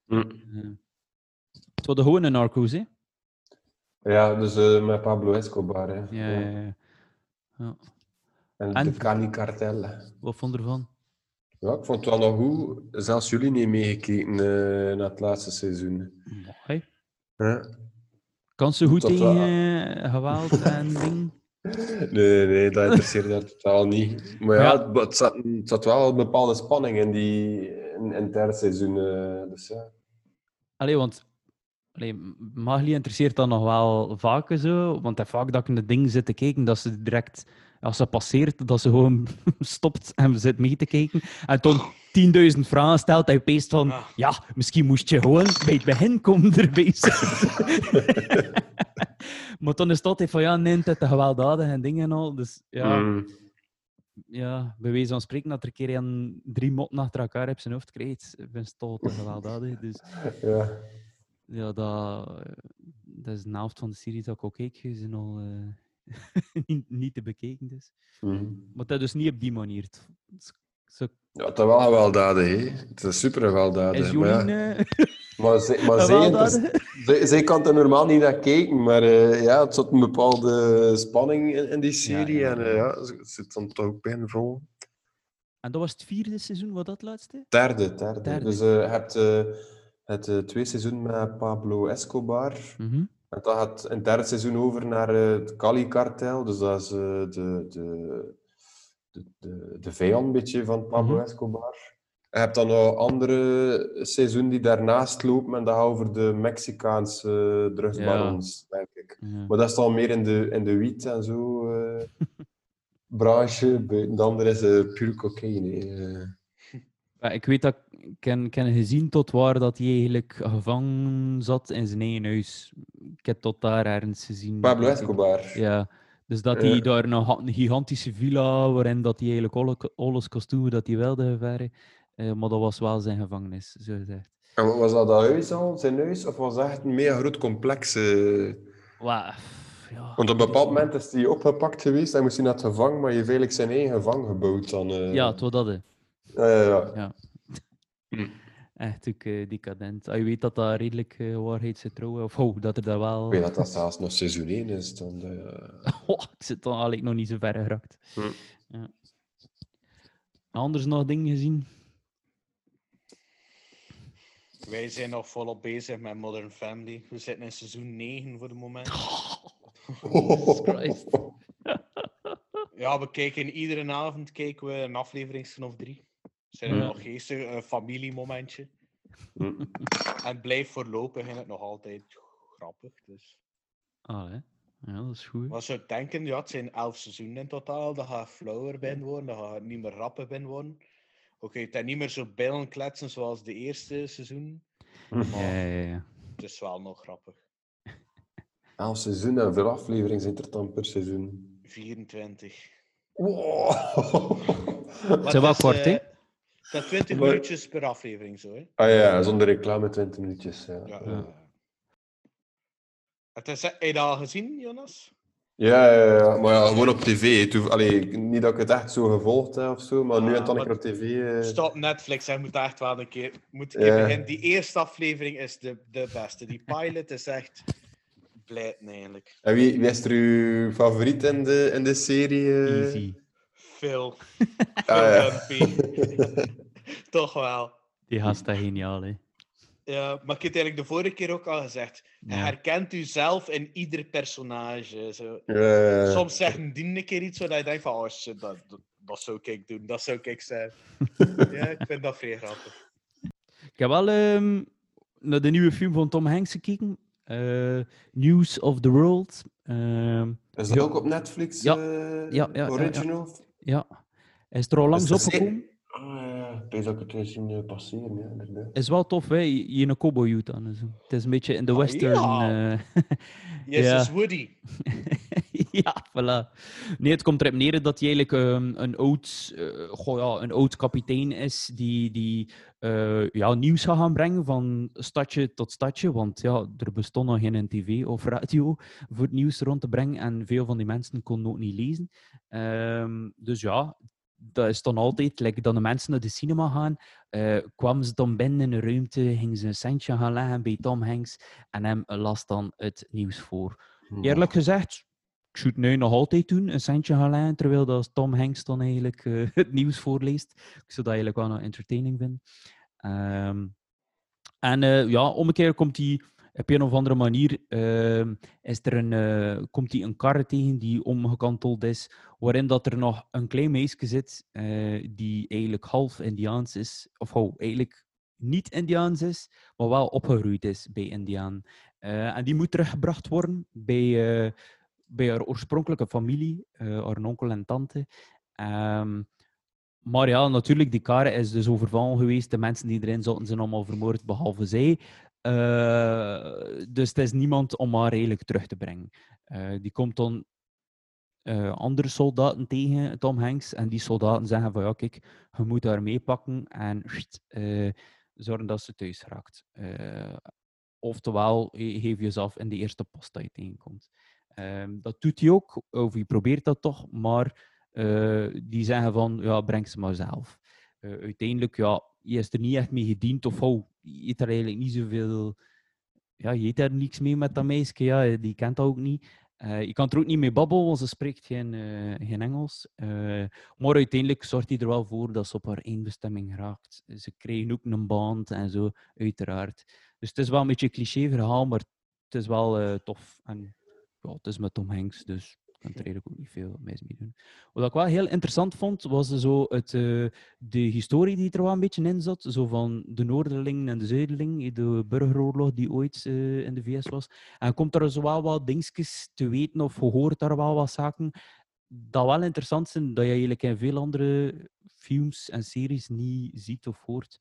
Speaker 5: Het was gewoon een Narcos, hè?
Speaker 6: Ja, dus met Pablo Escobar. Hè.
Speaker 5: Ja.
Speaker 6: En de Cali-kartel.
Speaker 5: Wat vond je ervan?
Speaker 6: Ja, ik vond het wel nog goed. Zelfs jullie niet meegekeken naar het laatste seizoen.
Speaker 5: Mooi.
Speaker 6: Ja.
Speaker 5: Kan ze goed tegen geweld en ding?
Speaker 6: Nee, dat interesseert haar totaal niet. Maar ja, het zat wel een bepaalde spanning in het derde seizoen. Dus ja.
Speaker 5: Want Magli interesseert dat nog wel vaker zo, want vaak dat ik naar dingen zit te kijken, dat ze direct, als ze passeert, dat ze gewoon stopt en zit mee te kijken. En toen 10.000 vragen stelt, hij peest van, misschien moest je gewoon bij het begin komen erbij zitten. Maar dan is het altijd van, nee, het is gewelddadig en dingen en al. Dus ja, bij wijze van spreken, dat er een keer 3 motten achter elkaar op zijn hoofd krijgt, vind ik toch te gewelddadig. Dus... Ja, dat is een helft van de series dat ik ook kijk. Ze zijn al niet te bekeken. Dus. Maar dat is niet op die manier.
Speaker 6: Ja, het is wel gewelddadig, hè. Het is super gewelddadig.
Speaker 5: Is Jolien...
Speaker 6: Maar zij kan er normaal niet naar kijken, maar het zat een bepaalde spanning in die serie. En ze zit dan toch ook bijna vol.
Speaker 5: En dat was het 4e seizoen, wat dat laatste?
Speaker 6: Derde. Dus je hebt... het 2 seizoen met Pablo Escobar. En dan gaat in het derde seizoen over naar het Cali-kartel. Dus dat is de vijand een beetje van Pablo Escobar. Je hebt dan nog andere seizoen die daarnaast lopen. En dat gaat over de Mexicaanse drugsbarons, denk ik. Ja. Maar dat is dan meer in de wiet en zo branche. De andere is puur cocaïne.
Speaker 5: Ja, ik weet dat ik heb gezien tot waar dat hij eigenlijk gevangen zat in zijn eigen huis. Ik heb tot daar ergens gezien.
Speaker 6: Pablo Escobar.
Speaker 5: Ja, dus dat hij daar een gigantische villa, waarin dat hij eigenlijk alles kostuum dat hij wilde verven. Maar dat was wel zijn gevangenis, zo gezegd.
Speaker 6: En was dat huis al, zijn huis? Of was dat echt een mega groot complex? Want op een bepaald moment is hij opgepakt geweest en moest hij naar het gevangen, maar je heeft eigenlijk zijn eigen gevangen gebouwd. Dan,
Speaker 5: Ja, het was dat, hè.
Speaker 6: Ja.
Speaker 5: Echt ook decadent. Je weet dat dat redelijk waarheidsgetrouw is. Of dat er dat wel...
Speaker 6: Ik weet dat zelfs nog seizoen 1 is. Dan
Speaker 5: ik zit dan eigenlijk nog niet zo ver geraakt. Ja. Anders nog dingen gezien?
Speaker 7: Wij zijn nog volop bezig met Modern Family. We zitten in seizoen 9 voor het moment.
Speaker 5: Jesus Christ.
Speaker 7: Ja, we kijken iedere avond we een aflevering of 3. Zijn er nog geestig, een familiemomentje. En blijft voorlopig nog altijd grappig. Dus.
Speaker 5: Hè? Ja, dat is goed.
Speaker 7: Maar zou ik denken, het zijn 11 seizoenen in totaal. Dat gaat flauwer binnen worden, dat gaat niet meer rapper binnen worden. Oké, het is niet meer zo billen kletsen zoals de eerste seizoen. Maar
Speaker 5: ja.
Speaker 7: Het is wel nog grappig.
Speaker 6: 11 seizoenen en veel afleveringen zijn er dan per seizoen?
Speaker 7: 24.
Speaker 6: Wow.
Speaker 5: Het is wel kort, hè?
Speaker 7: Dat 20 minuutjes per aflevering, zo, hè?
Speaker 6: Ah ja, zonder reclame 20 minuutjes. Ja.
Speaker 7: Het is, heb je dat al gezien, Jonas?
Speaker 6: Ja. Maar ja, gewoon op tv. Allee, niet dat ik het echt zo gevolgd heb of zo, maar nu en dan een keer op tv.
Speaker 7: Stop Netflix, hij moet echt wel een keer beginnen. Die eerste aflevering is de beste. Die pilot is echt blijten eigenlijk.
Speaker 6: En wie is er uw favoriet in de serie?
Speaker 5: Easy.
Speaker 7: Phil.
Speaker 6: Ja.
Speaker 7: Toch wel.
Speaker 5: Die gast is geniaal, hè.
Speaker 7: Ja, maar ik heb het eigenlijk de vorige keer ook al gezegd. Je herkent jezelf in ieder personage. Zo.
Speaker 6: Ja.
Speaker 7: Soms zeggen die een keer iets zodat je denkt van, oh shit, dat zou ik doen, dat zou ik zijn. Ja, ik vind dat vrij grappig.
Speaker 5: Ik heb wel naar de nieuwe film van Tom Hanks gekeken. News of the World.
Speaker 6: Is dat ook op Netflix?
Speaker 5: Ja.
Speaker 6: Original?
Speaker 5: Ja. Hij is er al langs opgekomen.
Speaker 6: Ik denk dat ik het eens zien passeren. Ja, inderdaad.
Speaker 5: Is wel tof, hè? Je een cowboy dan. Dus. Het is een beetje in de western...
Speaker 7: Yes, Woody.
Speaker 5: Ja, voilà. Nee, het komt erop neer dat hij eigenlijk een oud kapitein is die nieuws gaat gaan brengen van stadje tot stadje. Want ja, er bestond nog geen tv of radio voor het nieuws rond te brengen. En veel van die mensen konden ook niet lezen. Dus ja, dat is dan altijd, like, dat de mensen naar de cinema gaan, kwamen ze dan binnen in een ruimte, gingen ze een centje gaan leggen bij Tom Hanks en hem las dan het nieuws voor. Eerlijk gezegd, ik zou het nu nog altijd doen, een centje gaan leggen, terwijl dat Tom Hanks dan eigenlijk het nieuws voorleest. Ik zou dat eigenlijk wel nog entertaining vinden. Om een keer komt hij op een of andere manier komt hij een kar tegen die omgekanteld is, waarin dat er nog een klein meisje zit die eigenlijk half Indiaans is, of eigenlijk niet Indiaans is, maar wel opgegroeid is bij Indiaan. En die moet teruggebracht worden bij haar oorspronkelijke familie, haar onkel en tante. Maar ja, natuurlijk, die kar is dus overvallen geweest. De mensen die erin zaten zijn allemaal vermoord, behalve zij. Dus het is niemand om haar eigenlijk terug te brengen. Die komt dan andere soldaten tegen, Tom Hanks. En die soldaten zeggen van, ja, kijk, je moet haar meepakken en zorgen dat ze thuis raakt. Oftewel, geef jezelf in de eerste post dat je tegenkomt. Dat doet hij ook, of hij probeert dat toch, maar die zeggen van, ja, breng ze maar zelf. Uiteindelijk, ja, je is er niet echt mee gediend, of je eet er eigenlijk niet zoveel... Ja, je eet er niks mee met dat meisje, ja, die kent dat ook niet. Je kan er ook niet mee babbelen, want ze spreekt geen Engels. Maar uiteindelijk zorgt hij er wel voor dat ze op haar eindbestemming raakt. Ze krijgen ook een band en zo, uiteraard. Dus het is wel een beetje een cliché verhaal, maar het is wel tof. En ja, het is met Tom Hanks, dus ik kan er eigenlijk ook niet veel mee doen. Wat ik wel heel interessant vond, was zo de historie die er wel een beetje in zat. Zo van de Noorderling en de Zuiderling, de burgeroorlog die ooit in de VS was. En komt er zo wel wat dingetjes te weten, of je hoort daar wel wat zaken, dat wel interessant zijn, dat je eigenlijk in veel andere films en series niet ziet of hoort.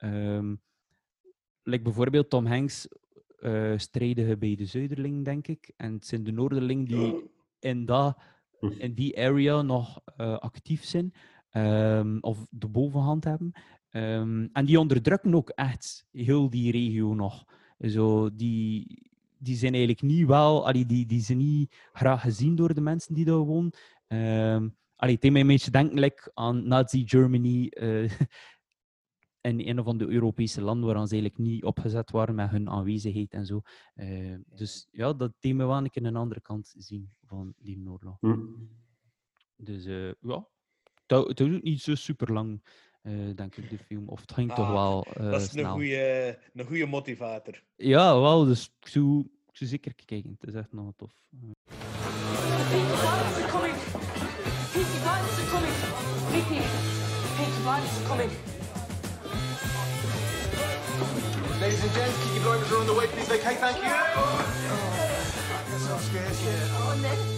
Speaker 5: Like bijvoorbeeld Tom Hanks strijden bij de Zuiderling, denk ik. En het zijn de Noorderling die in die area nog actief zijn. Of de bovenhand hebben. En die onderdrukken ook echt heel die regio nog. Zo, die zijn eigenlijk niet wel... Die zijn niet graag gezien door de mensen die daar wonen. Het deed mij een beetje denken aan Nazi Germany... in een of andere Europese landen waar ze eigenlijk niet opgezet waren met hun aanwezigheid en zo. Dus ja, dat deed me wel een keer een andere kant zien van die oorlog. Dus ja, het duurt niet zo super lang, denk ik, de film. Of het ging toch wel
Speaker 7: dat is
Speaker 5: snel.
Speaker 7: Een goede motivator.
Speaker 5: Ja, wel, dus ik zou zeker kijken. Het is echt nog tof.
Speaker 11: Ladies and gents, keep your loiters around the way, please. Okay, thank you. I guess I'm scared, yeah. Go on then.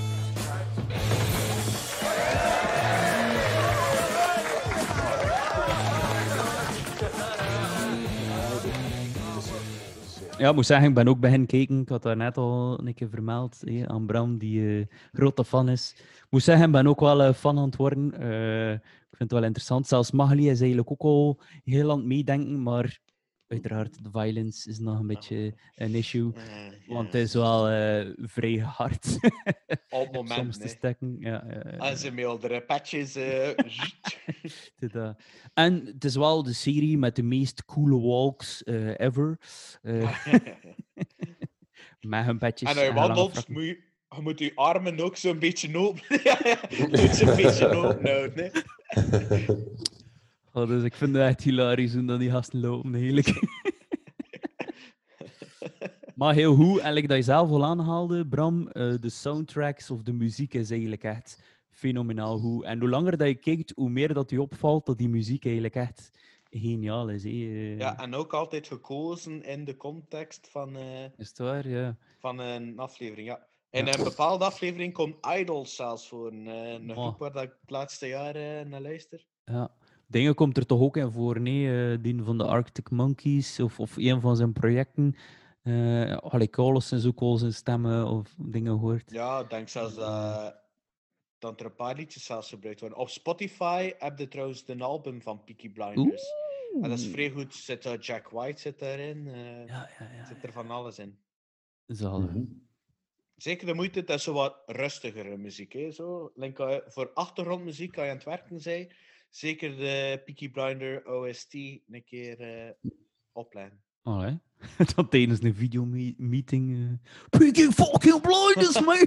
Speaker 5: Ja, ik moet zeggen, ik ben ook beginnen kijken. Ik had daar net al een keer vermeld aan Bram, die grote fan is. Ik moet zeggen, ik ben ook wel fan aan het worden. Ik vind het wel interessant. Zelfs Magali is eigenlijk ook al heel aan het meedenken, maar Uiteraard, de violence is nog een beetje een issue. Want het is wel vrij hard.
Speaker 7: Op het moment,
Speaker 5: soms te stekken. Ja.
Speaker 7: En ze meerdere patches.
Speaker 5: En het is wel de serie met de meest coole walks ever. Met hun patches.
Speaker 7: En als je wandelt, je moet je armen ook zo'n beetje open. Je moet ze een beetje open houden.
Speaker 5: Dus ik vind het echt hilarisch hoe dat die gasten lopen, eigenlijk. Maar heel goed, eigenlijk dat je zelf al aanhaalde, Bram, de soundtracks of de muziek is eigenlijk echt fenomenaal goed. En hoe langer dat je kijkt, hoe meer dat je opvalt dat die muziek eigenlijk echt geniaal is.
Speaker 7: Ja, en ook altijd gekozen in de context van,
Speaker 5: is het waar? Ja.
Speaker 7: Van een aflevering. Ja. In een bepaalde aflevering komt Idols zelfs voor. Een groep waar dat ik het laatste jaar naar luister.
Speaker 5: Ja. Dingen komt er toch ook in voor, nee? Die van de Arctic Monkeys of een van zijn projecten. Allee, Carlos is ook al zijn stemmen of dingen gehoord.
Speaker 7: Ja, ik denk zelfs dat er een paar liedjes zelfs gebruikt worden. Op Spotify heb je trouwens een album van Peaky Blinders. En dat is vrij goed. Jack White zit daarin. Zit er van alles in. Zeker de moeite, dat is zo wat rustigere muziek. Hè? Zo, voor achtergrondmuziek, als je aan het werken bent, zeker de Peaky Blinder OST een keer opleiden.
Speaker 5: Allee. Dat tijdens een videomeeting. Peaky fucking Blinders, man!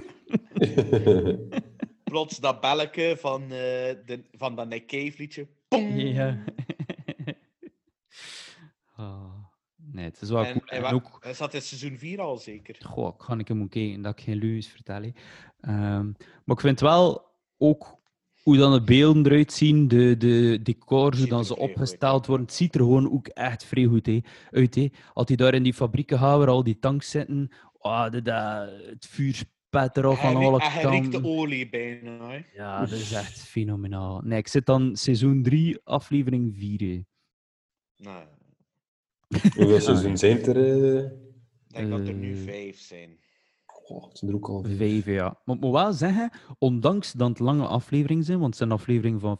Speaker 7: Plots dat belletje van dat Nick Cave liedje. Pong!
Speaker 5: Ja. Nee, het is wel cool. En ook...
Speaker 7: Hij zat in seizoen 4 al zeker.
Speaker 5: Goh, ik ga hem kijken, dat ik geen luis vertel. Maar ik vind wel ook hoe dan de beelden eruit zien, de decors, hoe dan ze opgesteld worden. Het ziet er gewoon ook echt vrij goed uit. Hè. Als die daar in die fabrieken gaan, waar al die tanks zitten, het vuur spat eraf van alle kanten.
Speaker 7: Hij riekt de olie bijna. Hè.
Speaker 5: Ja, dat is echt fenomenaal. Nee, ik zit dan seizoen 3, aflevering 4. Hè.
Speaker 7: Nou.
Speaker 6: Hoeveel seizoenen zijn er?
Speaker 7: Ik denk dat er nu 5 zijn.
Speaker 6: Het zijn er ook al
Speaker 5: 5, ja. Maar ik moet wel zeggen, ondanks dat het lange afleveringen zijn, want het zijn afleveringen van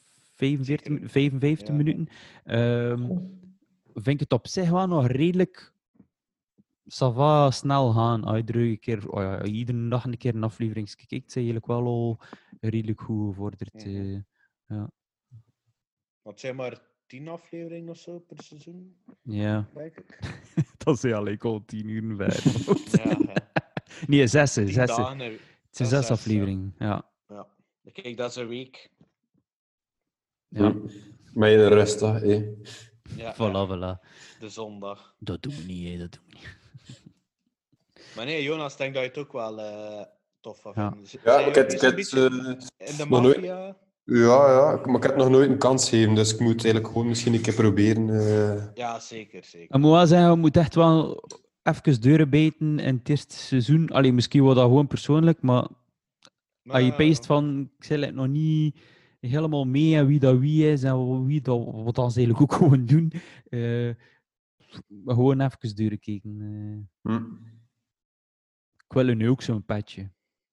Speaker 5: 55 minuten, vind ik het op zich wel nog redelijk ça va snel gaan. Als je iedere dag een keer een aflevering kijkt, is het eigenlijk wel al redelijk goed gevorderd. Ja.
Speaker 7: Wat zijn maar 10 afleveringen of zo per seizoen?
Speaker 5: Ja.
Speaker 7: Ik.
Speaker 5: Dat is eigenlijk al 10 uur bij. Nee, 6. Het zijn 6 afleveringen. Ja.
Speaker 7: Kijk, dat is een week.
Speaker 5: Ja.
Speaker 6: Maar je rustig, hè?
Speaker 7: Ja,
Speaker 5: voilà.
Speaker 7: De zondag.
Speaker 5: Dat doen we niet, dat doen we niet.
Speaker 7: Maar nee, Jonas, ik denk dat je het ook wel tof van vindt.
Speaker 6: Ja, ik heb
Speaker 7: in de maffia...
Speaker 6: Ja, maar ik heb nog nooit een kans gegeven, dus ik moet eigenlijk gewoon misschien een keer proberen.
Speaker 7: Ja, zeker.
Speaker 5: Ik moet wel zeggen, we moeten echt wel even deuren bijten in het eerste seizoen. Allee, misschien wel dat gewoon persoonlijk, maar als je peest van, ik zei het nog niet helemaal mee en wie dat wie is en wie dat, wat dan ze eigenlijk ook gewoon doen. Gewoon even deuren kijken. Ik wil nu ook zo'n petje.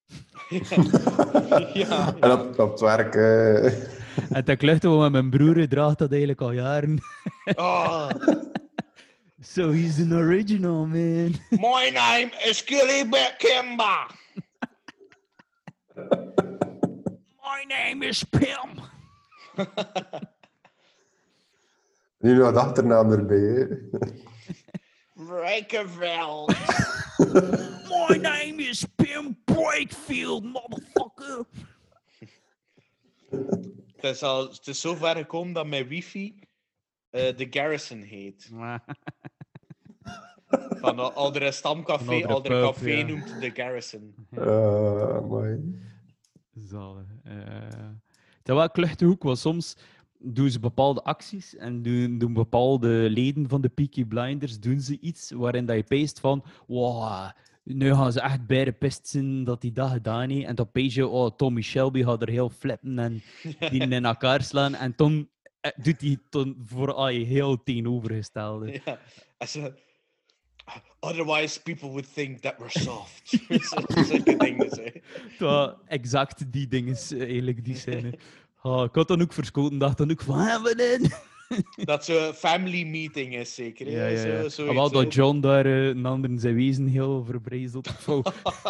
Speaker 7: Ja.
Speaker 6: En op het werk.
Speaker 5: En dat klucht wel met mijn broer, draagt dat eigenlijk al jaren. So he's an original, man.
Speaker 7: My name is Gilly Kimba.
Speaker 5: My name is Pim.
Speaker 6: Nu nog de achternaam erbij, hè.
Speaker 7: Breakerveld.
Speaker 5: My name is Pim Breakfield, motherfucker.
Speaker 7: Het is zo ver gekomen dat mijn wifi de Garrison heet. Van Aldere Stamcafé, Aldere Café noemt de Garrison.
Speaker 6: Mooi.
Speaker 5: Zalig. Terwijl kluchtig ook, want soms doen ze bepaalde acties en doen bepaalde leden van de Peaky Blinders doen ze iets waarin dat je peest van wow, nu gaan ze echt bij de pist zijn dat hij dat gedaan heeft. En dan pees je, Tommy Shelby gaat er heel flippen en die in elkaar slaan. En dan doet hij voor heel tegenovergestelde.
Speaker 7: Ja, otherwise people would think that we're soft. Zulke dingen, hè.
Speaker 5: Exact die dingen, eigenlijk, die scène. Ik had dan ook verschoten, dacht dan ook van, wat in?
Speaker 7: Dat zo'n family meeting is, zeker.
Speaker 5: Ja,
Speaker 7: Hè?
Speaker 5: ja, ja.
Speaker 7: Zoiets,
Speaker 5: Wel dat
Speaker 7: hè.
Speaker 5: John daar een ander zijn wezen heel verbrijzeld of zo.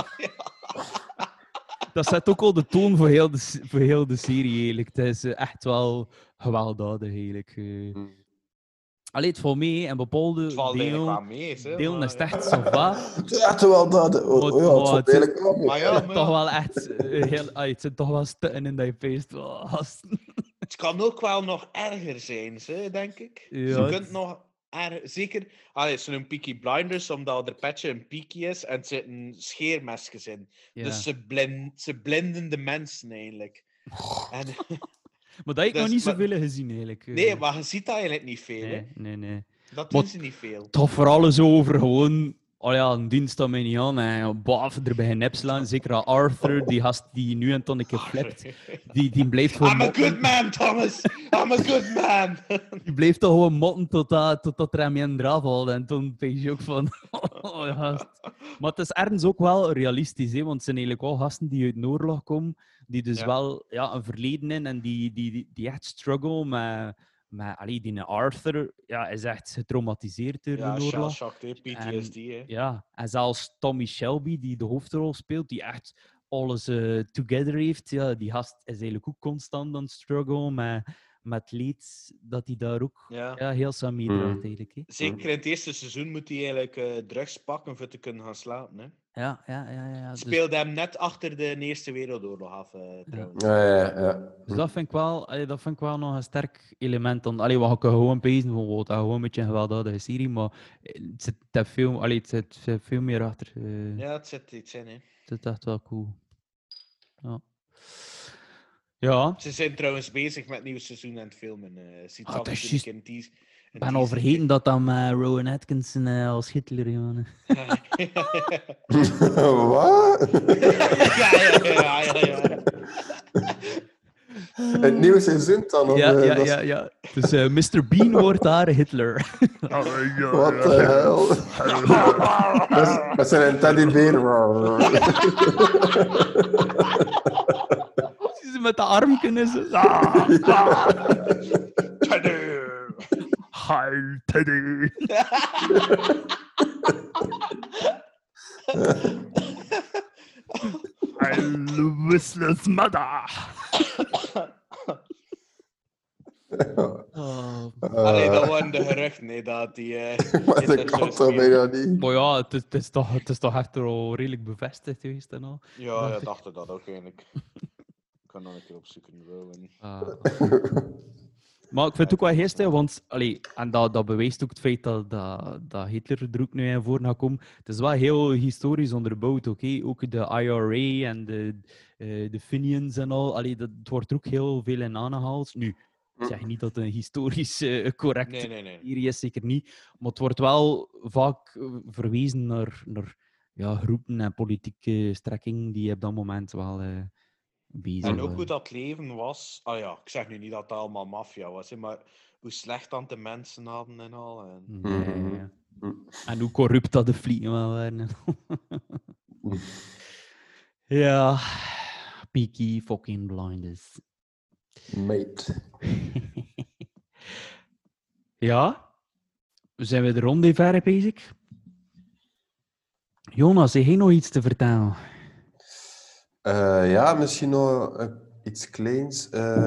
Speaker 5: Dat zet ook al de toon voor heel de serie, eigenlijk. Het is echt wel gewelddadig, eigenlijk. Allee, het valt mee en bepaalde
Speaker 7: Het valt eigenlijk wel
Speaker 5: delen,
Speaker 7: mee, hè,
Speaker 5: delen
Speaker 7: maar
Speaker 5: is het echt zo va.
Speaker 6: Het is echt wel dat. Ja, het valt eigenlijk wel mee.
Speaker 7: Maar ja,
Speaker 5: Het is toch wel echt het zit toch wel stukken in dat je peest.
Speaker 7: Het kan ook wel nog erger zijn, hè, denk ik.
Speaker 5: Ja,
Speaker 7: Je
Speaker 5: het-
Speaker 7: kunt nog zeker... Allee, zo'n Peaky Blinders, omdat er petje een peaky is en er zitten scheermesjes in.
Speaker 5: Ja.
Speaker 7: Dus ze blinden de mensen, eigenlijk. En,
Speaker 5: Maar dat heb ik nog
Speaker 7: Dus,
Speaker 5: niet
Speaker 7: maar-
Speaker 5: zoveel gezien, eigenlijk.
Speaker 7: nee, maar je ziet dat eigenlijk niet veel, hè.
Speaker 5: Nee.
Speaker 7: Dat
Speaker 5: Maar
Speaker 7: doen ze niet veel.
Speaker 5: Toch vooral zo over gewoon... Oh ja, een dienst dat mij niet aan. En baf, er bij nep slaan. Zeker aan Arthur, die gast die nu en dan een keer flipt. Die blijft gewoon
Speaker 7: I'm a
Speaker 5: motten.
Speaker 7: good man, Thomas! I'm a good man!
Speaker 5: Die bleef toch gewoon motten totdat er hem in draaf valt. En toen denk je ook van... Oh, gast. Maar het is ergens ook wel realistisch, hè? Want het zijn eigenlijk wel gasten die uit een oorlog komen. Die dus
Speaker 7: Ja.
Speaker 5: wel een verleden in en die echt struggle met die Arthur is echt getraumatiseerd door
Speaker 7: Ja,
Speaker 5: de oorlog.
Speaker 7: shell-shocked, hè. PTSD, hè.
Speaker 5: Ja, en zelfs Tommy Shelby, die de hoofdrol speelt, die echt alles together heeft. Ja, die gast is eigenlijk ook constant aan het strugglen met leed dat hij daar ook
Speaker 7: Ja.
Speaker 5: heel samen meedraagt, eigenlijk. Hè.
Speaker 7: Zeker in het eerste seizoen moet hij eigenlijk drugs pakken voor te kunnen gaan slapen, hè.
Speaker 5: Ja. Dus,
Speaker 7: Speelde hem net achter de Eerste Wereldoorlog af, trouwens.
Speaker 6: Ja.
Speaker 5: dus dat vind ik wel nog een sterk element. Allee, wat ik gewoon pezen van wat dat gewoon een beetje een gewelddadige serie, maar het zit veel meer achter.
Speaker 7: Ja, het zit iets in, hè.
Speaker 5: Het is echt wel cool. Ja.
Speaker 7: Ze zijn trouwens bezig met het nieuwe seizoen aan het filmen. Ziet
Speaker 5: Ah,
Speaker 7: af
Speaker 5: dat
Speaker 7: en
Speaker 5: is
Speaker 7: toe
Speaker 5: juist.
Speaker 7: een teas- een
Speaker 5: Ik ben al
Speaker 7: teaser.
Speaker 5: vergeten dat dan Rowan Atkinson als Hitler, jongen.
Speaker 6: Wat?
Speaker 7: Ja.
Speaker 6: Het nieuwe seizoen dan? Of, dat is-
Speaker 5: Ja. Dus Mr. Bean wordt daar Hitler.
Speaker 6: Wat de hel? Dat zijn een teddybeer.
Speaker 5: Ze met de arm kunnen ze. Hi, Teddy. I'm Whistler's mother.
Speaker 7: Allee, dat waren de geruchten, nee, dat die...
Speaker 6: Maar dat kan toch bijna niet?
Speaker 5: Maar ja, het is toch echt al redelijk bevestigd geweest en al.
Speaker 7: Ja, ik dacht dat ook eigenlijk. Ik kan nog een keer opzoeken. Rowan.
Speaker 5: Maar ik vind het ook wel geestig, want en dat bewijst ook het feit dat Hitler er ook nu in voor gaat komen. Het is wel heel historisch onderbouwd, oké? Ook de IRA en de Fenians en al. Het wordt er ook heel veel in aangehaald. Nu, ik zeg niet dat het een historisch correct
Speaker 7: Nee.
Speaker 5: serie is, zeker niet. Maar het wordt wel vaak verwezen naar groepen en politieke strekking die op dat moment wel bezig
Speaker 7: En ook
Speaker 5: waren.
Speaker 7: hoe dat leven was. Ah ja, ik zeg nu niet dat het allemaal maffia was, hè, maar hoe slecht dan de mensen hadden en al. En...
Speaker 5: Ja. En hoe corrupt dat de vliegen wel waren. Ja, Peaky fucking Blinders.
Speaker 6: Mate.
Speaker 5: Ja, zijn we de ronde ver bezig? Jonas, heb jij nog iets te vertellen?
Speaker 6: Ja, misschien nog iets kleins.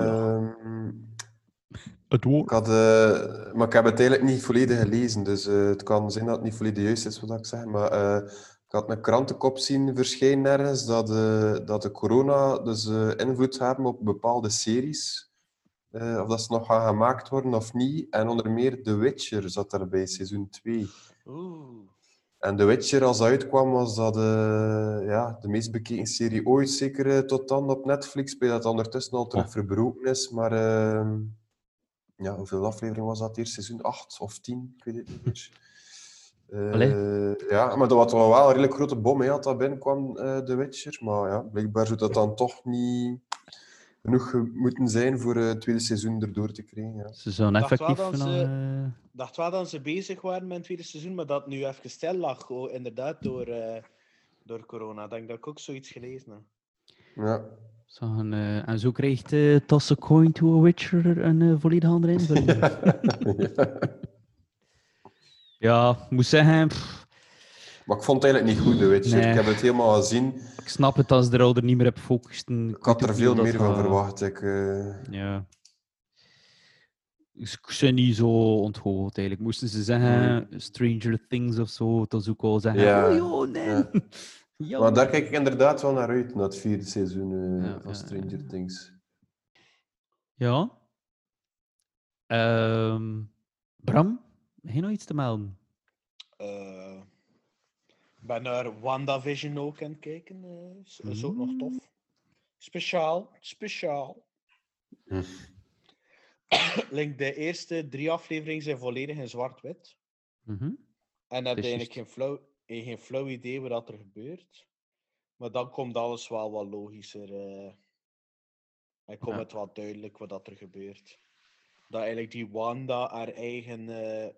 Speaker 5: Het woord.
Speaker 6: Ik had, maar ik heb het eigenlijk niet volledig gelezen, dus het kan zijn dat het niet volledig juist is wat ik zeg. Maar ik had een krantenkop zien verschijnen ergens dat de corona dus invloed hebben op bepaalde series. Of dat ze nog gaan gemaakt worden of niet. En onder meer The Witcher zat daarbij, seizoen 2.
Speaker 7: Oeh.
Speaker 6: En The Witcher, als dat uitkwam, was dat de meest bekeken serie ooit. Zeker tot dan op Netflix, bij dat ondertussen al terug verbroken is. Maar hoeveel afleveringen was dat hier? Seizoen 8 of 10? Ik weet het niet meer. Ja, maar dat was wel een redelijk grote bom, had dat binnenkwam, The Witcher. Maar ja, blijkbaar zou dat dan toch niet genoeg moeten zijn voor het tweede seizoen erdoor te krijgen. Ja.
Speaker 5: Ze zouden effectief
Speaker 7: dacht wel dat ze bezig waren met het tweede seizoen, maar dat het nu even stil lag, inderdaad, door corona. Ik denk dat ik ook zoiets gelezen heb.
Speaker 6: Ja.
Speaker 5: En zo krijgt Toss a Coin to a Witcher een volledig andere invulling. Ja, moet zeggen...
Speaker 6: Maar ik vond het eigenlijk niet goed, de Witcher.
Speaker 5: Nee.
Speaker 6: Ik heb het helemaal gezien.
Speaker 5: Ik snap het als ze er niet meer op gefocust.
Speaker 6: Ik had er veel meer van verwacht.
Speaker 5: Ja. Ik ben niet zo ontgoocheld eigenlijk. Moesten ze zeggen Stranger Things of zo, dan zou ik al zeggen, nee.
Speaker 6: Ja. Maar daar kijk ik inderdaad wel naar uit, naar het 4e seizoen van Stranger Things.
Speaker 5: Ja. Bram, heb je nog iets te melden?
Speaker 7: Ik ben naar WandaVision ook aan het kijken. Is ook nog tof. Speciaal. Link, de eerste 3 afleveringen zijn volledig in zwart-wit. En heb je eigenlijk geen flauw idee wat er gebeurt. Maar dan komt alles wel wat logischer. En komt het wat duidelijk wat er gebeurt. Dat eigenlijk die Wanda haar eigen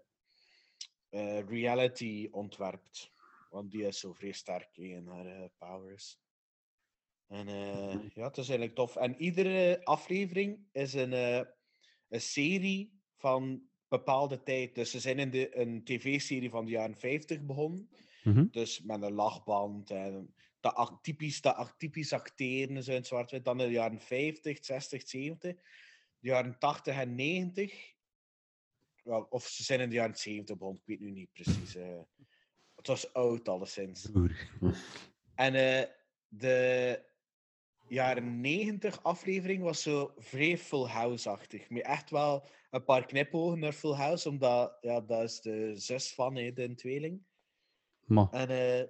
Speaker 7: reality ontwerpt. Want die is zo vrij sterk in haar powers. En het is eigenlijk tof. En iedere aflevering is een serie van bepaalde tijd. Dus ze zijn in een tv-serie van de jaren 50 begonnen. Dus met een lachband en typisch acteren en zo in zwart-wit. Dan in de jaren 50, 60, 70. De jaren 80 en 90. Of ze zijn in de jaren 70 begonnen, ik weet nu niet precies. Het was oud, alleszins. En de jaren 90 aflevering was zo vrij Full House-achtig. Met echt wel een paar knipogen naar Full House, omdat dat is de zus van de tweeling.
Speaker 5: Ma.
Speaker 7: En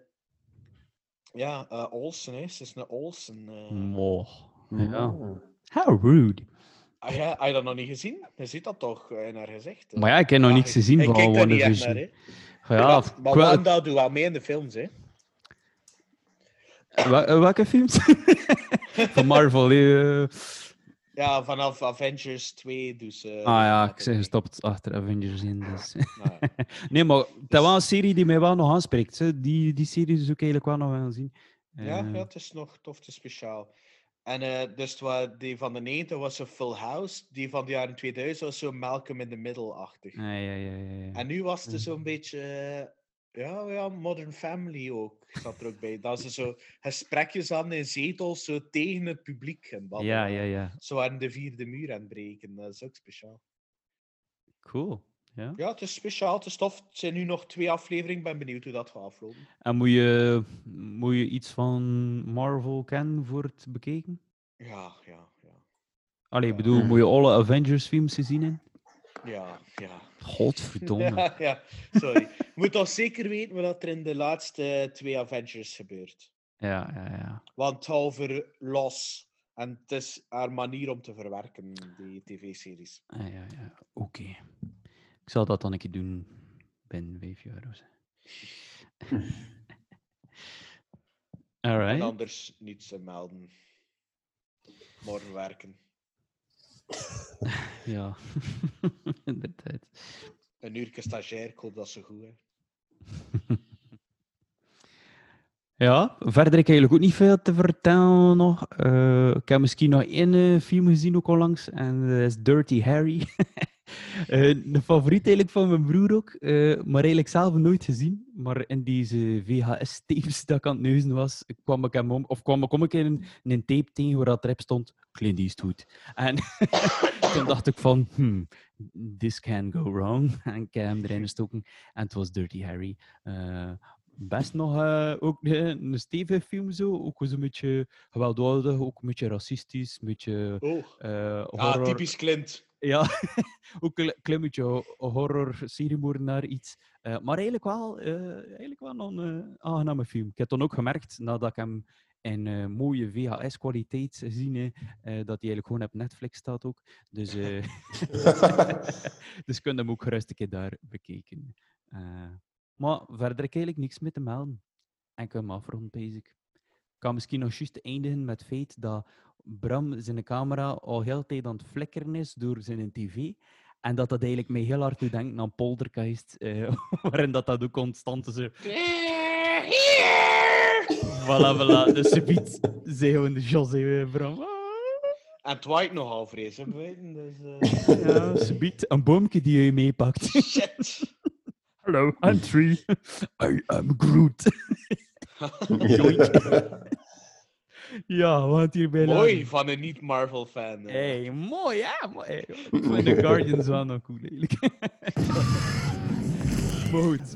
Speaker 7: Olsen, ze is een Olsen.
Speaker 5: Ja. How rude.
Speaker 7: Heb je dat nog niet gezien? Je ziet dat toch in haar gezicht?
Speaker 5: Maar ja, ik heb nog niks gezien van
Speaker 7: WandaVision. Ik kijk daar niet echt naar,
Speaker 5: Ja,
Speaker 7: maar Wanda doet wel mee in de films, hè.
Speaker 5: Welke films? Van Marvel,
Speaker 7: Ja, vanaf Avengers 2 dus...
Speaker 5: ik zeg gestopt achter Avengers in. Dus. Nee, maar dat was een serie die mij wel nog aanspreekt. Hè. Die serie zou ik eigenlijk wel nog wel zien.
Speaker 7: Ja, het is nog tof, te speciaal. En dus die van de 90 was zo Full House, die van de jaren 2000 was zo Malcolm in the Middle-achtig.
Speaker 5: Ja.
Speaker 7: En nu was het zo'n beetje... Modern Family ook, zat er ook bij. Dat ze zo gesprekjes aan in zetels zo tegen het publiek gaan babbelen.
Speaker 5: Ja.
Speaker 7: Zo aan de 4e muur aan het breken. Dat is ook speciaal.
Speaker 5: Cool. Ja,
Speaker 7: het is speciaal, het is tof. Het zijn nu nog 2 afleveringen. Ik ben benieuwd hoe dat gaat aflopen.
Speaker 5: En moet je iets van Marvel kennen voor het bekijken?
Speaker 7: Ja.
Speaker 5: Allee, ik bedoel, moet je alle Avengers films gezien hebben?
Speaker 7: Ja.
Speaker 5: Godverdomme.
Speaker 7: Ja, sorry. Je moet toch zeker weten wat er in de laatste 2 Avengers gebeurt.
Speaker 5: Ja.
Speaker 7: Want het over los. En het is haar manier om te verwerken, die tv-series.
Speaker 5: Ja. Oké. Ik zal dat dan een keer doen binnen 5 jaar of zo. Alright.
Speaker 7: En anders niets te melden. Morgen werken.
Speaker 5: Ja, inderdaad.
Speaker 7: Een uurtje stagiair, ik hoop dat ze goed is.
Speaker 5: Ja, verder heb ik eigenlijk ook niet veel te vertellen nog. Ik heb misschien nog 1 film gezien ook onlangs. En dat is Dirty Harry. Een favoriet eigenlijk van mijn broer ook. Maar eigenlijk zelf nooit gezien. Maar in deze VHS-tapes dat ik aan het neuzen was, kwam ik in een tape tegen waar dat erop stond Clint Eastwood. En toen dacht ik van, this can go wrong. En ik heb hem erin gestoken. En het was Dirty Harry. Best nog ook een stevige film zo. Ook een beetje gewelddadig, ook een beetje racistisch, een beetje horror.
Speaker 7: Typisch Clint.
Speaker 5: Ja, ook een klein beetje horror, seriemoordenaar iets. Maar eigenlijk wel nog een aangename film. Ik heb dan ook gemerkt, nadat ik hem in mooie VHS-kwaliteit gezien heb, dat hij eigenlijk gewoon op Netflix staat ook. Dus, dus kun je hem ook gerust een keer daar bekijken. Maar verder heb ik eigenlijk niks mee te melden. En ik kan hem afronden, basic. Ik kan misschien nog juist eindigen met het feit dat Bram zijn camera al heel de tijd aan het flikkeren is door zijn tv. En dat eigenlijk mij heel hard doet denken aan Poltergeist. Waarin dat ook constant is. Voilà. Dus subiet zeggen we de José, Bram.
Speaker 7: En het waait nogal vrees, hè, buiten. Dus,
Speaker 5: Ja, subiet een boomje die je meepakt.
Speaker 7: Shit.
Speaker 5: Hello, I'm Tree. I am Groot. Ja, wat hierbij
Speaker 7: Mooi van een niet-Marvel-fan.
Speaker 5: Hey, mooi, ja. Mooi. Ik vind de Guardians wel nog cool, eigenlijk. Maar goed.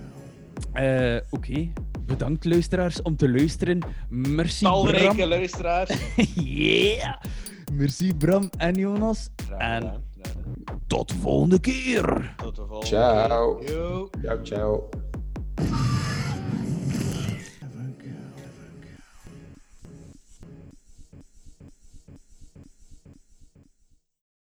Speaker 5: Oké. Bedankt, luisteraars, om te luisteren. Merci,
Speaker 7: Talrijke
Speaker 5: Bram.
Speaker 7: luisteraars.
Speaker 5: Yeah. Merci, Bram en Jonas. En tot de volgende keer.
Speaker 7: Tot de volgende
Speaker 6: Ciao.
Speaker 7: keer. Yo.
Speaker 6: Ciao.